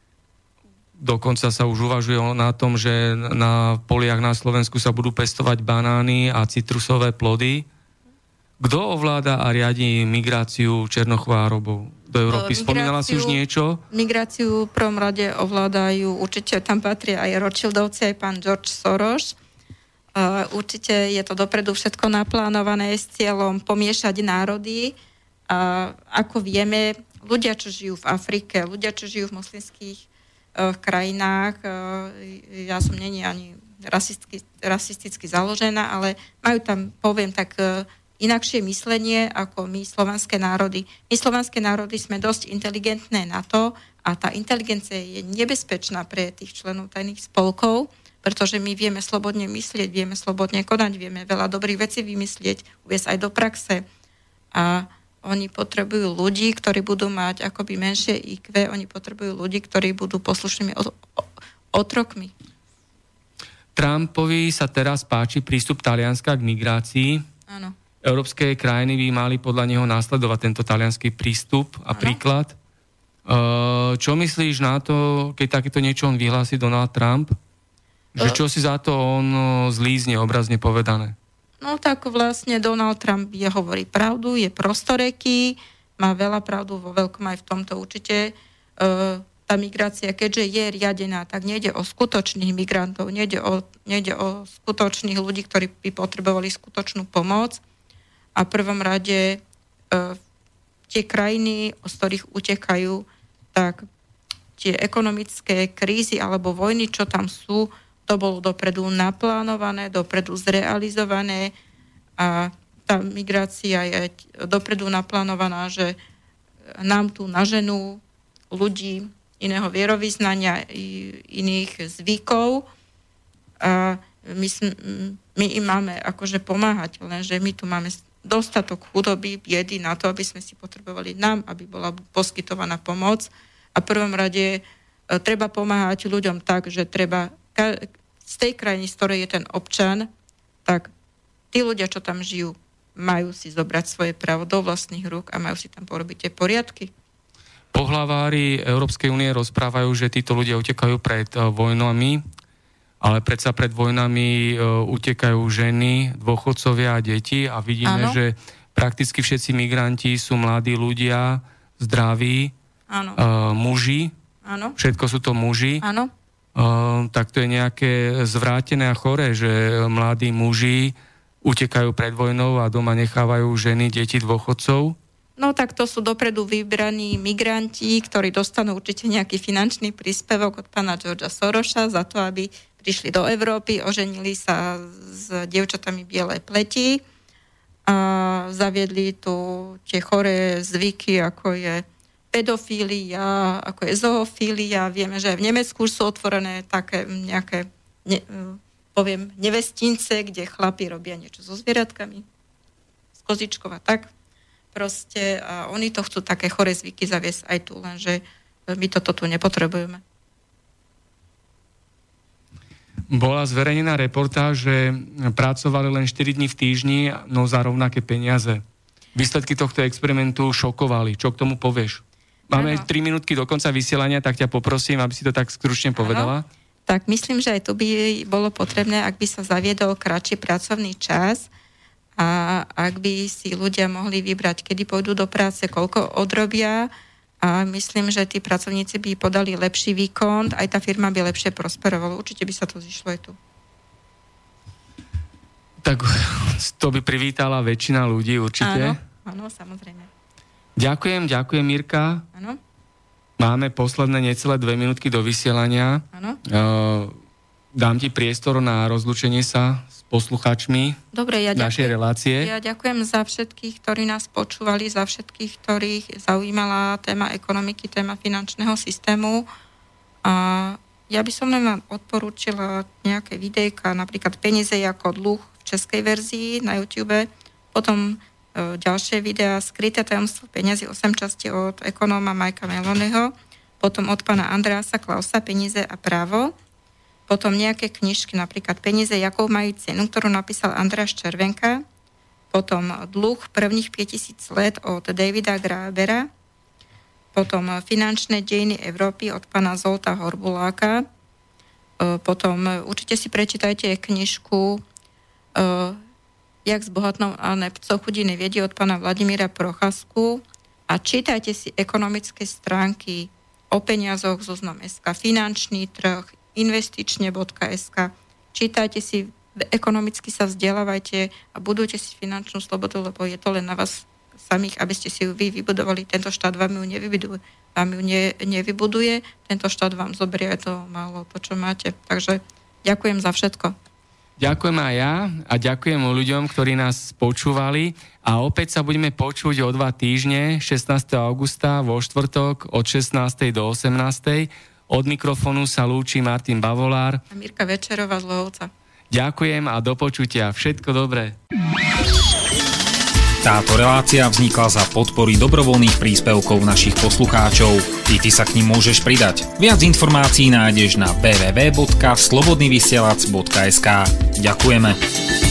Dokonca sa už uvažuje na tom, že na poliach na Slovensku sa budú pestovať banány a citrusové plody. Kto ovláda a riadi migráciu černochvárobov do Európy? Spomínala si už niečo? Migráciu v prvom rade ovládajú, určite tam patria aj Rothschildovci, aj pán George Soros. Určite je to dopredu všetko naplánované s cieľom pomiešať národy. Ako vieme, ľudia, čo žijú v Afrike, ľudia, čo žijú v moslimských krajinách, ja som není ani rasisticky založená, ale majú tam, poviem tak, inakšie myslenie ako my slovanské národy. My slovanské národy sme dosť inteligentné na to a tá inteligencia je nebezpečná pre tých členov tajných spolkov, pretože my vieme slobodne myslieť, vieme slobodne konať, vieme veľa dobrých vecí vymyslieť, uviesť aj do praxe. A oni potrebujú ľudí, ktorí budú mať akoby menšie IQ, oni potrebujú ľudí, ktorí budú poslušnými otrokmi. Trumpovi sa teraz páči prístup Talianska k migrácii. Áno. Európske krajiny by mali podľa neho následovať tento taliansky prístup a príklad. Čo myslíš na to, keď takéto niečo on vyhlási Donald Trump? Že čo si za to on zlízne, obrazne povedané? No tak vlastne Donald Trump hovorí pravdu, je prostoreký, má veľa pravdu, vo veľkom aj v tomto určite. Tá migrácia, keďže je riadená, tak nejde o skutočných migrantov, nejde o skutočných ľudí, ktorí by potrebovali skutočnú pomoc. A v prvom rade tie krajiny, z ktorých utekajú, tak tie ekonomické krízy alebo vojny, čo tam sú, to bolo dopredu naplánované, dopredu zrealizované a tá migrácia je dopredu naplánovaná, že nám tu naženú ľudí iného vierovyznania, iných zvykov a my im máme akože pomáhať, lenže my tu máme dostatok chudoby, biedy na to, aby sme si potrebovali aby bola poskytovaná pomoc a v prvom rade treba pomáhať ľuďom tak, že treba z tej krajiny, z ktorej je ten občan, tak tí ľudia, čo tam žijú, majú si zobrať svoje právo do vlastných rúk a majú si tam porobiť tie poriadky. Pohlavári Európskej únie rozprávajú, že títo ľudia utekajú pred vojnami, ale predsa pred vojnami utekajú ženy, dôchodcovia a deti a vidíme, že prakticky všetci migranti sú mladí ľudia, zdraví, muži. Áno. Všetko sú to muži. Áno. Tak to je nejaké zvrátené a choré, že mladí muži utekajú pred vojnou a doma nechávajú ženy, deti, dôchodcov. No tak to sú dopredu vybraní migranti, ktorí dostanú určite nejaký finančný príspevok od pána Georgea Sorosa za to, aby prišli do Európy, oženili sa s dievčatami bielej pleti a zaviedli tu tie choré zvyky, ako je pedofília, ako je zoofília. Vieme, že aj v Nemecku sú otvorené také nejaké, nevestince, kde chlapi robia niečo so zvieratkami, z kozičkov a tak. Proste a oni to chcú také choré zvyky zaviesť aj tu, lenže my toto tu nepotrebujeme. Bola zverejnená reportáž, že pracovali len 4 dní v týždni, no za rovnaké peniaze. Výsledky tohto experimentu šokovali. Čo k tomu povieš? Máme 3 minútky do konca vysielania, tak ťa poprosím, aby si to tak stručne povedala. Tak myslím, že aj tu by bolo potrebné, ak by sa zaviedol kratší pracovný čas a ak by si ľudia mohli vybrať, kedy pôjdu do práce, koľko odrobia, a myslím, že tí pracovníci by podali lepší výkon, aj tá firma by lepšie prosperovala. Určite by sa to zišlo aj tu. Tak to by privítala väčšina ľudí určite. Áno, samozrejme. Ďakujem Mirka. Áno. Máme posledné necelé 2 minútky do vysielania. Áno. Dám ti priestor na rozlúčenie sa s poslucháčmi našej relácie. Ja ďakujem za všetkých, ktorí nás počúvali, za všetkých, ktorých zaujímala téma ekonomiky, téma finančného systému. A ja by som len vám odporúčila nejaké videjka, napríklad Peniaze ako dluh v českej verzii na YouTube, potom ďalšie videá Skryté tajomstvo peňazí 8 časti od ekonóma Majka Melonyho, potom od pána Andreasa Klausa Peniaze a právo, potom nejaké knižky, napríklad Peniaze, jakou majú cenu, ktorú napísal Andreas Červenka, potom Dluh prvých 5000 let od Davida Grabera, potom Finančné dejiny Európy od pána Zolta Horbuláka, potom určite si prečítajte knižku Jak zbohatnúť a co chudiny vedie od pána Vladimíra Procházku a čítajte si ekonomické stránky o peniazoch Zoznam.sk, finančný trh, investične.sk. Čítajte si, ekonomicky sa vzdelávajte a budujte si finančnú slobodu, lebo je to len na vás samých, aby ste si ju vy vybudovali. Tento štát vám ju nevybuduje, tento štát vám zoberie to málo, to, čo máte. Takže ďakujem za všetko. Ďakujem aj ja a ďakujem ľuďom, ktorí nás počúvali a opäť sa budeme počuť o 2 týždne, 16. augusta vo štvrtok od 16. do 18. Od mikrofónu sa lúči Martin Bavolár a Mirka Večerová z Lohovca. Ďakujem a do počutia. Všetko dobré. Táto relácia vznikla za podpory dobrovoľných príspevkov našich poslucháčov. Ty sa k nim môžeš pridať. Viac informácií nájdeš na www.slobodnyvysielac.sk. Ďakujeme.